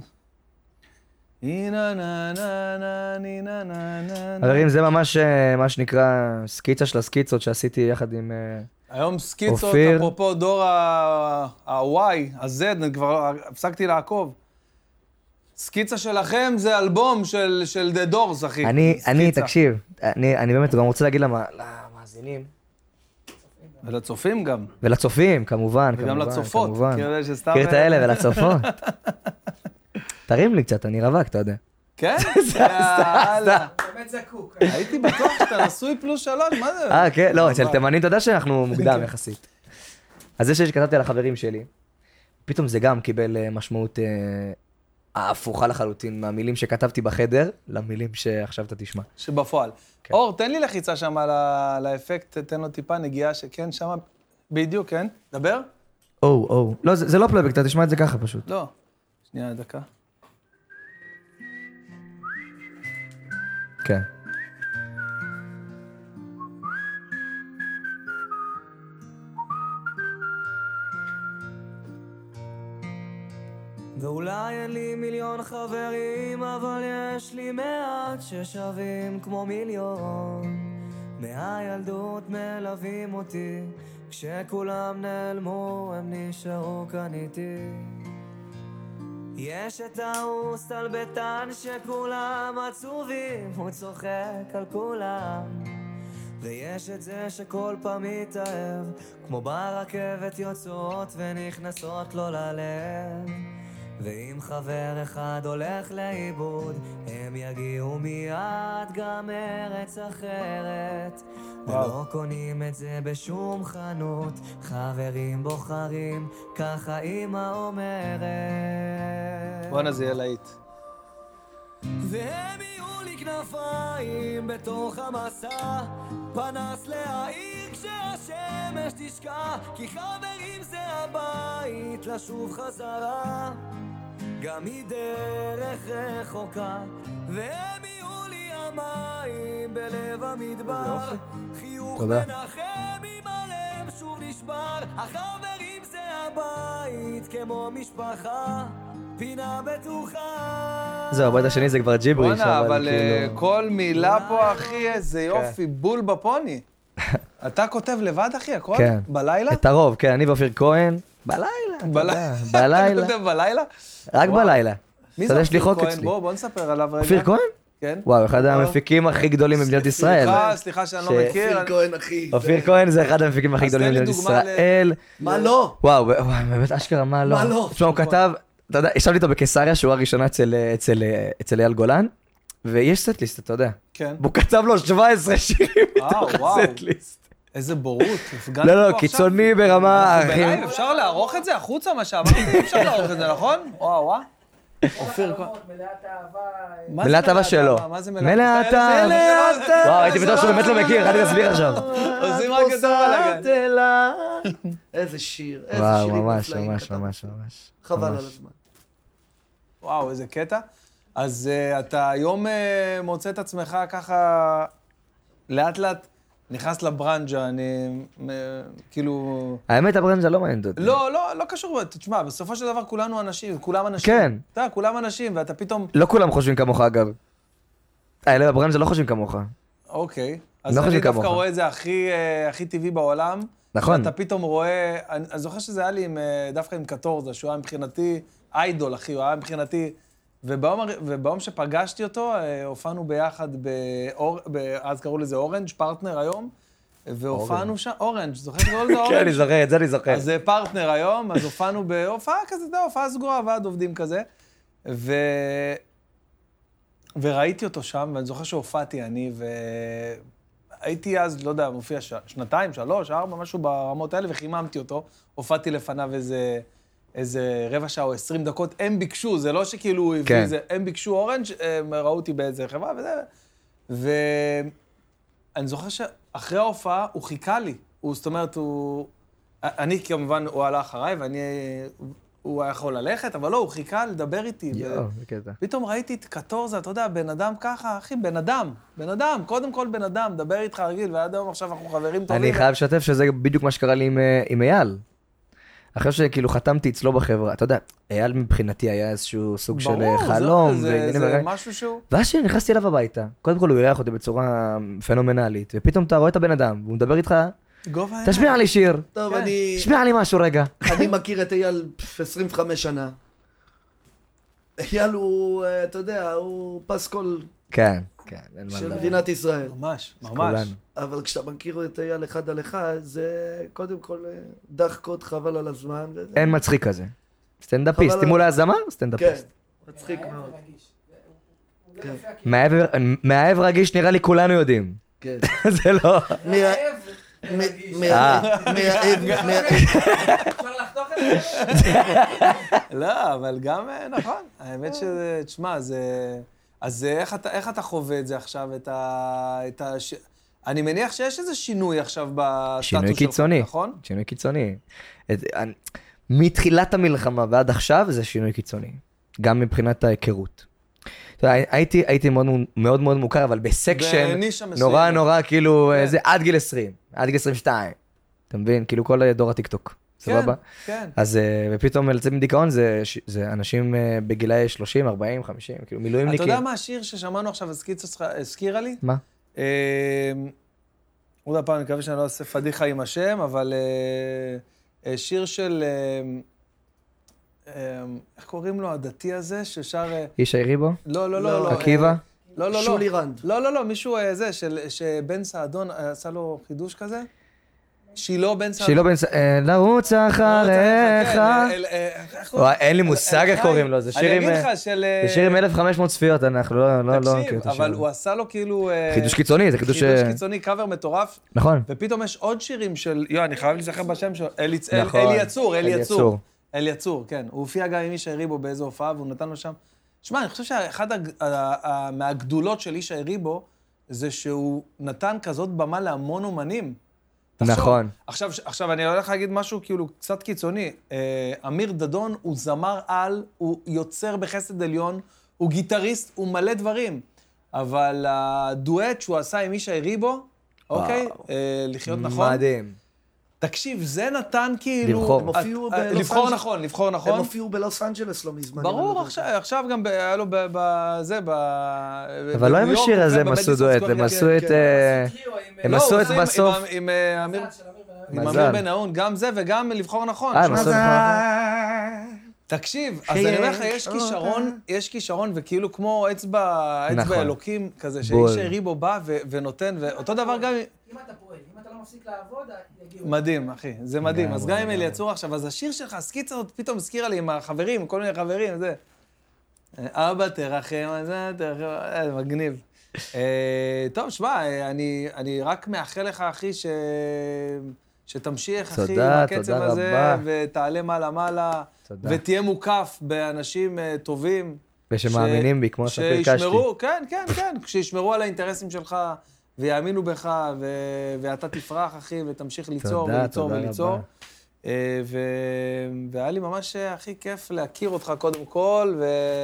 חברים, זה ממש מה שנקרא סקיצה של הסקיצות שעשיתי יחד עם היום סקיצות, אפרופו דור ה-Y, ה-Z, כבר הפסקתי לעקוב. סקיצה שלכם זה אלבום של The Doors, אחי. אני, תקשיב, אני באמת גם רוצה להגיד למאזינים. ולצופים גם. ולצופים, כמובן. וגם לצופות. מכיר את האלה ולצופות. תרים לי קצת, אני רווק, אתה יודע. כן? יאללה. באמת זקוק. הייתי בטוח שאתה נשוי פלוס שלוש, מה זה? אה, כן, לא, אצל תימנים, אתה יודע שאנחנו מוקדם יחסית. אז זה שכתבתי על החברים שלי, פתאום זה גם קיבל משמעות ההפוכה לחלוטין מהמילים שכתבתי בחדר, למילים שעכשיו אתה תשמע. שבפועל. אור, תן לי לחיצה שם על האפקט, תן לו טיפה נגיעה שכן, שם בדיוק, כן? דבר? או, או. לא, זה לא פלייבק, אתה תשמע את זה ככה פשוט. לא. שנייה, דקה. כן. ואולי אין לי מיליון חברים, אבל יש לי מעט ששווים כמו מיליון. מהילדות מלווים אותי, כשכולם נעלמו הם נשארו כאן איתי. יש את האוסטלבטן שכולם עצובים, הוא צוחק על כולם. ויש את זה שכל פעם מתאהב, כמו ברכבת יוצאות ונכנסות לו ללב. ואם חבר אחד הולך לאיבוד, הם יגיעו מיד גם ארץ אחרת. ולא קונים את זה בשום חנות, חברים בוחרים, ככה אמא אומרת. בואנה זה יהיה להיט. והם יהיו לי כנפיים בתוך המסע, פנס להעיר כשהשמש תשקע, כי חברים זה הבית לשוב חזרה, גם היא דרך רחוקה. והם יהיו לי המים בלב המדבר, חיוך מנחם אם הלב שוב נשבר, החברים זה הבית כמו משפחה, פינה בטוחה. זהו, הבית השני זה כבר ג'יבריש, אבל כאילו... אבל כל מילה פה, אחי, איזה יופי, בול בפוני. אתה כותב לבד, אחי, הכל? בלילה? את הרוב, כן, אני ואופיר כהן, בלילה, אתה בלילה. יודע, בלילה. אתה כותב בלילה? רק וואו. בלילה. מי אתה זה יודע, יש לי אופיר חוק כהן? אצלי. בוא, בוא נספר עליו רגע. אופיר כהן? כן. וואו, אחד המפיקים הכי גדולים במדינת ישראל. סליחה, סליחה שאני לא ש- מכיר. אופיר אני- כהן, אחי. אופיר כהן זה אחד המפיקים הכי אז תן גדולים לי במדינת דוגמה ל- ישראל. מה לא? וואו, וואו, באמת אשכרה, מה לא? מה לא? תשמע, הוא כתב, אתה יודע, ישבתי איתו בקיסריה, שורה ראשונה אצל- אצל אצל אייל גולן, ויש סטליסט, אתה יודע. כן. והוא כתב לו שבע עשרה שירים וואו, מתוך וואו. הסטליסט. איזה בורות. הפגנת לא, פה לא, עכשיו. קיצוני ברמה, אנחנו אחי. בלייב, אפשר לערוך את זה החוצה, מה שאמרתי? אפשר לערוך את זה, נכון? וואו, וואו. אופיר כהן. מלאת אהבה. מה זה מלאת אהבה שלו. מה זה מלאת מלאת אהבה. מלאת אהבה. וואו, הייתי בטוח שהוא באמת לא מכיר, חייתי להסביר עכשיו. עושים רק את הבלגן. איזה שיר, איזה וואו, שירים ממש, נפלאים ממש, כתב. ממש, ממש. חבל ממש. על הזמן. וואו, איזה קטע. אז uh, אתה היום uh, מוצא את עצמך ככה, לאט לאט נכנס לברנג'ה, אני uh, כאילו... האמת, הברנז'ה לא מעניינת אותי. לא, לא, לא קשור, תשמע, בסופו של דבר כולנו אנשים, כולם אנשים. כן. אתה יודע, כולם אנשים, ואתה פתאום... לא כולם חושבים כמוך, אגב. האלה בברנז'ה לא חושבים כמוך. אוקיי. אז לא אני חושבים דווקא כמוך. רואה את זה הכי, uh, הכי טבעי בעולם. נכון. ואתה פתאום רואה, אני, אני זוכר שזה היה לי עם, uh, דווקא עם קטורזה, שהוא היה מבחינתי איידול, אחי, הוא היה מבחינתי... וביום, הר- וביום שפגשתי אותו, אה, הופענו ביחד, באור, ב- אז קראו לזה אורנג', פרטנר היום, והופענו שם, אורנג', זוכר שקראו לזה כן, אורנג'? אני זוכר, את זה אני זוכר. אז זה פרטנר היום, אז הופענו בהופעה כזה, אתה יודע, הופעה סגורה, ועד עובדים כזה, ו... וראיתי אותו שם, ואני זוכר שהופעתי אני, והייתי אז, לא יודע, מופיע ש... שנתיים, שלוש, ארבע, משהו ברמות האלה, וחיממתי אותו, הופעתי לפניו איזה... איזה רבע שעה או עשרים דקות, הם ביקשו, זה לא שכאילו הוא הביא כן. זה, הם ביקשו אורנג', הם ראו אותי באיזה חברה וזה, ואני זוכר שאחרי ההופעה הוא חיכה לי, הוא, זאת אומרת, הוא, אני כמובן, הוא עלה אחריי ואני, הוא היה יכול ללכת, אבל לא, הוא חיכה לדבר איתי. יואו, זה קטע. פתאום ראיתי את קטורזה, אתה יודע, בן אדם ככה, אחי, בן אדם, בן אדם, קודם כל בן אדם, דבר איתך רגיל, ועד היום עכשיו אנחנו חברים טובים. אני חייב לשתף שזה בדיוק מה שקרה לי עם, אה, עם אייל. אחרי שכאילו חתמתי אצלו בחברה, אתה יודע, אייל מבחינתי היה איזשהו סוג של ברור, חלום. זה, ועניינים זה, זה ורגע. משהו שהוא... ואז שנכנסתי אליו הביתה, קודם כל הוא אירח אותי בצורה פנומנלית, ופתאום אתה רואה את הבן אדם, והוא מדבר איתך, גובה העיניים. תשמיע לי שיר, טוב, כן. אני... תשמיע לי משהו רגע. אני מכיר את אייל פף, עשרים וחמש שנה. אייל הוא, אה, אתה יודע, הוא פסקול כן, כן, אין מה של לדבר. מדינת ישראל. ממש, ממש. כולנו. אבל כשאתה מכיר את אייל אחד על אחד, זה קודם כל אה, דחקות חבל על הזמן. וזה- אין מצחיק כזה. סטנדאפיסט, חבל אם הוא על- לא היה זמר, כן, סטנדאפיסט. מצחיק מאוד. כן. מהאב- מהאב רגיש נראה לי כולנו יודעים. כן. זה לא... מה- מ- מהאב, אה. מהאב, מהאב. אפשר לחתוך את זה? לא, אבל גם, אה, נכון, האמת שזה, תשמע, זה... אז אה, איך אתה, איך אתה חווה את זה עכשיו, את ה... את ה... ש... אני מניח שיש איזה שינוי עכשיו בסטטוס שלך, שינוי קיצוני. נכון? שינוי קיצוני. את- אני- מתחילת המלחמה ועד עכשיו זה שינוי קיצוני. גם מבחינת ההיכרות. אתה יודע, הייתי, הייתי מאוד מאוד מאוד מוכר, אבל בסקשן בנישה מסוימת. נורא נורא כאילו, כן. זה עד גיל עשרים, עד גיל עשרים ושתיים. אתה מבין? כאילו כל דור הטיקטוק. סבבה? כן. אז אה, ופתאום לצאת מדיכאון זה, ש- זה אנשים אה, בגילאי שלושים, ארבעים, חמישים, כאילו אתה מילואימניקים. יודע מה השיר ששמענו עכשיו הזכיר- הזכירה לי? מה? אה, עוד הפעם, אני מקווה שאני לא אעשה פדיחה עם השם, אבל אה, אה, שיר של... אה, אה, איך קוראים לו, הדתי הזה, ששר... אה, איש היריבו? לא, לא, לא, לא, לא. עקיבא? אה, לא, לא, לא. שולי רנד. לא, לא, לא, מישהו אה, זה, של, שבן סעדון אה, עשה לו חידוש כזה? שילה בן סעדון. שילה בן ס... אה, לרוץ אחריך. כן, אה, אה, איך קוראים? וואי, אין לי מושג איך קוראים לו, זה שיר עם... אני אגיד לך של... אה, זה שיר עם אלף וחמש מאות צפיות, אנחנו לא לא לא מכיר תקשיב, את השיר. אבל הוא עשה לו כאילו... אה, חידוש קיצוני, זה חידוש... חידוש אה, קיצוני, קאבר מטורף, נכון. ופתאום יש עוד שירים של... יו, אני חייב להיזכר בשם שלו. אלי צ- אל- נכון. אלי יצור, אלי אלי יצור. יצור. אלי יצור, כן. הוא הופיע גם עם איש הריבו באיזו הופעה, והוא נתן לו שם... שמע, אני חושב שאחד הג- ה- ה- מהגדולות של איש הריבו, זה שהוא נתן כזאת במה להמון אומנים. תחשוב, נכון. עכשיו, עכשיו, אני הולך להגיד משהו כאילו קצת קיצוני. אה, אמיר דדון הוא זמר על, הוא יוצר בחסד עליון, הוא גיטריסט, הוא מלא דברים. אבל הדואט שהוא עשה עם איש הריבו, אוקיי? אה, לחיות נכון. מדהים. תקשיב, זה נתן כאילו... לבחור. הם הופיעו אה, בלוס לבחור אנג'לס. נכון, לבחור הם נכון. הופיעו בלוס אנג'לס לא מזמן. אם אני לא ברור, טועה. עכשיו, עכשיו גם ב- היה לו בזה, ב... אבל לא עם בניו יורק, השיר הזה הם ובמדיסון עשו דואט, סקוור הם גרדן. עשו את... כן. אה, טריו עם- הם לא, עשו הוא את עושה עם- בסוף. עם- עם אה, אמיר... של אמיר עם מזל. אמיר בן נאון, גם זה וגם לבחור נכון. אה, שמע, בסוף. תקשיב, אז אני אומר לך, יש כישרון, יש כישרון, וכאילו כמו אצבע, אצבע נכון. אלוקים כזה, בול. שאיש ריבו בא ו- ונותן, ואותו דבר גם... אם אתה פועל, אם אתה לא מפסיק לעבוד, יגיעו. מדהים, אחי, זה מדהים. לגמרי, אז גם אם לגמרי. אליצור עכשיו, אז השיר שלך, הסקיצה הזאת פתאום הזכירה לי עם החברים, כל מיני חברים, זה. אבא תרחם, אז זה תרחם, אה, זה מגניב. אה, טוב, שמע, אה, אני, אני רק מאחל לך, אחי, ש... שתמשיך, אחי, תודה, עם הקצב תודה הזה, רבה. ותעלה מעלה-מעלה, תודה. ותהיה מוקף באנשים אה, טובים. ושמאמינים בי, כמו שפרקשתי. שישמרו, כן, כן, כן, שישמרו על האינטרסים שלך, ויאמינו בך, ו... ואתה תפרח, אחי, ותמשיך ליצור, תודה, וליצור, תודה וליצור. רבה. אה, ו... והיה לי ממש הכי כיף להכיר אותך קודם כל,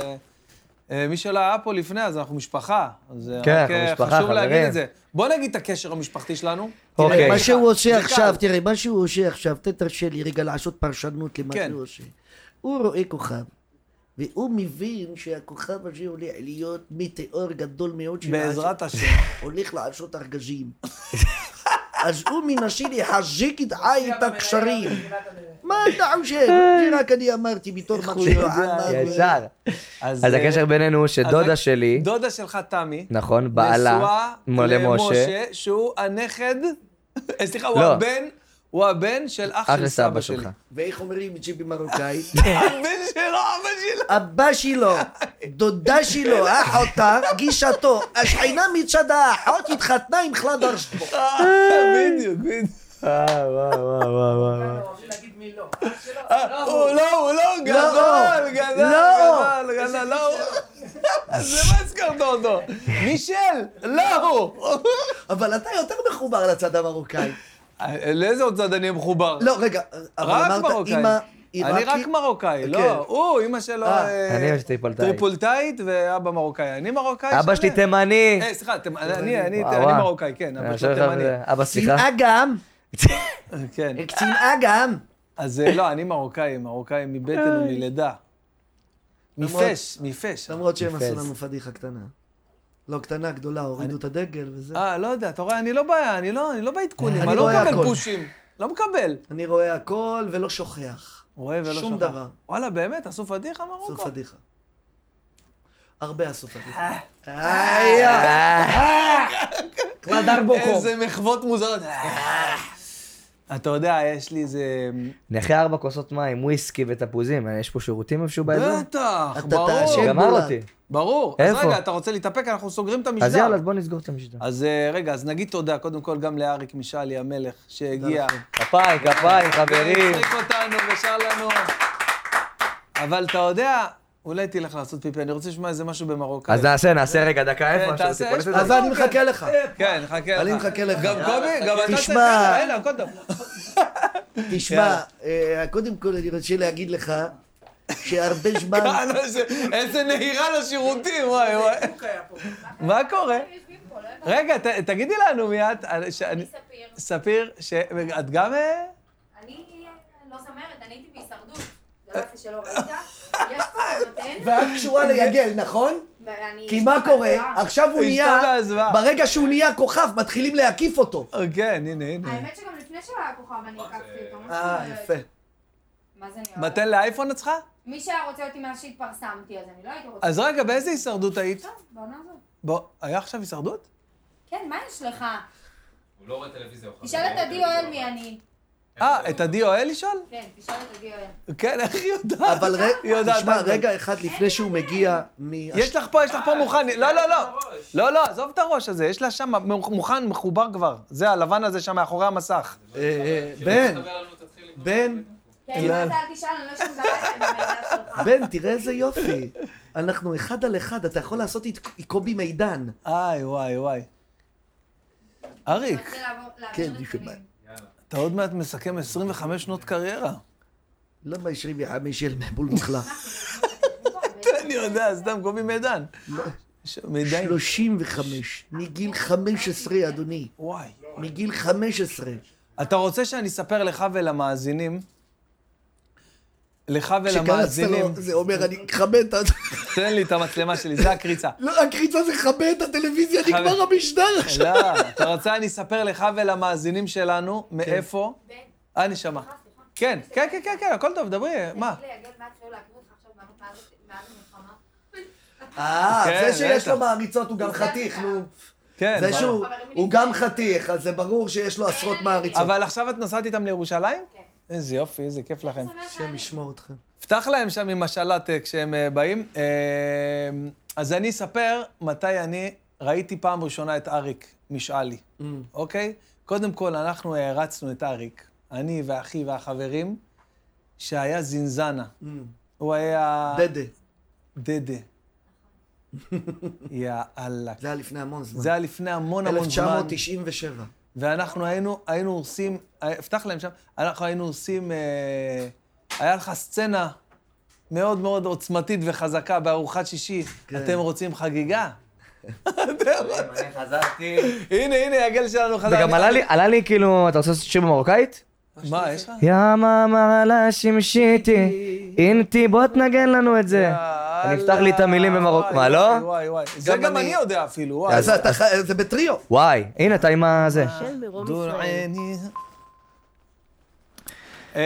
ומי שלא היה פה לפני, אז אנחנו משפחה. אז כן, רק, אנחנו אה, משפחה, חשוב להגיד חברים. את זה. בוא נגיד את הקשר המשפחתי שלנו. אוקיי. תראה, מה זה שהוא קל, עושה זה עכשיו, קל. תראה, מה שהוא עושה עכשיו, תרשה לי רגע לעשות פרשנות למה כן. שהוא עושה. הוא רואה כוכב, והוא מבין שהכוכב הזה הולך להיות מטאור גדול מאוד של בעזרת השם. הולך לעשות ארגזים. אז הוא מנסה לחזק את את הקשרים. מה אתה חושב? זה רק אני אמרתי בתור מקשיב. ישר. אז אז אה, הקשר בינינו הוא שדודה אז שלי, דודה שלך, תמי, נכון, בעלה, נשואה למשה, למשה, שהוא הנכד, סליחה, הוא לא. הבן, הוא הבן של אח אח של לסבא סבא שלי. שלך. ואיך אומרים את זה במרוקאית? הבן שלו, אבא שלו. אבא שלו, דודה שלו, אחותה, גישתו, השכינה מצד האחות התחתנה עם חלדר שבו. בדיוק, בדיוק. אה, וואו, וואו, וואו, וואו. אוהבים להגיד מי לא. אה, הוא לא, הוא לא, גדול, גדול, לא. גדול, גדול, לא הוא. אז למה הזכרת אותו? מישל, לא הוא. אבל אתה יותר מחובר לצד המרוקאי. לאיזה עוד צד אני מחובר? לא, רגע, אבל רק אמרת מרוקאי. אמא אני עיראקי. רק מרוקאי, כן. לא, הוא, אמא שלו אה, אה, אני אמא שלי טריפולטאית. טריפולטאית ואבא מרוקאי. אני מרוקאי אבא שלי שלם. תימני. אה, סליחה, תימ- אני אני- וואו, אני וואו. מרוקאי, כן, אבא אני שלו חושב תימני. שזה- אבא, סליחה. קצין אגם, כן. קצין אגם. אז אה, לא, אני מרוקאי, מרוקאי מבטן ומלידה. מפש, מפש. למרות שהם עשו יפס. לנו פדיחה קטנה. לא קטנה, גדולה, הורידו את הדגל וזה. אה, לא יודע, אתה רואה, אני לא בעיה, אני לא אני לא בעדכונים, אני אני לא רואה מקבל הכל. פושים. לא מקבל. אני רואה הכל ולא שוכח. רואה ולא שום שוכח. דבר. וואלה, באמת, עשו פדיחה עשו מרוקו? פדיחה. הרבה עשו פדיחה. איזה מחוות מוזרות. אתה יודע, יש לי איזה... אני אחרי ארבע כוסות מים, וויסקי ותפוזים, יש פה שירותים איפשהו באזור? בטח, אתה ברור. תעשן גמר בולה. אותי. ברור. אז איפה? רגע, אתה רוצה להתאפק, אנחנו סוגרים את המשדר. אז יאללה, אז בוא נסגור את המשדר. אז אה, רגע, אז נגיד תודה, קודם כל גם לאריק משאלי המלך, שהגיע. כפיים, כפיים, חברים. הצחיק אותנו ושר לנו. אבל אתה יודע, אולי תלך לעשות פיפי, אני רוצה לשמוע איזה משהו במרוקאי. אז נעשה, נעשה רגע דקה איפה. כן, תעשה, שרוצים, יש בוא פה- אז אני מחכה לך. כן, חכה לך. אני מחכה לך. גם קובי, גם אתה תשמע. צריך, הנה, הכל טוב. תשמע, אה, קודם כל אני רוצה להגיד לך שהרבה זמן... כאן, איזה- איזה נהירה לשירותים, וואי וואי. מה קורה? רגע, ת- תגידי לנו מי את. אני- שאני- ספיר. ספיר, שאת גם... אה? אני לא זמרת, אני הייתי בהישרדות. זה לא יפה שלא ראית. יש פה נותן. ואת קשורה ליגל, נכון? ואני... כי מה קורה? עכשיו הוא אשתו נהיה... ועזבה. ברגע שהוא נהיה כוכב, מתחילים להקיף אותו. כן, הנה, הנה. האמת שגם לפני שהוא היה כוכב אני הקפתי אותו. מה אה, זאת אומרת? יפה. מה זה נראה? מתן לאייפון את צריכה? מי שהיה רוצה אותי מאז שהתפרסמתי, אז אני לא הייתי רוצה... אז רגע, באיזה הישרדות היית? טוב, בעונה הזאת. בוא, היה עכשיו הישרדות? כן, מה יש לך? הוא לא רואה טלוויזיה. הוא חבר. תשאל את עדי יואל מי אני. אה, את עדי יואל לשאול? כן, תשאל את עדי יואל. כן, איך היא יודעת? אבל היא רגע, יודעת תשמע, הכל. רגע אחד לפני שהוא מגיע מ... יש לך פה, יש לך פה מוכן. לא, לא, לא. לא, לא, עזוב את הראש הזה, יש לה שם מוכן, מחובר כבר. זה הלבן הזה שם מאחורי המסך. אה, אה, בן, בן, כן, אם אתה אל תשאל, אני לא שום דבר עם המידע שלך. בן, תראה איזה יופי. אנחנו אחד על אחד, אתה יכול לעשות את קובי מידן. איי, וואי, וואי. אריק, רוצה לעבור- להעביר כן, נתונים. נשמע. אתה עוד מעט מסכם עשרים וחמש שנות קריירה. למה עשרים וחמש של מבול בכלל? אני יודע, סתם קובי מידן. ש- מידן. שלושים וחמש, מגיל חמש עשרה, אדוני. וואי. מגיל חמש עשרה. אתה רוצה שאני אספר לך ולמאזינים לך כשקרצת ולמאזינים. לו, זה אומר, אני אכבד את... תן לי את המצלמה שלי, זה הקריצה. לא, הקריצה זה כבד את הטלוויזיה, נגמר המשדר עכשיו. לא, אתה רוצה, אני אספר לך ולמאזינים שלנו, מאיפה? אה, נשמה. כן, כן, כן, כן, כן, הכל טוב, דברי, מה? אה, כן, זה שיש בטח. לו מעריצות הוא גם חתיך, נו. כן, זה ברור. שהוא הוא גם חתיך, אז זה ברור שיש לו עשרות מעריצות. אבל עכשיו את נסעת איתם לירושלים? כן. איזה יופי, איזה כיף לכם. השם ישמור אתכם. פתח להם שם עם השלט אה, כשהם אה, באים. אה, אז אני אספר מתי אני ראיתי פעם ראשונה את אריק משאלי, Mm. אוקיי? קודם כל, אנחנו הרצנו את אריק, אני ואחי והחברים, שהיה זינזנה. Mm. הוא היה... דדה. דדה. יא אללה. זה היה לפני המון זמן. זה היה לפני המון המון אלף זמן. תשע מאות תשעים ושבע. ואנחנו היינו, היינו עושים, הבטח להם שם, אנחנו היינו עושים, אה, היה לך סצנה מאוד מאוד עוצמתית וחזקה בארוחת שישי. כן. אתם רוצים חגיגה? אני חזרתי. הנה, הנה, הגל שלנו חזר. וגם עלה לי, עלה לי כאילו, אתה רוצה לעשות שיר במרוקאית? מה, יש לך? יא מאמר עלה שמשיתי, אינתי בוא תנגן לנו את זה. אני אפתח לי את המילים במרוקאית. מה, לא? וואי, וואי, וואי. זה גם אני יודע אפילו, וואי. אז אתה ח- זה בטריו. וואי, הנה אתה עם הזה. דור עיני. אמ,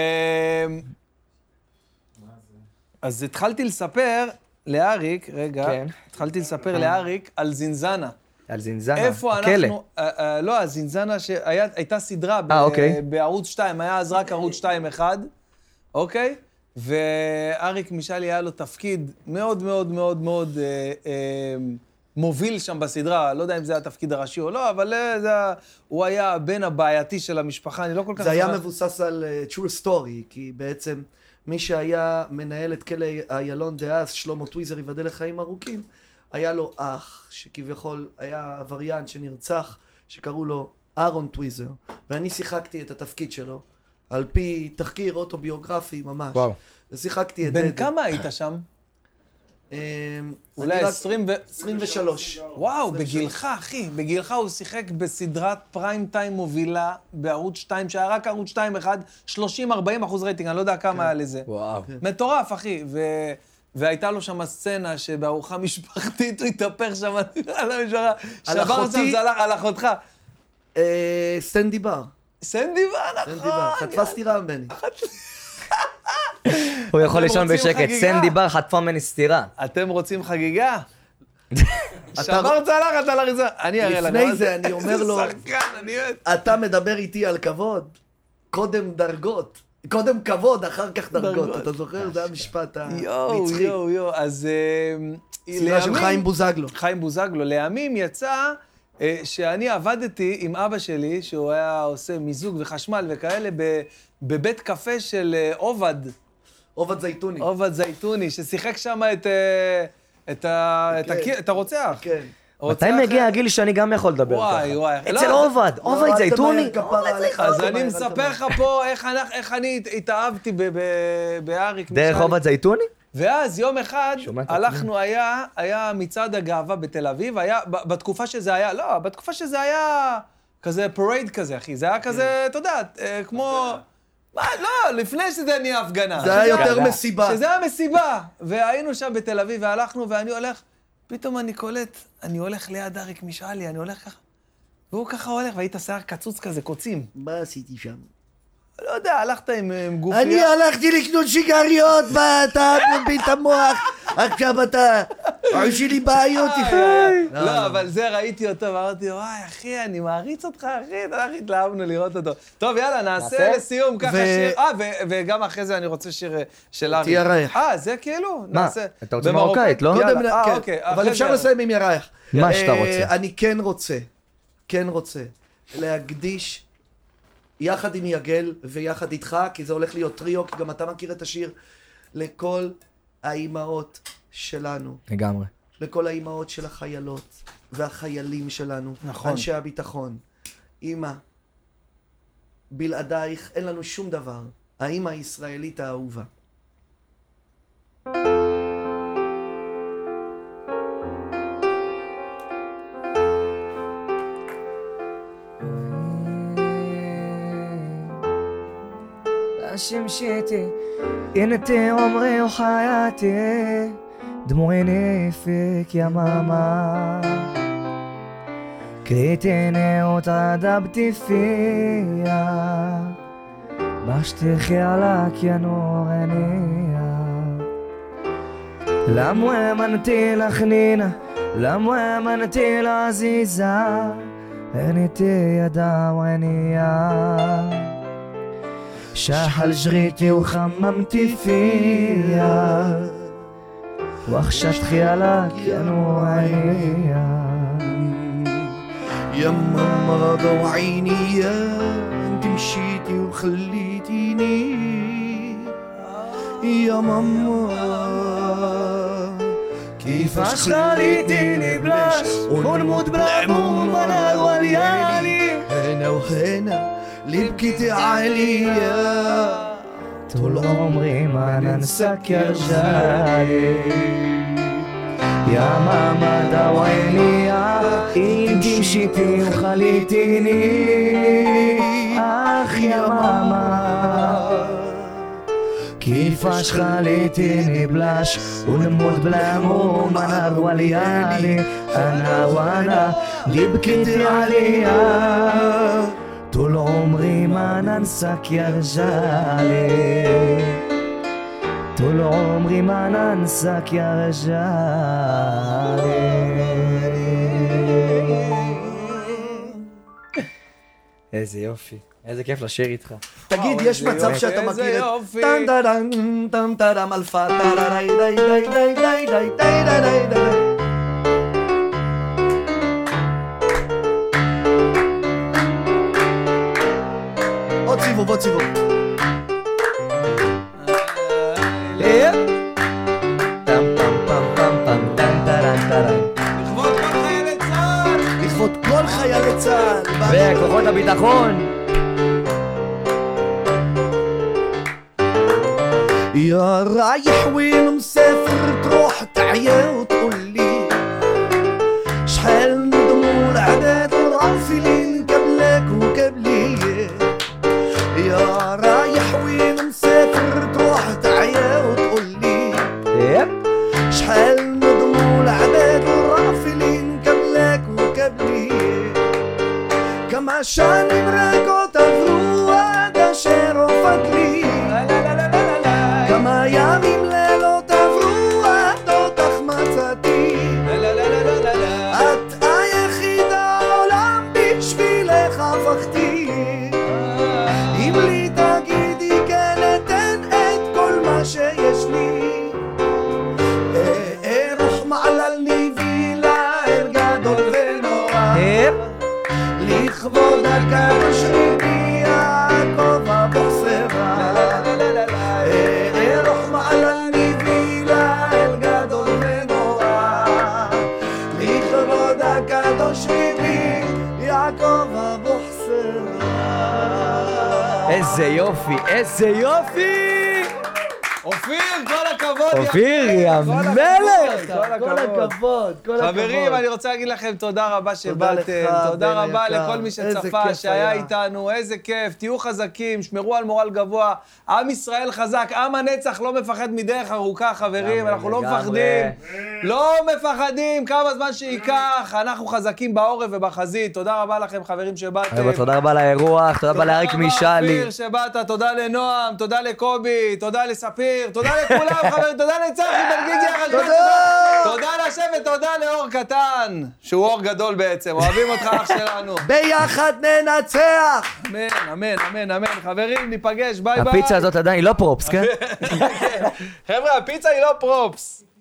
אז התחלתי לספר לאריק, רגע, כן. התחלתי לספר לאריק על זינזנה. על זינזנה, איפה הכלא. אנחנו, אה, אה, לא, הזינזנה שהייתה סדרה ב- אה, אוקיי. בערוץ שתיים, היה אז רק ערוץ שתיים אחד, אוקיי? ואריק משאלי היה לו תפקיד מאוד מאוד מאוד מאוד אה, אה, מוביל שם בסדרה, לא יודע אם זה התפקיד הראשי או לא, אבל אה, זה, היה- הוא היה הבן הבעייתי של המשפחה, אני לא כל כך... זה היה זוכר. מבוסס על uh, true story, כי בעצם מי שהיה מנהל את כלא איילון דאז, שלמה טוויזר, ייבדל לחיים ארוכים, היה לו אח, שכביכול היה עבריין שנרצח, שקראו לו אהרון טוויזר, ואני שיחקתי את התפקיד שלו, על פי תחקיר אוטוביוגרפי ממש. וואו. ושיחקתי את בן דדה. כמה היית שם? אמ, אולי אני רק- עשרים ו... עשרים ושלוש. וואו, עשרים ושלוש. בגילך, אחי. בגילך הוא שיחק בסדרת פריים טיים מובילה בערוץ שתיים, שהיה רק ערוץ שתיים אחד, שלושים ארבעים אחוז רייטינג, אני לא יודע כמה היה לזה. וואו. מטורף, אחי. ו... והייתה לו שם סצנה שבארוחה משפחתית הוא התהפך שם על המשפחה. על שבר אחותי? שם זלח על אחותך. אה, סטנדי בר. סנדי בא, סטנדי נכון. בר. חטפה סטירה ממני. הוא יכול אתם לישון רוצים בשקט. חגיגה? סנדי בר חטפה ממני סטירה. אתם רוצים חגיגה? שבר צלחת על אריזה. אני אראה לך. לפני זה אני אומר לו, שחקן, אני אוהב. אתה מדבר איתי על כבוד, קודם דרגות. קודם כבוד, אחר כך דרגות. דרגות. אתה זוכר? זה המשפט יואו, הנצחי. יואו, יואו. אז אה, סדרה של לימים- חיים בוזגלו. חיים בוזגלו. לימים יצא אה, שאני עבדתי עם אבא שלי, שהוא היה עושה מיזוג וחשמל וכאלה, ב- בבית קפה של אה, עובד, עובד זייתוני. עובד זייתוני, ששיחק שם את... אה, את ה- את כן. הקיר- את הרוצח. כן. רוצח- מתי מגיע הגיל שאני גם יכול לדבר ככה? וואי, וואי. אצל לא, עובד, לא, עובד אל זייתוני. תמהר, כפרה עליך, אז אל אני תמהר, אל מספר תמהר. לך פה איך אנחנו- איך אני התאהבתי ב- ב- באריק דרך משאלי. עובד זייתוני? ואז יום אחד שומע את הלכנו, היה, היה מצעד הגאווה בתל אביב, היה, ב- בתקופה שזה היה, לא, בתקופה שזה היה כזה פרייד כזה, אחי, זה היה כזה, אתה יודע, אה, כמו... מה, לא, לפני שזה נהיה הפגנה. זה היה שזה- יותר מסיבה. שזה היה מסיבה. והיינו שם בתל אביב והלכנו, ואני הולך, פתאום אני קולט, אני הולך ליד אריק משאלי, אני הולך ככה, והוא ככה הולך, והיית שיער קצוץ כזה, קוצים. מה עשיתי שם? לא יודע, הלכת עם עם גופייה. אני הלכתי לקנות סיגריות, מה אתה מבין את המוח? עכשיו אתה עושה לי בעיות. לא, אבל זה ראיתי אותו, ואמרתי, וואי, אחי, אני מעריץ אותך, אחי, אתה הולך התלהבנו לראות אותו. טוב, יאללה, נעשה נעשה? לסיום ככה ו- שיר, אה, ו- וגם אחרי זה אני רוצה שיר אה, של ארי. ירח. אה, זה כאילו? מה? נעשה. אתה רוצה מרוקאית, לא? יאללה, קודם, אה, כן, אוקיי. אבל אחרי אפשר זה- לסיים עם ירח. מה שאתה אה, רוצה. אני כן רוצה, כן רוצה, להקדיש יחד עם יגל ויחד איתך, כי זה הולך להיות טריו, כי גם אתה מכיר את השיר, לכל האימהות שלנו, לגמרי. לכל האימהות של החיילות והחיילים שלנו, נכון. אנשי הביטחון. אמא, בלעדייך אין לנו שום דבר, האמא הישראלית האהובה. شمشيتي انت عمري وحياتي دموعي فيك يا ماما كرهتني وتعذبتي فيا بشتكي عليك يا نور عينيا لما انتي لخنينة لما انتي العزيزة انتي يا دعوانية شاحل جريتي وخممتي فيا واخشت خيالك يا نور عينيا يا ماما ضوعيني يا انت مشيتي وخليتيني يا ماما كيفاش خليتيني بلاش ونموت بلا هموم انا وليالي هنا وهنا اللي بكيتي عليا طول عمري ما ننساك يا رجالي يا ماما داويني انتي مشيتي وخليتيني اخ يا ماما كيفاش خليتيني بلاش ونموت بلا هموم انا وليالي انا وانا اللي بكيتي عليا طول عمري ما ننساك يا رجالي طول عمري ما ننساك يا رجالي איזה יופי, איזה כיף לשיר איתך. תגיד, יש מצב שאתה מכיר את טן טרן, טן טרם אלפה, טררי די די די די די די די די די עוד סיבוב, עוד סיבוב. טם טם טם טם טם טם טרן טרן לכבוד כל חיילי צה"ל וכוחות הביטחון يا رايح وين مسافر تروح تعيا وتقولي شحال ندموا العداد الغافلين قبلك وقبلي يا رايح وين مسافر تروح تعيا وتقولي شحال ندموا العداد الغافلين قبلك وقبلي كما شان مراكو تفروا هذا شيرو فضلي كما يמים לילות עברו את אותך מצאתי את היחידה עולם בשבילך הפכתי אם לי תגידי כן אתן את כל מה שיש לי רוח מעללני וילה גדול ונורא לכבוד הקדוש ליבי יעקב הבוחסרה איזה יופי, איזה יופי! אופיר, כל הכבוד! אופיר, יא מלך! כל הכבוד, כל הכבוד. חברים, אני רוצה להגיד לכם תודה רבה שבאתם, תודה רבה לכל מי שצפה, שהיה איתנו, איזה כיף, תהיו חזקים, שמרו על מורל גבוה, עם ישראל חזק, עם הנצח לא מפחד מדרך ארוכה, חברים, אנחנו לא מפחדים, לא מפחדים, כמה זמן שייקח, אנחנו חזקים בעורף ובחזית, תודה רבה לכם חברים שבאתם. תודה רבה לאירוח, תודה רבה לאריק מישאלי. תודה רבה אופיר שבאת, תודה לנועם, תודה לקובי, תודה לספיר, תודה לכולם חברים, תודה לצחי בלגיגי החשבון, תודה לשבת, תודה לאור קטן, שהוא אור גדול בעצם, אוהבים אותך אח שלנו. ביחד ננצח! אמן, אמן, אמן, אמן, חברים, ניפגש, ביי ביי. הפיצה הזאת עדיין לא פרופס, כן? חבר'ה, הפיצה היא לא פרופס.